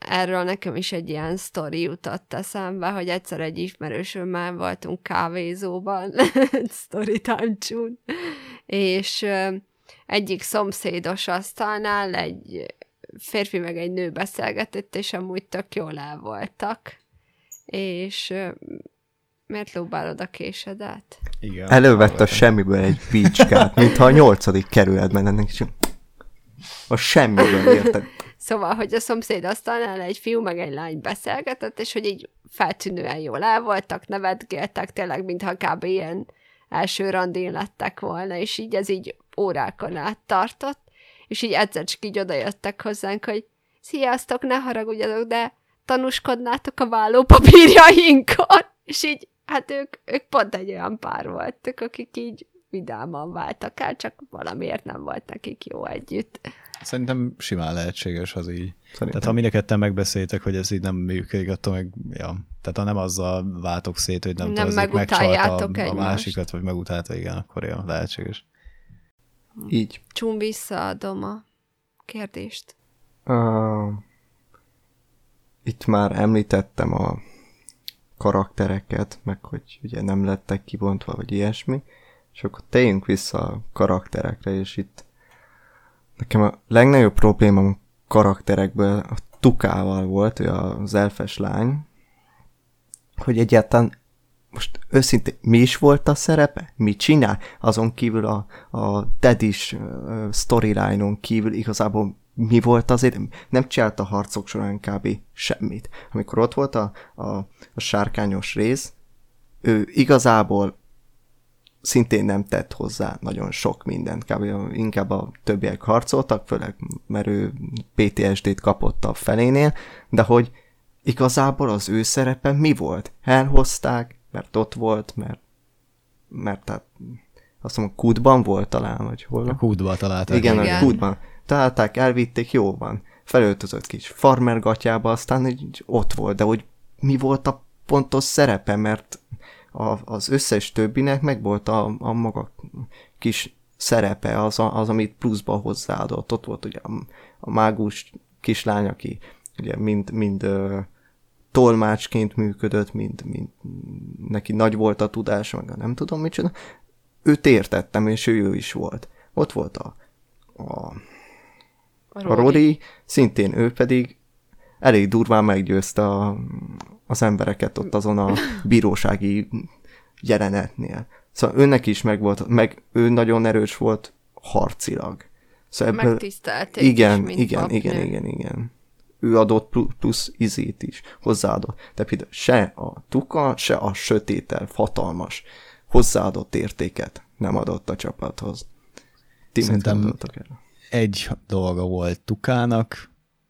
erről nekem is egy ilyen sztori jutott eszembe, hogy egyszer egy ismerősömmel voltunk kávézóban, story time tune, és egyik szomszédos asztalnál egy férfi meg egy nő beszélgetett, és amúgy tök jól el voltak. És miért lóbálod a késedet?
Igen. Elővett a semmiből egy bicskát, mintha a 8. kerületben ennek is a semmiből, érted?
Szóval, hogy a szomszéd asztalnál egy fiú meg egy lány beszélgetett, és hogy így feltűnően jól el voltak, nevetgéltek, tényleg, mintha kb. Ilyen első randin lettek volna, és így ez így órákon át tartott, és így egyszer csak így odajöttek hozzánk, hogy sziasztok, ne haragudjatok, de tanúskodnátok a vállópapírjainkon, és így, hát ők pont egy olyan pár voltak, akik így vidáman váltak el, csak valamiért nem volt nekik jó együtt.
Szerintem simán lehetséges az így.
Szerintem.
Tehát ha mind a ketten megbeszéltek, hogy ez így nem működik, attól meg, ja. Tehát ha nem azzal váltok szét, hogy nem tudom, megcsalta a másikat, vagy megutálta, igen, akkor ja, lehetséges.
Így.
Csún, visszaadom a kérdést.
Itt már említettem a karaktereket, meg hogy ugye nem lettek kibontva, vagy ilyesmi, és akkor térjünk vissza a karakterekre, és itt nekem a legnagyobb problémám a karakterekből a Tukával volt, az elfes lány, hogy egyáltalán most őszintén mi is volt a szerepe? Mi csinál? Azon kívül a Daddy-s storyline-on kívül igazából mi volt azért? Nem csinált a harcok során kb. Semmit. Amikor ott volt a sárkányos rész, ő igazából szintén nem tett hozzá nagyon sok mindent. Kb. Inkább a többiek harcoltak, főleg mert ő PTSD-t kapott a felénél, de hogy igazából az ő szerepe mi volt? Elhozták, mert ott volt, mert tehát azt mondom, a kútban volt talán, vagy hol?
A kútban találták.
Igen, a kútban. Találták, elvitték, jó van. Felöltözött kis farmergatyába, aztán így ott volt, de hogy mi volt a pontos szerepe, mert az összes többinek meg volt a maga kis szerepe, az, amit pluszba hozzáadott. Ott volt ugye a mágus kislány, aki ugye mind tolmácsként működött, mind neki nagy volt a tudása, meg nem tudom micsoda. Őt értettem, és ő is volt. Ott volt a Rory, szintén ő pedig elég durván meggyőzte az embereket ott azon a bírósági jelenetnél. Szóval őnek is megvolt, meg ő nagyon erős volt harcilag. Szóval ebből,
megtisztelték
igen,
is,
igen. Ő adott plusz izét is, hozzáadott. De például se a Tuka, se a sötétel hatalmas hozzáadott értéket nem adott a csapathoz.
Szerintem egy dolga volt Tukának,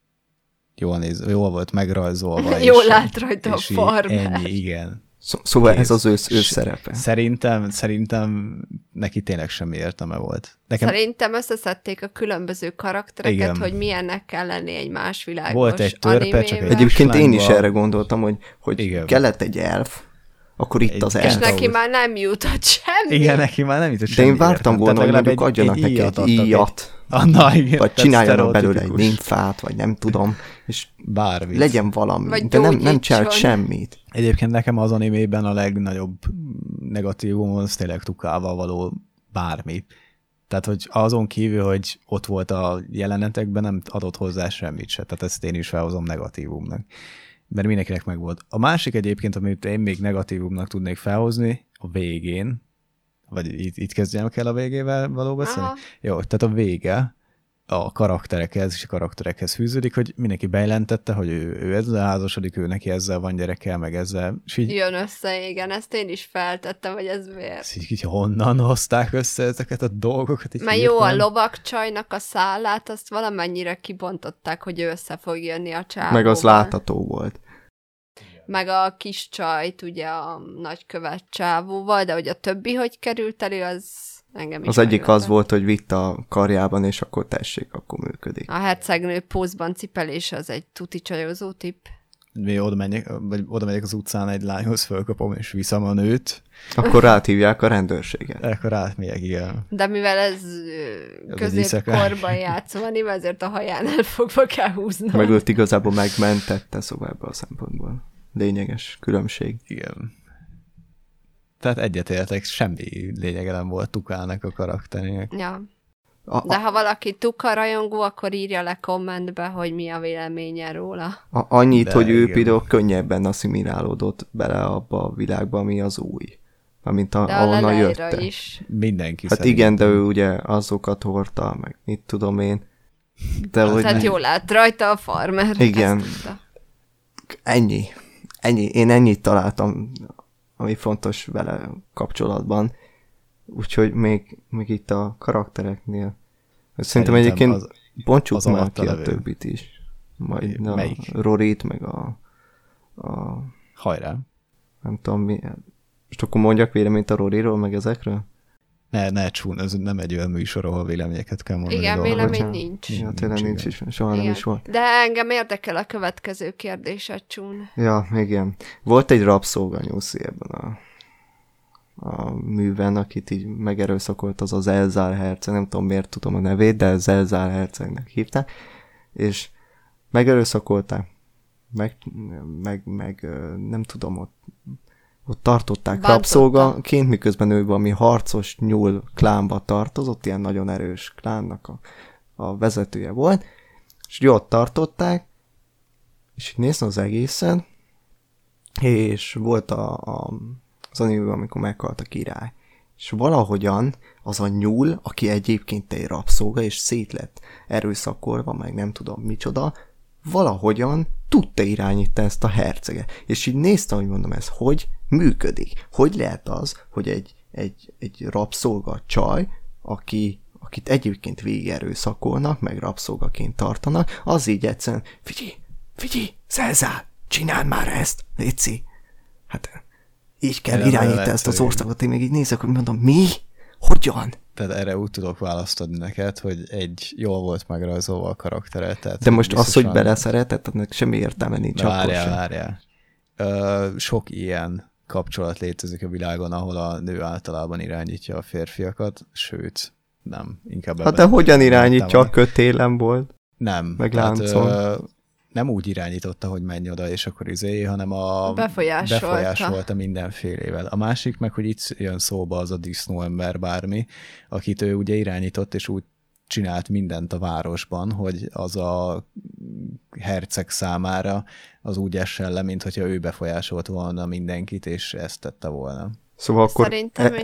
jól volt megrajzolva.
Jól állt rajta a farmer.
Ennyi, igen.
Szóval ez az ő szerepe.
Szerintem neki tényleg semmi értelme volt.
Szerintem összeszedték a különböző karaktereket, igen, hogy milyennek kell lenni egy más világos
volt egy törpe, csak egy
egyébként én is erre gondoltam, hogy kellett egy elf, akkor itt az elf.
És neki már nem jutott semmi.
Igen, neki már nem jutott semmi.
De én vártam volna, hogy mondjuk adjanak neki egy íjat. Vagy csináljanak belőle egy nymfát, vagy nem tudom, és
bármit.
Legyen valami, de nem csinált semmit.
Egyébként nekem az animében a legnagyobb negatívum az tényleg Tukával való bármi. Tehát, hogy azon kívül, hogy ott volt a jelenetekben, nem adott hozzá semmit se. Tehát ezt én is felhozom negatívumnak. Mert mindenkinek megvolt. A másik egyébként, amit én még negatívumnak tudnék felhozni, a végén, vagy itt kezdjem kell a végével való beszélni? Aha. Jó, tehát a vége a karakterekhez és a karakterekhez fűződik, hogy mindenki bejelentette, hogy ő ezzel házasodik, ő neki ezzel van gyereke, meg ezzel. És így
jön össze, igen, ezt én is feltettem, hogy ez miért.
Így honnan hozták össze ezeket a dolgokat?
Mert jó, a lovagcsajnak a szállát, azt valamennyire kibontották, hogy ő össze fog jönni a csávóval.
Meg az látható volt.
Meg a kis csajt, ugye a nagykövet csávóval, de hogy a többi hogy került elő, az engem is
az egyik az volt, hogy vitt a karjában, és akkor tessék, akkor működik.
A hercegnő pózban cipelése az egy tuti csajozó tipp.
Mi oda megyek az utcán egy lányhoz, fölkapom, és viszem a nőt.
Akkor áthívják a rendőrséget.
Akkor átmegyek, igen.
De mivel ez középkorban játszom, ezért a hajánál fogva kell húznom.
Meg őt igazából megmentette, szóval ebből a szempontból. Lényeges különbség.
Igen. Tehát egyetértek, semmi lényege nem volt Tukának a karakterének.
Ja. De ha valaki Tuka rajongó, akkor írja le kommentbe, hogy mi a véleménye róla.
Annyit,
de
hogy ő
igen.
például könnyebben asszimilálódott bele abba a világba, ami az új. Amint
De a
ahonnan
Lelejra
jötte.
is.
Mindenki
Hát
szerintem.
igen, de ő ugye azokat hordta, meg mit tudom én. De hogy
Tehát jól lát rajta a farmer.
Igen.
Ezt tudta.
ennyi. Én ennyit találtam, ami fontos vele kapcsolatban. Úgyhogy még itt a karaktereknél. Szerintem egyébként bontsuk
az
már
alatt
ki
a
a
levő.
többit is. Majd
Melyik?
a Rorit, meg a
Hajrá.
nem tudom mi. Most akkor mondjak véleményt a Roriról, meg ezekről?
Ne csún, ez nem egy olyan műsor, ahol véleményeket kell mondani.
Igen,
dolgokról.
vélemény
Hogyha-
nincs.
Ja, tényleg nincs is, soha nem
Igen.
is volt.
De engem érdekel a következő kérdés, a Csún.
Ja, igen. Volt egy rabszolga nyuszi ebben a műben, akit így megerőszakolt az Elzár herceg, nem tudom miért tudom a nevét, de az Elzár hercegnek hívták, és megerőszakolták, meg nem tudom, ott tartották
Bántotta.
rabszolgaként, miközben ő valami harcos nyúl klánba tartozott, ilyen nagyon erős klánnak a vezetője volt, és ugye ott tartották, és így néztem az egészen, és volt az animében, amikor meghalt a király. És valahogyan az a nyúl, aki egyébként egy rabszolga, és szét lett erőszakolva, meg nem tudom micsoda, valahogyan tudta irányítani ezt a herceget. És így néztem, hogy mondom, ez hogy működik? Hogy lehet az, hogy egy rabszolga csaj, akit egyébként végig erőszakolnak, meg rabszolgaként tartanak, az így egyszerűen, figyelj, Szelzál, csináld már ezt, létszi. Hát így kell
Erre
irányítani
lehet,
ezt az
hogy-
országot, én még így nézek, hogy mondom, mi? Hogyan?
Tehát erre úgy tudok választ adni neked, hogy egy jól volt megrajzolva a karaktere. Tehát
De most az, hogy
biztosan-
beleszeretett, annak semmi értelme nincs.
Na,
akkor sem.
várjál. Sok ilyen kapcsolat létezik a világon, ahol a nő általában irányítja a férfiakat, sőt, nem, inkább
Hát de
ebben
hogyan
nem
irányítja, a
támadni.
kötélem volt?
Nem.
meg
tehát,
láncon?
nem úgy irányította, hogy menj oda, és akkor hanem befolyásolta mindenfélével. A másik meg, hogy itt jön szóba az a disznóember bármi, akit ő ugye irányított, és úgy csinált mindent a városban, hogy az a herceg számára az úgy essen le, mint hogyha ő befolyásolt volna mindenkit, és ezt tette volna.
Szóval akkor...
Szerintem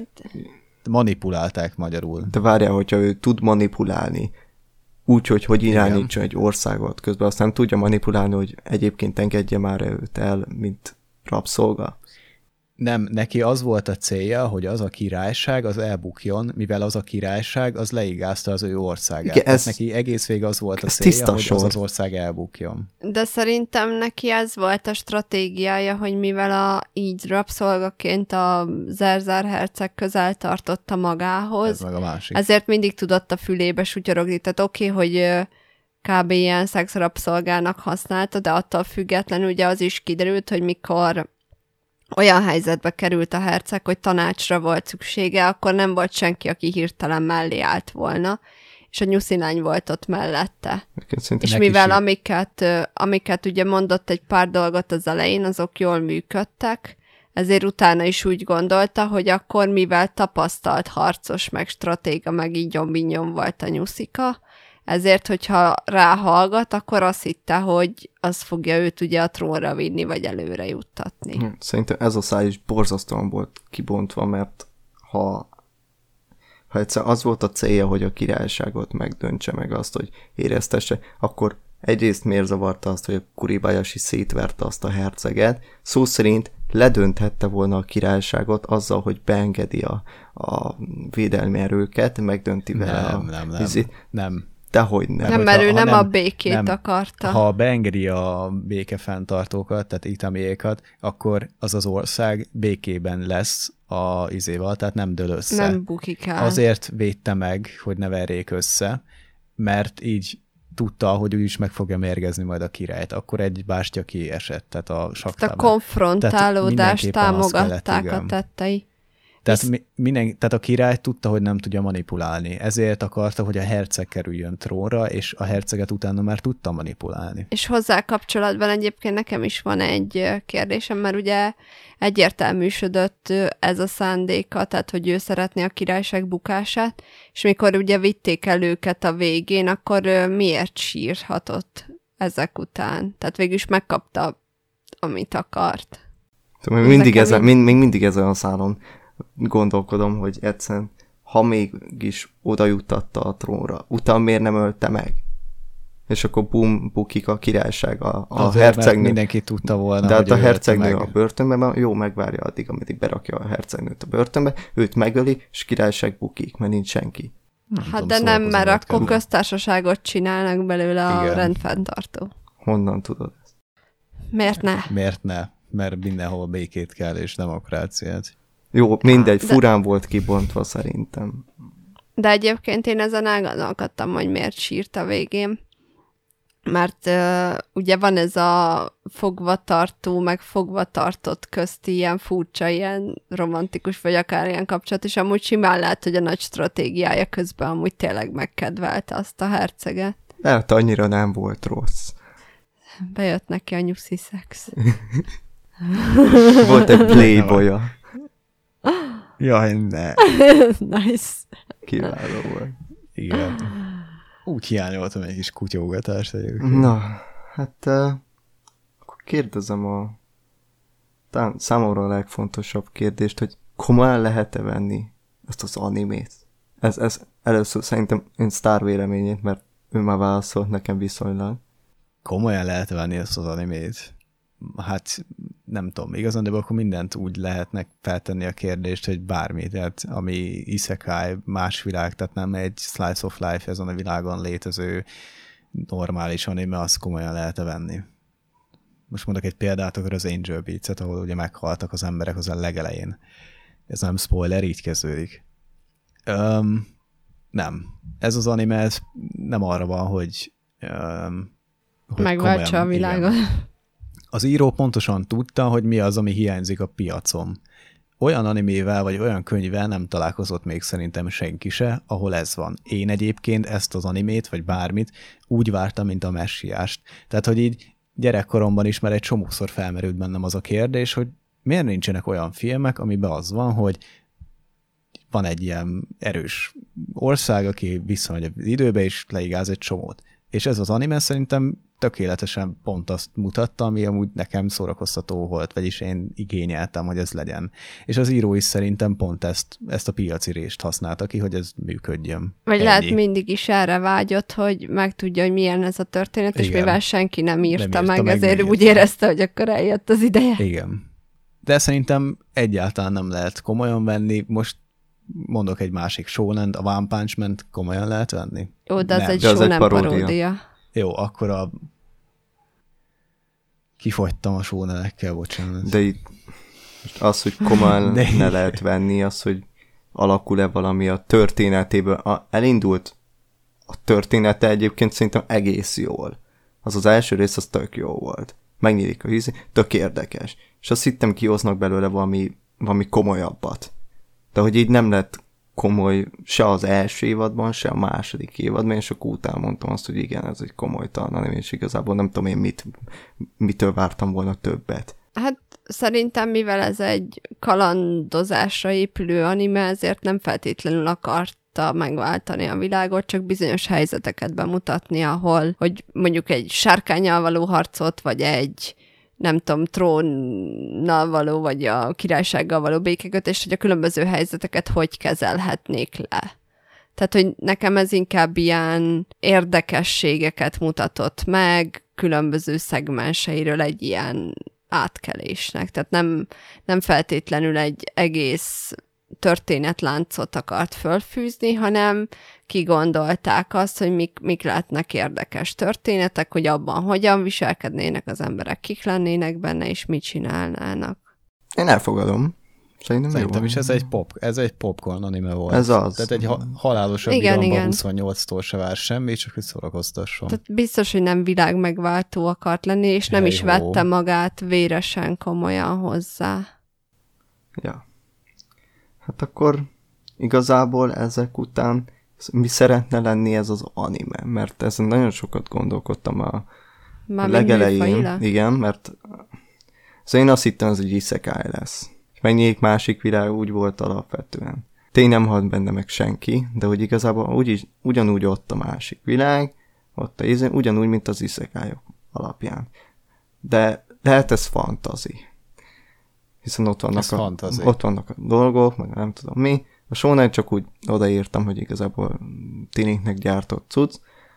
Manipulálták magyarul.
De várjál, hogyha ő tud manipulálni, úgy, hogy irányítson egy országot, közben azt nem tudja manipulálni, hogy egyébként engedje már őt el, mint rabszolga.
Nem, neki az volt a célja, hogy az a királyság az elbukjon, mivel az a királyság az leigázta az ő országát.
Igen,
Tehát neki egész végig az volt a
ez
célja,
tiszta
hogy
sor.
az ország elbukjon.
De szerintem neki ez volt a stratégiája, hogy mivel így rabszolgaként a Zerzár herceg közel tartotta magához,
Ez meg a másik.
ezért mindig tudott a fülébe sutyorogni. Tehát oké, hogy kb. Ilyen szexrabszolgának használta, de attól függetlenül ugye az is kiderült, hogy mikor olyan helyzetbe került a herceg, hogy tanácsra volt szüksége, akkor nem volt senki, aki hirtelen mellé állt volna, és a nyuszilány volt ott mellette. És
Neki
mivel
sem.
amiket ugye mondott egy pár dolgot az elején, azok jól működtek, ezért utána is úgy gondolta, hogy akkor mivel tapasztalt harcos, meg stratéga, meg így volt a nyuszika, ezért, hogyha ráhallgat, akkor azt hitte, hogy az fogja őt ugye a trónra vinni, vagy előre juttatni.
Szerintem ez a száj is borzasztóan volt kibontva, mert ha egyszer az volt a célja, hogy a királyságot megdöntse meg azt, hogy éreztesse, akkor egyrészt miért zavarta azt, hogy a Kuribayashi szétverte azt a herceget, szó szerint ledönthette volna a királyságot azzal, hogy beengedi a védelmi erőket, megdönti vele
Nem.
Dehogy nem.
Nem, mert ő nem a békét akarta.
Ha beengedi a békefenntartókat, tehát Itamiékat, akkor az az ország békében lesz a izéval, tehát nem dől össze.
Nem bukik el.
Azért védte meg, hogy ne verjék össze, mert így tudta, hogy ő is meg fogja mérgezni majd a királyt, akkor egy bástya kiesett, tehát a saktáblán.
A konfrontálódást támogatták a tettei.
Tehát a király tudta, hogy nem tudja manipulálni. Ezért akarta, hogy a herceg kerüljön trónra, és a herceget utána már tudta manipulálni.
És hozzá kapcsolatban egyébként nekem is van egy kérdésem, mert ugye egyértelműsödött ez a szándéka, tehát hogy ő szeretné a királyság bukását, és mikor ugye vitték el őket a végén, akkor miért sírhatott ezek után? Tehát végül is megkapta, amit akart.
Még mindig ezen a szálon gondolkodom, hogy egyszerűen, ha mégis oda juttatta a trónra, utána miért nem ölte meg? És akkor bukik a királyság, a hercegnő.
Mindenki tudta volna,
de hát a hercegnő a börtönben van, jó, megvárja addig, ameddig berakja a hercegnőt a börtönbe, őt megöli, és királyság bukik, mert nincs senki.
Hát de nem, mert akkor köztársaságot csinálnak belőle a rendfenntartó.
Honnan tudod ezt?
Miért ne?
Mert mindenhol békét kell, és demokráciát.
Jó, mindegy, furán volt kibontva szerintem.
De egyébként én ezen elgondolkodtam, hogy miért sírt a végén. Mert ugye van ez a fogvatartó, meg fogvatartott közti ilyen furcsa, ilyen romantikus, vagy akár ilyen kapcsolat, és amúgy simán lehet, hogy a nagy stratégiája közben amúgy tényleg megkedvelte azt a herceget.
Hát annyira nem volt rossz.
Bejött neki a nyuszi szex.
Volt egy playboya.
Jaj, ne.
Nice.
Kiváló volt.
Igen. Úgy hiányoltam egy kis kutyógatást egyébként.
Na, hát akkor kérdezem számomra a legfontosabb kérdést, hogy komolyan lehet-e venni ezt az animét? Ez először szerintem én sztár véleményét, mert ő már válaszolt nekem viszonylag.
Komolyan lehet venni ezt az animét? Hát nem tudom, igazán, de akkor mindent úgy lehetnek feltenni a kérdést, hogy bármi, tehát ami isekai, más világ, tehát nem egy slice of life ezen a világon létező normális anime, azt komolyan lehet venni. Most mondok egy példát, akkor az Angel Beats-et, ahol ugye meghaltak az emberek az a legelején. Ez nem spoiler, így kezdődik. Nem. Ez az anime, ez nem arra van, hogy
megváltsa a világot.
Igen. Az író pontosan tudta, hogy mi az, ami hiányzik a piacon. Olyan animével, vagy olyan könyvvel nem találkozott még szerintem senki se, ahol ez van. Én egyébként ezt az animét, vagy bármit úgy vártam, mint a Messiást. Tehát, hogy így gyerekkoromban is már egy csomószor felmerült bennem az a kérdés, hogy miért nincsenek olyan filmek, amiben az van, hogy van egy ilyen erős ország, aki visszamegy az időbe, és leigáz egy csomót. És ez az anime szerintem tökéletesen pont azt mutatta, ami amúgy nekem szórakoztató volt, vagyis én igényeltem, hogy ez legyen. És az író is szerintem pont ezt a piaci rést használta ki, hogy ez működjön.
Vagy ennyi. Lehet mindig is erre vágyott, hogy megtudja, hogy milyen ez a történet, igen. És mivel senki nem írta meg, ezért úgy érezte, hogy akkor eljött az ideje.
Igen. De szerintem egyáltalán nem lehet komolyan venni. Most mondok egy másik shonen, a One Punch Man-t komolyan lehet venni?
Jó, de az egy shonen paródia.
Jó, akkor kifogytam a shonenekkel, bocsánat.
De itt az, hogy komolyan ne lehet venni, az, hogy alakul-e valami a történetéből. Elindult a története egyébként szerintem egész jól. Az első rész az tök jó volt. Megnyílik a víz, tök érdekes. És azt hittem kihoznak belőle valami komolyabbat. De hogy így nem lett komoly se az első évadban, se a második évadban, és akkor utána mondtam azt, hogy igen, ez egy komolytalan anime, és igazából nem tudom én mitől vártam volna többet.
Hát szerintem, mivel ez egy kalandozásra épülő anime, ezért nem feltétlenül akarta megváltani a világot, csak bizonyos helyzeteket bemutatni, ahol, hogy mondjuk egy sárkánnyal való harcot, vagy egy nem tudom, trónnal való, vagy a királysággal való békekötést, hogy a különböző helyzeteket hogy kezelhetnék le. Tehát, hogy nekem ez inkább ilyen érdekességeket mutatott meg, különböző szegmenseiről egy ilyen átkelésnek. Tehát nem feltétlenül egy egész történetláncot akart fölfűzni, hanem kigondolták azt, hogy mik lehetnek érdekes történetek, hogy abban hogyan viselkednének az emberek, kik lennének benne, és mit csinálnának.
Én elfogadom.
Szerintem is ez egy popcorn anime volt.
Ez az.
Tehát egy halálosabb iramban 28-tól se vár semmi, csak hogy szórakoztasson.
Tehát biztos, hogy nem világmegváltó akart lenni, és nem is vette magát véresen komolyan hozzá.
Ja. Hát akkor igazából ezek után mi szeretne lenni ez az anime? Mert ezen nagyon sokat gondolkodtam a legelején. Igen, mert én azt hittem, az egy isekai lesz. Megnyílik másik világ, úgy volt alapvetően. Tény nem halt benne meg senki, de hogy igazából ugyanúgy ott a másik világ, ott ugyanúgy, mint az isekályok alapján. De lehet ez fantasy. Hiszen ott vannak a dolgok, meg nem tudom mi. A shonen csak úgy odaírtam, hogy igazából tiniknek gyártott cucc.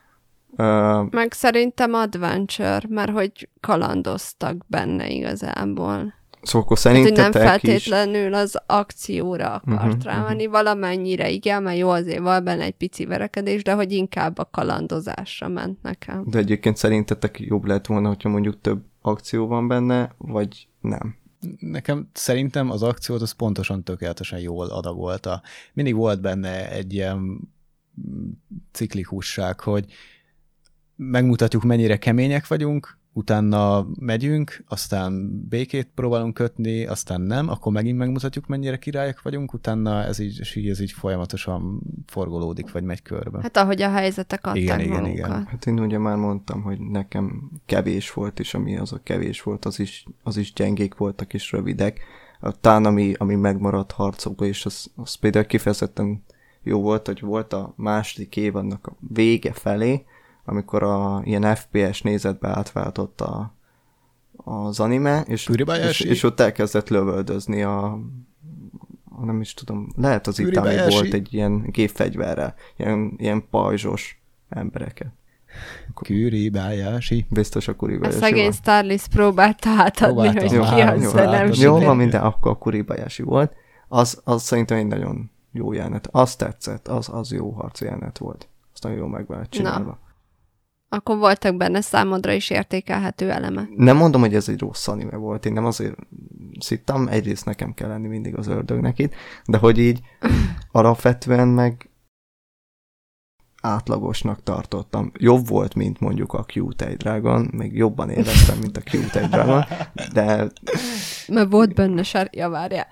Meg szerintem adventure, mert hogy kalandoztak benne igazából.
Szóval akkor szerintetek
nem feltétlenül az akcióra akart rámenni, valamennyire igen, mert jó, azért van benne egy pici verekedés, de hogy inkább a kalandozásra ment nekem.
De egyébként szerintetek jobb lett volna, hogyha mondjuk több akció van benne, vagy nem?
Nekem szerintem az akciót az pontosan tökéletesen jól adagolta. Mindig volt benne egy ilyen ciklikusság, hogy megmutatjuk, mennyire kemények vagyunk, utána megyünk, aztán békét próbálunk kötni, aztán nem, akkor megint megmutatjuk, mennyire királyok vagyunk, utána ez így folyamatosan forgolódik, vagy megy körbe.
Hát ahogy a helyzetek adták
igen.
Hát én ugye már mondtam, hogy nekem kevés volt, és ami az a kevés volt, az is gyengék voltak, és rövidek. Talán ami megmaradt harcokban, és az például kifejezetten jó volt, hogy volt a második évadnak a vége felé, amikor ilyen FPS nézetbe átváltott az anime, és ott elkezdett lövöldözni nem is tudom, lehet az Itami volt egy ilyen gépfegyverrel, ilyen pajzsos embereket.
Kuribayashi.
Biztos a Kuribayashi.
A szegény Starlist próbálta átadni, hogy ki az, de nem
jó, ha minden, akkor a Kuribayashi volt. Az szerintem egy nagyon jó jelenet. Az tetszett, az jó harci jelenet volt. Azt nagyon jó meg volt csinálva.
Akkor voltak benne számodra is értékelhető elemek.
Nem mondom, hogy ez egy rossz anime volt. Én nem azért szittam, egyrészt nekem kell lenni mindig az ördögnek itt, de hogy így alapvetően meg átlagosnak tartottam. Jobb volt, mint mondjuk a Kyūtei Dragon, még jobban élveztem, mint a Kyūtei Dragon, de...
Mert volt benne várjál.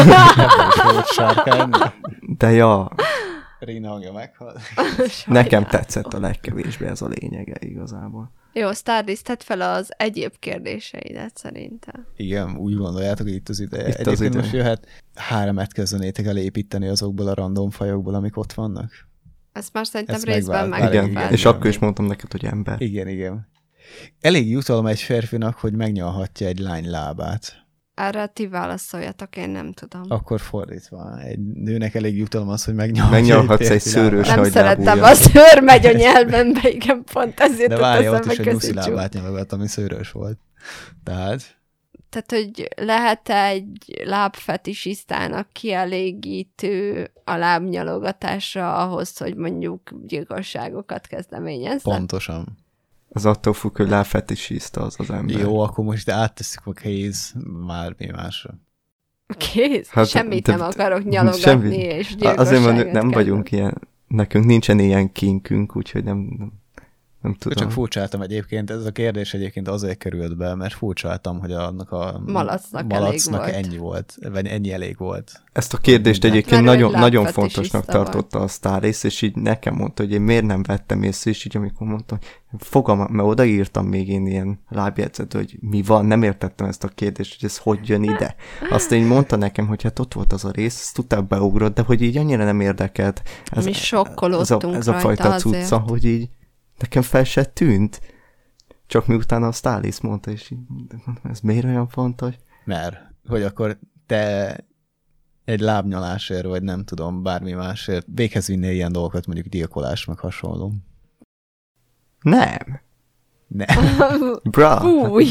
De ja...
Rina hangja meghal.
Nekem tetszett a legkevésbé ez a lényege igazából.
Jó, Stardust, tedd fel az egyéb kérdéseidet szerintem.
Igen, úgy gondoljátok, hogy itt az ideje. Egyébként most jöhet 3-et kezdenétek el építeni azokból a random fajokból, amik ott vannak.
Ezt már szerintem részben megvált.
Igen, és akkor is mondtam neked, hogy ember.
Igen. Elég jutalom egy férfinak, hogy megnyalhatja egy lány lábát.
Erre ti válaszoljatok, én nem tudom.
Akkor fordítva. Egy nőnek elég jutalom az, hogy
megnyalhatsz egy szőrös
nem szerettem a szőr megy a nyelvembe, igen, pont ezért
de várja, ott is egy nyuszi lábát nyalogat, ami szőrös volt. Tehát,
hogy lehet egy lábfetisisztának kielégítő a lábnyalogatásra ahhoz, hogy mondjuk gyilkosságokat kezdeményezzen?
Pontosan.
Az attól függ, hogy lábfetisista az ember.
Jó, akkor most áttesszük a kéz bármi másra.
A kéz? Hát, semmit nem akarok nyalogatni semmi. És gyilkosságot
azért nem vagyunk ilyen, nekünk nincsen ilyen kinkünk, úgyhogy nem tudom.
Csak furcsáltam egyébként, ez a kérdés egyébként azért került be, mert furcsáltam, hogy annak a malacnak ennyi volt, vagy ennyi elég volt.
Ezt a kérdést egyébként nagyon fontosnak tartotta a Starlist, és így nekem mondta, hogy én miért nem vettem észre, és így amikor mondtam, mert odaírtam még én ilyen lábjegyzet, hogy mi van, nem értettem ezt a kérdést, hogy ez hogy jön ide. Azt így mondta nekem, hogy hát ott volt az a rész, ezt utána beugrott, de hogy így annyira nem érdekelt.
Mi sokkolódtunk
ez a fajta cucca, hogy így nekem fel se tűnt. Csak miután a Starlist mondta, és így, ez miért olyan fontos?
Mert, hogy akkor te egy lábnyalásért, vagy nem tudom, bármi másért véghez vinnél ilyen dolgokat, mondjuk gyilkolás, meg hasonló.
Nem.
Bra.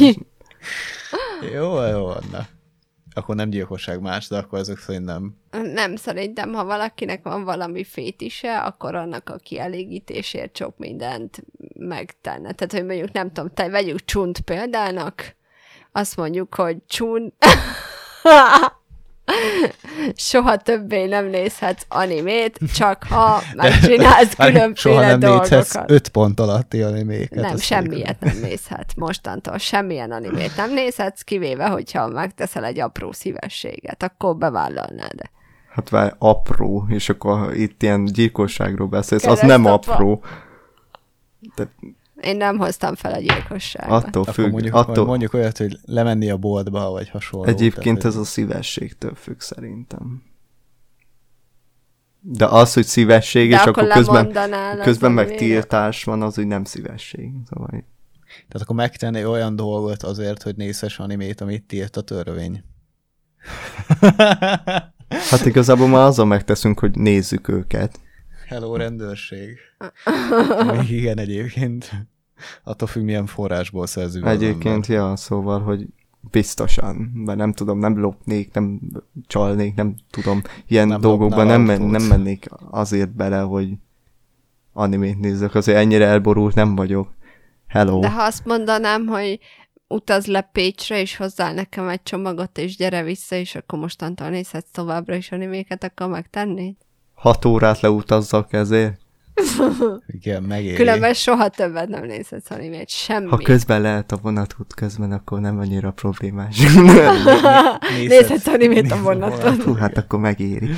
Jó, na. Akkor nem gyilkosság más, de akkor azok szerint nem.
Nem, szerintem, ha valakinek van valami fétise, akkor annak a kielégítésért sok mindent megtenne. Tehát, hogy mondjuk nem tudom, vegyük Csunt példának, azt mondjuk, hogy Csun... Soha többé nem nézhetsz animét, csak ha megcsinálsz különféle
soha nem
dolgokat.
nézhetsz 5 pont alatti animéket.
Nem, semmiet nem nézhetsz mostantól. Semmilyen animét nem nézhetsz, kivéve, hogyha megteszel egy apró szívességet, akkor bevállalnád.
Hát várj, apró, és akkor itt ilyen gyilkosságról beszélsz, az nem apró. De
Én nem hoztam fel a gyilkosságot.
attól
Akkor
függ.
mondjuk olyat, hogy lemenni a boltba, vagy hasonló.
Egyébként ez a szívességtől függ szerintem. De az, hogy szívesség,
De
és
akkor
akkor
lemondanál
közben
az
meg
animének.
tiltás van, az, hogy nem szívesség. Szóval...
Tehát akkor megtenni olyan dolgot azért, hogy nézhess animét, amit tilt a törvény.
Hát igazából már azzal megteszünk, hogy nézzük őket.
Hello, rendőrség. Még igen, egyébként. Attól függ, milyen forrásból szerzünk.
Egyébként, ja, szóval, hogy biztosan, mert nem tudom, nem lopnék, nem csalnék, nem tudom, ilyen
Nem
dolgokban
lopnál
nem
autót.
mennék azért bele, hogy animét nézzek, azért ennyire elborult nem vagyok. Hello.
De ha azt mondanám, hogy utazz le Pécsre, és hozzál nekem egy csomagot, és gyere vissza, és akkor mostantól nézhetsz továbbra is animéket, akkor megtennéd?
6 órát leutazzak ezért.
Igen, megéri.
Különben soha többet nem nézhetsz animét, semmi.
Ha közben lehet a vonatút közben, akkor nem annyira problémás.
Nézhetsz animét a vonaton.
Hú, hát akkor megéri.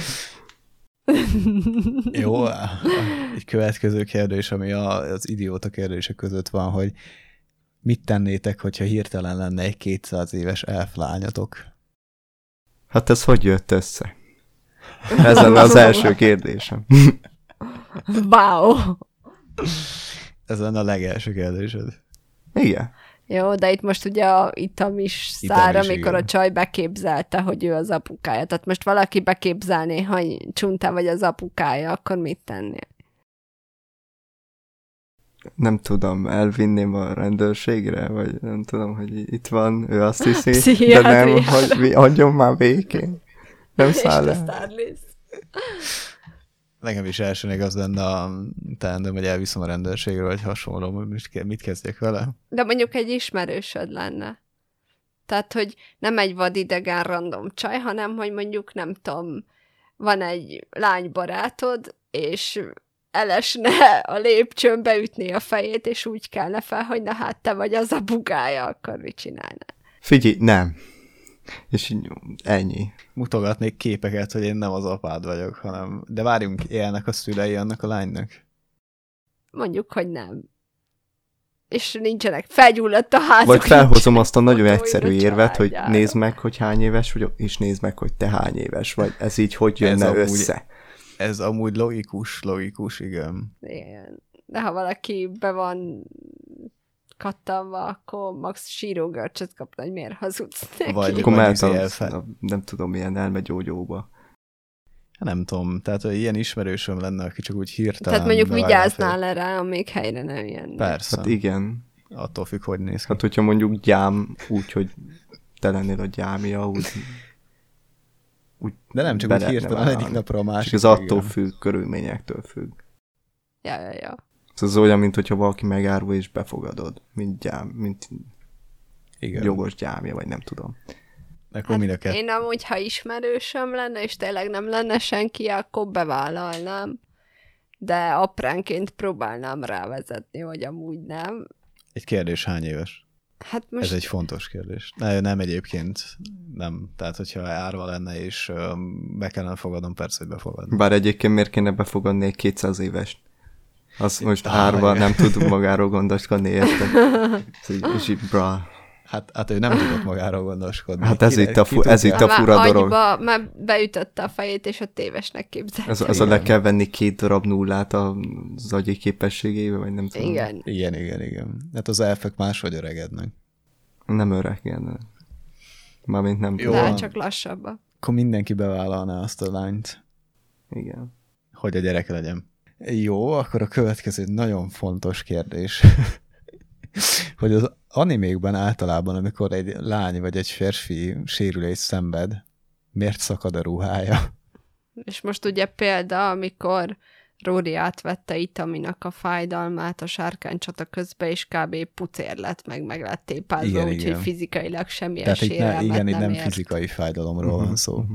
Jó, egy következő kérdés, ami az idióta kérdések között van, hogy mit tennétek, hogyha hirtelen lenne egy 200 éves elflányatok?
Hát ez hogy jött össze? Ez lenne az első kérdésem.
Wow!
Ez lenne a legelső kérdésed.
Igen.
Jó, de itt most ugye a Itam is szár,
is,
amikor
igen.
a csaj beképzelte, hogy ő az apukája. Tehát most valaki beképzelné, hogy Csuntá vagy az apukája, akkor mit tennél?
Nem tudom, elvinném a rendőrségre, vagy nem tudom, hogy itt van, ő azt hiszi, de
Pszichiátriára.
nem, hogy adjon már békén. Nem
És
száll
te
le.
sztárlész.
Nekem is elsőnek az lenne a teendőm, hogy elviszem a rendőrségre, vagy hasonló, mit kezdjek vele?
De mondjuk egy ismerősöd lenne. Tehát, hogy nem egy vadidegen random csaj, hanem, hogy mondjuk, nem tudom, van egy lánybarátod, és elesne a lépcsőn, beütné a fejét, és úgy kelne fel, hogy na hát te vagy az apukája, akkor mit csinálnál?
Figyelj, nem. És így ennyi.
Mutogatnék képeket, hogy én nem az apád vagyok, hanem... De várjunk, élnek a szülei annak a lánynak?
Mondjuk, hogy nem. És nincsenek, felgyulladt a házuk.
Vagy felhozom
nincsenek
azt a nagyon
fotóid
egyszerű
a
érvet, hogy
családjáról.
nézd meg, hogy hány éves vagyok, és nézd meg, hogy te hány éves vagy. Ez így hogy jönne
amúgy-
össze?
Ez amúgy logikus, igen.
Igen. De ha valaki be van kattanva, akkor max sírógörcsöt kapna, hogy miért hazudsz neki.
Vagy-
Akkor mehet
izé
nem tudom, milyen elmegyógyóba.
Nem tudom, tehát hogy ilyen ismerősöm lenne, aki csak úgy hirtelen...
Tehát mondjuk
bevágná a
vigyáznál le rá, amíg helyre nem jönne.
Persze.
Hát igen.
Attól függ, hogy néz ki.
Hát hogyha mondjuk gyám úgy, hogy te lennél a gyámja, úgy
De nem csak
be
úgy
lehetne
hirtelen
vállalni.
egyik napra a
Csak
másik.
ez attól függ, körülményektől függ.
Ja.
Ez olyan, mint hogyha valaki megárul és befogadod, mint gyám, mint
Igen.
jogos gyámja, vagy nem tudom.
Akkor mind a kettő.
Én amúgy, ha ismerősöm lenne, és tényleg nem lenne senki, akkor bevállalnám. De apránként próbálnám rávezetni, hogy amúgy nem.
Egy kérdés, hány éves?
Hát most
Ez egy fontos kérdés. Nem egyébként, nem. Tehát, hogyha árva lenne, és be kellene fogadnom, persze, hogy befogadnom.
Bár egyébként miért kéne befogadni egy 200 évest? Az most
Ah,
árva
igen.
nem tud magáról gondoskodni, érted? És így, bra.
Hát ő nem tudott magáról gondoskodni.
Hát ez itt a fura
már
dolog.
agyba, már beütötte a fejét, és ott tévesnek képzelt.
Ez a le kell venni 2 darab nullát az agyi képességébe, vagy nem tudom.
Igen.
Igen. Hát az elfek máshogy öregednek.
Nem öregednek. Mármint nem
Jó.
De
tudom.
hát csak lassabban.
Akkor mindenki bevállalná azt a lányt,
Igen.
hogy a gyereke legyen. Jó, akkor a következő nagyon fontos kérdés. Hogy az animékben általában, amikor egy lány vagy egy férfi sérülés szenved, miért szakad a ruhája?
És most ugye példa, amikor Rory átvette Itaminak a fájdalmát a sárkánycsata közben, és kb. Pucér lett, meg lett tépázva,
Igen,
úgyhogy
igen.
fizikailag semmilyen
Tehát itt
sérelmet
itt nem
ért.
fizikai fájdalomról van szó.
Mhm.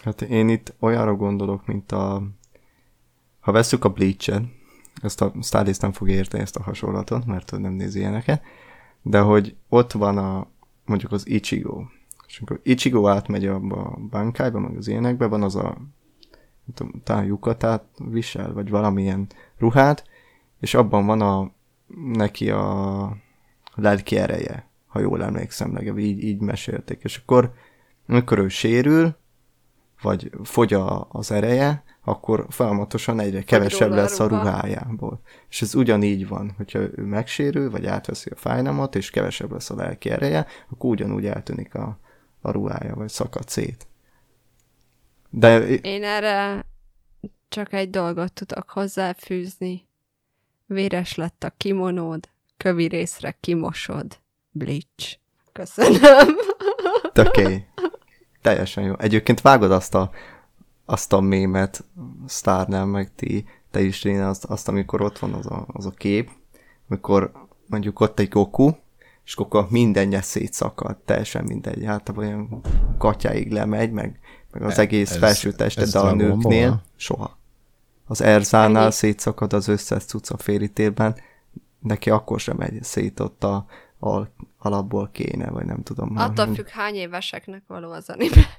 Hát én itt olyanra gondolok, mint ha vesszük a Bleach-et, ezt a Starlist nem fog érteni ezt a hasonlatot, mert ő nem nézi ilyeneket, de hogy ott van mondjuk az Ichigo. És amikor Ichigo átmegy abba a Bankai-ba, meg az ilyenekbe, van az nem tudom, talán yukatát visel, vagy valamilyen ruhát, és abban van neki a lelki ereje, ha jól emlékszem, legalább így mesélték. És akkor, amikor ő sérül, vagy fogy az ereje, akkor folyamatosan egyre kevesebb lesz a ruhájából. És ez ugyanígy van, hogyha ő megsérül, vagy átveszi a fájdalmat, és kevesebb lesz a lelki ereje, akkor ugyanúgy eltűnik a ruhája, vagy szakad szét. De...
Én erre csak egy dolgot tudok hozzáfűzni. Véres lett a kimonód, kövi részre kimosod. Bleach. Köszönöm.
Töké. Teljesen jó. Egyébként vágod azt a mémet, Sztárnál, meg te is, Réna, azt, amikor ott van az a kép, amikor mondjuk ott egy Goku, és Goku mindenje szétszakad, teljesen mindegy. Általában olyan gatyáig lemegy, meg az egész felső tested, de a nőknél soha. Az Erzánál szétszakad az összes cucc a félítérben, neki akkor sem megy szét ott alapból kéne, vagy nem tudom.
Attól függ, hány éveseknek való az anime.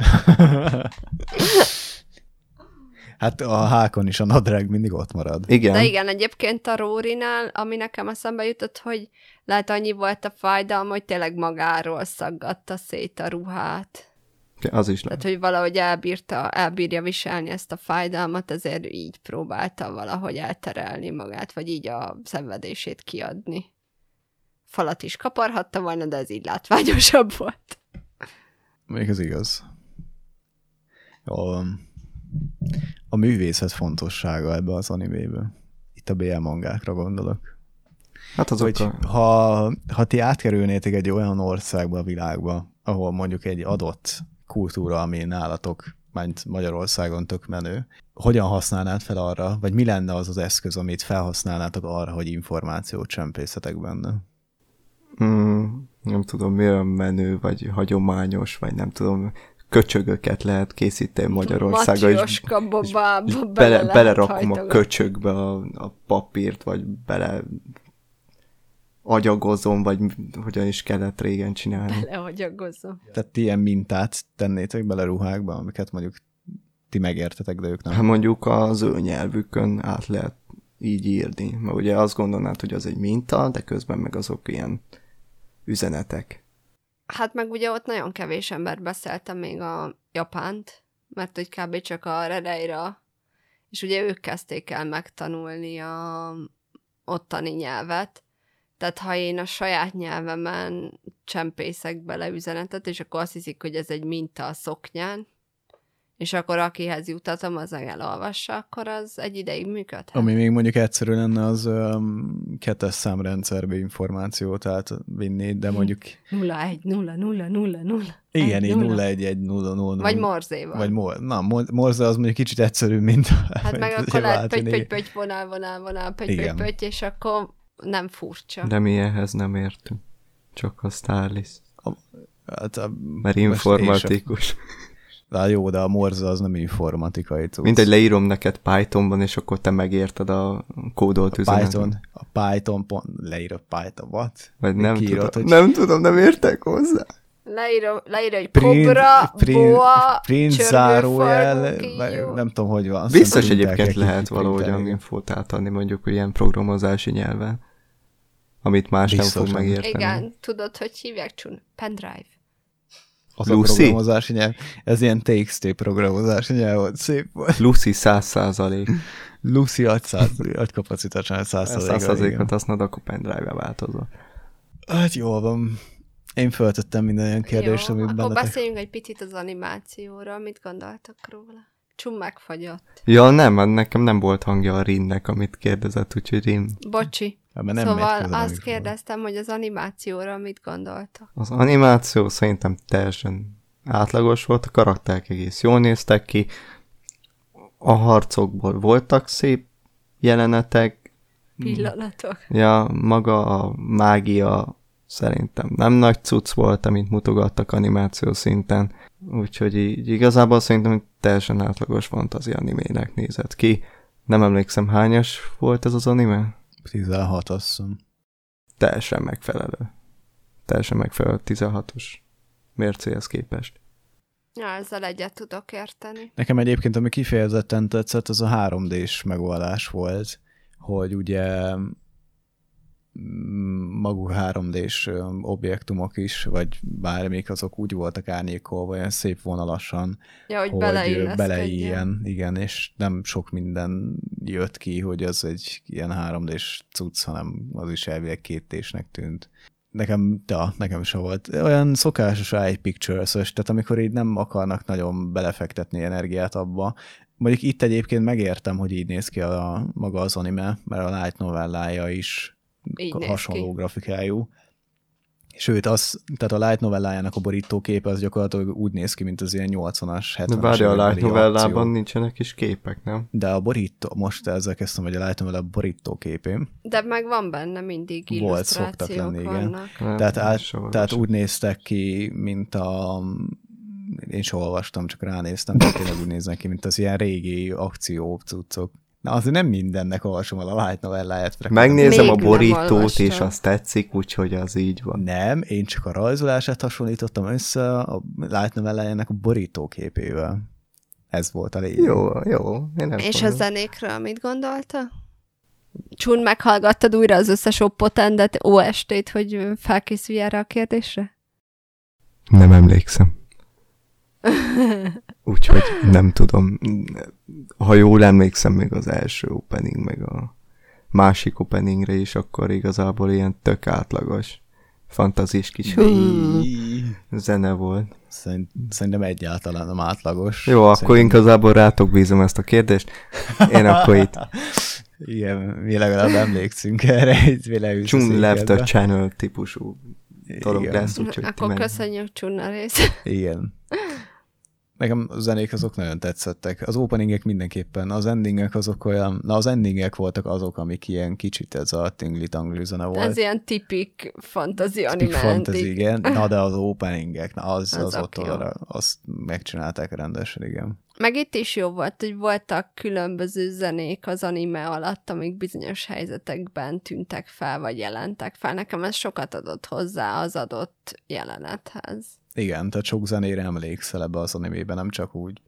Hát a hákon is a nadrág mindig ott marad.
Igen.
De igen, egyébként a Rorinál, ami nekem eszembe jutott, hogy lehet annyi volt a fájdalma, hogy tényleg magáról szaggatta szét a ruhát.
Az is lehet.
Tehát, hogy valahogy elbírja viselni ezt a fájdalmat, ezért így próbálta valahogy elterelni magát, vagy így a szenvedését kiadni. Falat is kaparhatta volna, de ez így látványosabb volt.
Még ez igaz. A művészet fontossága ebbe az animébe. Itt a BL mangákra gondolok.
Hát
hogy ha ti átkerülnétek egy olyan országba a világba, ahol mondjuk egy adott kultúra, ami nálatok, mint Magyarországon tök menő, hogyan használnád fel arra, vagy mi lenne az az eszköz, amit felhasználnátok arra, hogy információt csempészetek benne?
Nem tudom, mi olyan menő, vagy hagyományos, vagy nem tudom, köcsögöket lehet készíteni Magyarországon.
Matrioska babába
belerakom a köcsögbe a papírt, vagy bele agyagozom, vagy hogyan is kellett régen csinálni.
Beleagyagozom.
Tehát ti ilyen mintát tennétek bele ruhákba, amiket mondjuk ti megértetek, de ők nem.
Hát mondjuk az ő nyelvükön át lehet így írni. Mert ugye azt gondolnád, hogy az egy minta, de közben meg azok ilyen üzenetek.
Hát meg ugye ott nagyon kevés ember beszélte még a japánt, mert hogy kb. Csak a Rereira, és ugye ők kezdték el megtanulni a ottani nyelvet, tehát ha én a saját nyelvemen csempészek bele üzenetet, és akkor azt hiszik, hogy ez egy minta a szoknyán, és akkor akihez jutatom, az elolvassa, akkor az egy ideig működhet.
Ami még mondjuk egyszerű lenne, az kettes számrendszerbe információt átvinni, de mondjuk...
0-1, 0-0-0-0.
Igen, így 0-1-1-0-0.
Vagy morzéval.
Vagy morze az mondjuk kicsit egyszerű, mint...
Hát meg akkor lehet pöty-pöty, vonal, pöty-pöty, és akkor nem furcsa.
De mi ehhez nem értünk. Csak a Starlist. Mert informatikus.
De jó, de a morze az nem informatikai cucc.
Mindegy, leírom neked Pythonban, és akkor te megérted a kódolt üzenetet.
Python, leírod Python, what?
Vagy nem tudom, nem értek hozzá.
Leír egy kobra, boa,
print zárójel, nem tudom, hogy van.
Biztos egyébként lehet valahogyan infót átadni, mondjuk ilyen programozási nyelven, amit más nem fog megérteni.
Igen, tudod, hogy hívják Csun? Pendrive.
Az Lucy? A programozási nyelv, ez ilyen TXT programozási nyelv volt, szép volt.
Lucy 100%.
Lucy agykapacitásán 100%-ot
használod, akkor pendrive-be változol.
Hát jól van. Én föltettem minden olyan kérdést, amit bennetek.
Akkor beszéljünk egy picit az animációra. Mit gondoltak róla? Csun megfagyott.
Ja, nem, nekem nem volt hangja a Rinnek, amit kérdezett, úgyhogy Rin.
Bocsi. Szóval azt kérdeztem, hogy az animációra mit gondoltak.
Az animáció szerintem teljesen átlagos volt, a karakterek egész jól néztek ki, a harcokból voltak szép jelenetek.
Pillanatok.
Ja, maga a mágia Szerintem nem nagy cucc volt, amit mutogattak animáció szinten, úgyhogy így igazából szerintem hogy teljesen átlagos fantasy animének nézett ki. Nem emlékszem, hányas volt ez az anime?
16, azt hiszem.
Teljesen megfelelő. Teljesen megfelelő 16-os mércéhez képest.
Ja, ezzel egyet tudok érteni.
Nekem egyébként, ami kifejezetten tetszett, az a 3D-s megoldás volt, hogy ugye maguk 3D-s objektumok is, vagy bármik, azok úgy voltak árnyékolva, olyan szép vonalasan,
Ja, hogy beleilleszkedjen.
Igen, és nem sok minden jött ki, hogy az egy ilyen 3D-s cucc, hanem az is elvileg 2D-snek tűnt. Nekem se volt. Olyan szokásos iPictures-ös, tehát amikor így nem akarnak nagyon belefektetni energiát abba. Mondjuk itt egyébként megértem, hogy így néz ki maga az anime, mert a light novellája is hasonló grafikájú. Sőt, tehát a light novellájának a borítóképe az gyakorlatilag úgy néz ki, mint az ilyen 80-as, 70-es.
De várja, a light novellában nincsenek is képek, nem?
De a borító, most ezzel kezdtem, hogy a light novella borítóképén.
De meg van benne mindig illusztrációk vannak.
Tehát úgy néztek ki, mint én sem olvastam, csak ránéztem, tehát tényleg úgy néznek ki, mint az ilyen régi akció cuccok. Na, azért nem mindennek olvasom el a light novelláját.
Megnézem
még
a borítót, és azt tetszik, úgyhogy az így van.
Nem, én csak a rajzolását hasonlítottam össze a light novellájának a borítóképével. Ez volt a lényeg.
Jó.
És a zenékről mit gondolta? Csun, meghallgattad újra az összes oppotendet, OST-t, hogy felkészülj erre a kérdésre?
Nem emlékszem. Úgyhogy nem tudom. Ha jól emlékszem még az első opening, meg a másik openingre is, akkor igazából ilyen tök átlagos, fantazis kis zene volt.
Szerintem egyáltalán nem átlagos.
Jó, akkor igazából rátok bízom ezt a kérdést. Én akkor itt...
Igen, mi legalább emlékszünk erre.
Chun left a channel típusú dolog lesz, úgyhogy...
Akkor köszönjük Chunna részt.
Igen. Nekem a zenék azok nagyon tetszettek. Az openingek mindenképpen, az endingek azok olyan, az endingek voltak azok, amik ilyen kicsit ez a tingli-tangli zene volt.
Ez ilyen tipik fantasy anime.
Fantasy, igen. Na, de az openingek, az ott arra, azt megcsinálták rendesen, igen.
Meg itt is jó volt, hogy voltak különböző zenék az anime alatt, amik bizonyos helyzetekben tűntek fel, vagy jelentek fel. Nekem ez sokat adott hozzá az adott jelenethez.
Igen, tehát sok zenére emlékszel ebbe az animében, nem csak úgy.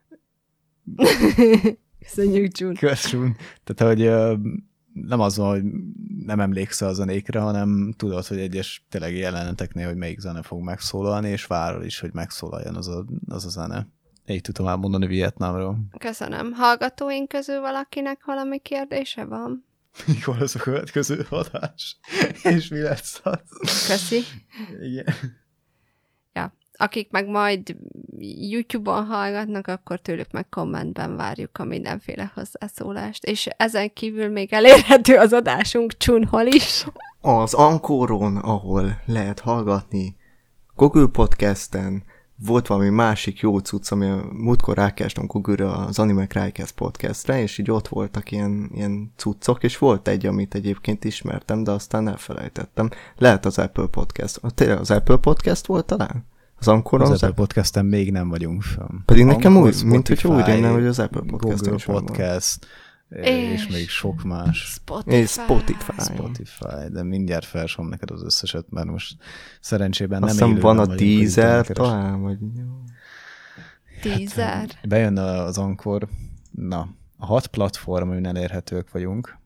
Köszönjük, Csun.
Köszönjük. Tehát, hogy nem az van, hogy nem emlékszel a zenékre, hanem tudod, hogy egyes tényleg jeleneteknél, hogy melyik zene fog megszólalni, és várod is, hogy megszólaljon az a zene. Így tudom elmondani Vietnámról.
Köszönöm. Hallgatóink közül valakinek valami kérdése van?
Mikor az a következő adás? És mi lesz az?
Köszi.
Igen.
Ja. Akik meg majd YouTube-on hallgatnak, akkor tőlük meg kommentben várjuk a mindenféle hozzászólást. És ezen kívül még elérhető az adásunk Csunhol is.
Az Anchoron, ahol lehet hallgatni, Google Podcasten, volt valami másik jó cucc, ami múltkor rákerestem Google-ra az Anime Crycast podcastre, és így ott voltak ilyen cuccok, és volt egy, amit egyébként ismertem, de aztán elfelejtettem. Lehet az Apple Podcast. Tényleg az Apple Podcast volt talán? Az Anchoron?
Az Apple Podcasten még nem vagyunk fönn.
Pedig nekem úgy, mint hogy úgy jönne, hogy az Apple Podcast
Google Podcast, és még sok más.
Spotify.
De mindjárt felsom neked az összeset, mert most szerencsében
azt
nem élőben
van a
vagyunk,
Deezer talán, vagy...
Deezer?
Hát, bejön az Anchor, na, a 6 platform, amin elérhetők vagyunk.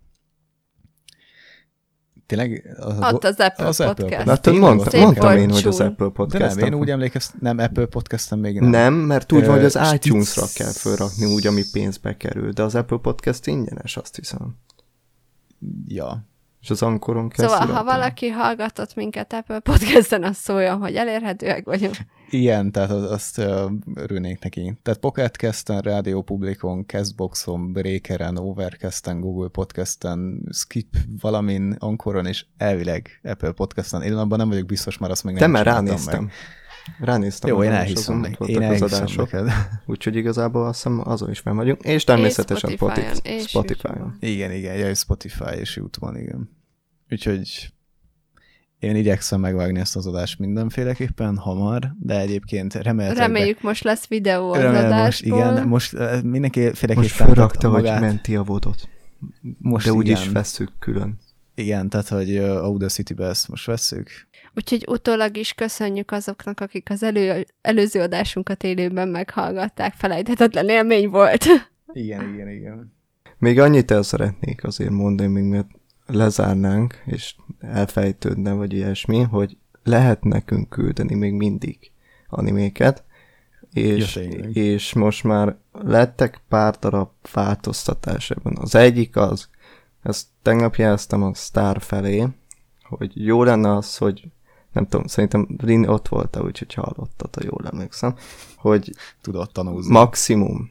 Tényleg?
Ott az Apple Podcast.
Hát mondtam én, hogy az Apple Podcast.
De nem, én úgy emlékeztem, nem, Apple Podcast-en még
nem. Nem, mert úgy van, hogy az iTunes-ra kell felrakni úgy, ami pénzbe kerül, de az Apple Podcast ingyenes, azt hiszem.
Ja.
És az Anchoron kell
Szóval, ha valaki hallgatott minket Apple Podcast-en, az szóljon, hogy elérhetőek vagyunk.
Igen, tehát azt örülnénk neki. Tehát Pocket Casten, Radio Publicon, Castboxon, Breakeren, Overcasten, Google Podcasten, Skip valamin, Anchoron és elvileg Apple Podcasten. Én abban nem vagyok biztos, már azt még nem
ránéztem. Ránéztem.
Jó, én elhiszem neked.
Úgyhogy igazából azt hiszem azon is fel vagyunk. És természetesen Spotify-on.
Igen, Spotify és YouTube-on, igen. Úgyhogy Én igyekszem megvágni ezt az adást mindenféleképpen, hamar, de egyébként
reméljük most lesz videó az adásból.
Igen, most mindenféleképpen...
Most felrakta, hogy menti a vodot. Most de úgyis vesszük külön.
Igen, tehát, hogy Audacity-be ezt most vesszük.
Úgyhogy utólag is köszönjük azoknak, akik az előző adásunkat élőben meghallgatták. Felejthetetlen élmény volt.
Igen.
Még annyit el szeretnék azért mondani, még mert lezárnánk, és elfejtődne, vagy ilyesmi, hogy lehet nekünk küldeni még mindig animéket, és most már lettek pár darab változtatás ebben. Az egyik az, ezt tegnap jeleztem a Star felé, hogy jó lenne az, hogy nem tudom, szerintem Rin ott voltál, úgyhogy hallottad, ha jól emlékszem, hogy
tudod tanulni.
Maximum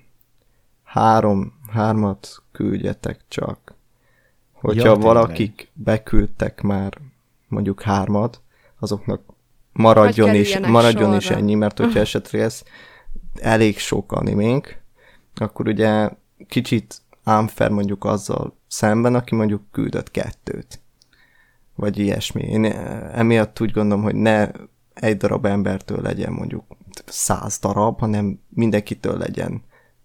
hármat küldjetek csak. Hogyha valakik beküldtek már mondjuk 3, azoknak maradjon is ennyi, mert hogyha esetleg ez elég sok animénk, akkor ugye kicsit unfair mondjuk azzal szemben, aki mondjuk küldött 2. Vagy ilyesmi. Én emiatt úgy gondolom, hogy ne egy darab embertől legyen mondjuk 100 darab, hanem mindenkitől legyen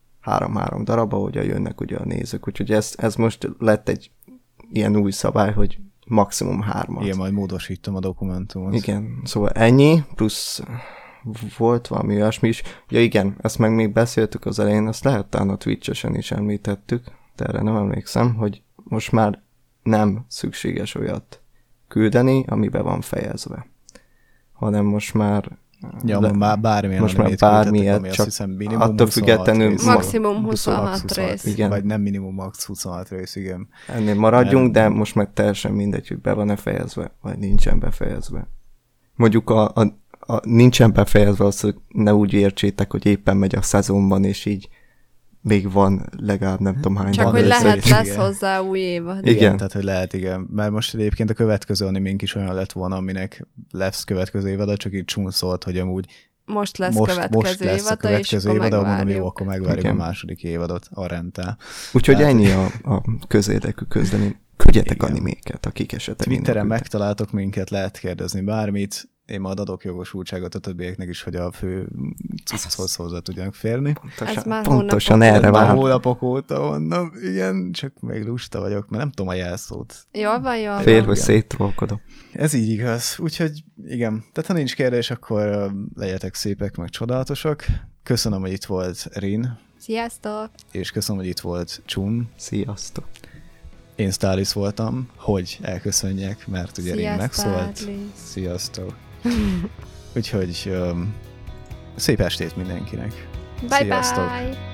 3 darab, ahogyan jönnek ugye a nézők. Úgyhogy ez most lett egy ilyen új szabály, hogy maximum 3.
Igen, majd módosítom a dokumentumot.
Igen, szóval ennyi, plusz volt valami olyasmi is. Ja igen, ezt meg még beszéltük az elején, azt lehet talán a Twitch-esen is említettük, de erre nem emlékszem, hogy most már nem szükséges olyat küldeni, amiben van fejezve. Hanem most már
már bármilyen
most már bármilyet,
csak
attól függetlenül
maximum 26 rész.
Igen. Vagy nem minimum max 26 rész, igen.
Ennél maradjunk, de most meg teljesen mindegy, hogy be van-e fejezve, vagy nincsen befejezve. Mondjuk a nincsen befejezve az, hogy ne úgy értsétek, hogy éppen megy a szezonban, és így még van legalább nem tudom hány.
Csak hogy lesz hozzá új évad.
Igen, tehát hogy lehet, igen. Mert most egyébként a következő animénk is olyan lett volna, aminek lesz következő évada, csak így csúszolt, hogy amúgy
most lesz következő évada,
és mondom, jó, akkor megvárjuk a második évadot a rendtel.
Úgyhogy tehát ennyi a közérdekű közlemény. Küldjetek animéket, akik esetleg
Twitteren megtaláltok minket, lehet kérdezni bármit. Én majd adok jogosultságot a többieknek is, hogy a fő cucchoz hozzá tudjanak férni.
Pontosan erre
vár. Már hónapok óta mondom, igen, csak még lusta vagyok, mert nem tudom a jelszót.
Jól van.
Fél, hogy széttrolkodom.
Ez így igaz, úgyhogy igen. Tehát ha nincs kérdés, akkor legyetek szépek, meg csodálatosak. Köszönöm, hogy itt volt Rin.
Sziasztok!
És köszönöm, hogy itt volt Chun.
Sziasztok!
Én Stális voltam, hogy elköszönjek, mert ugye Rin megszólt. Sziasztok! Úgyhogy szép estét mindenkinek.
Bye. Sziasztok! Bye.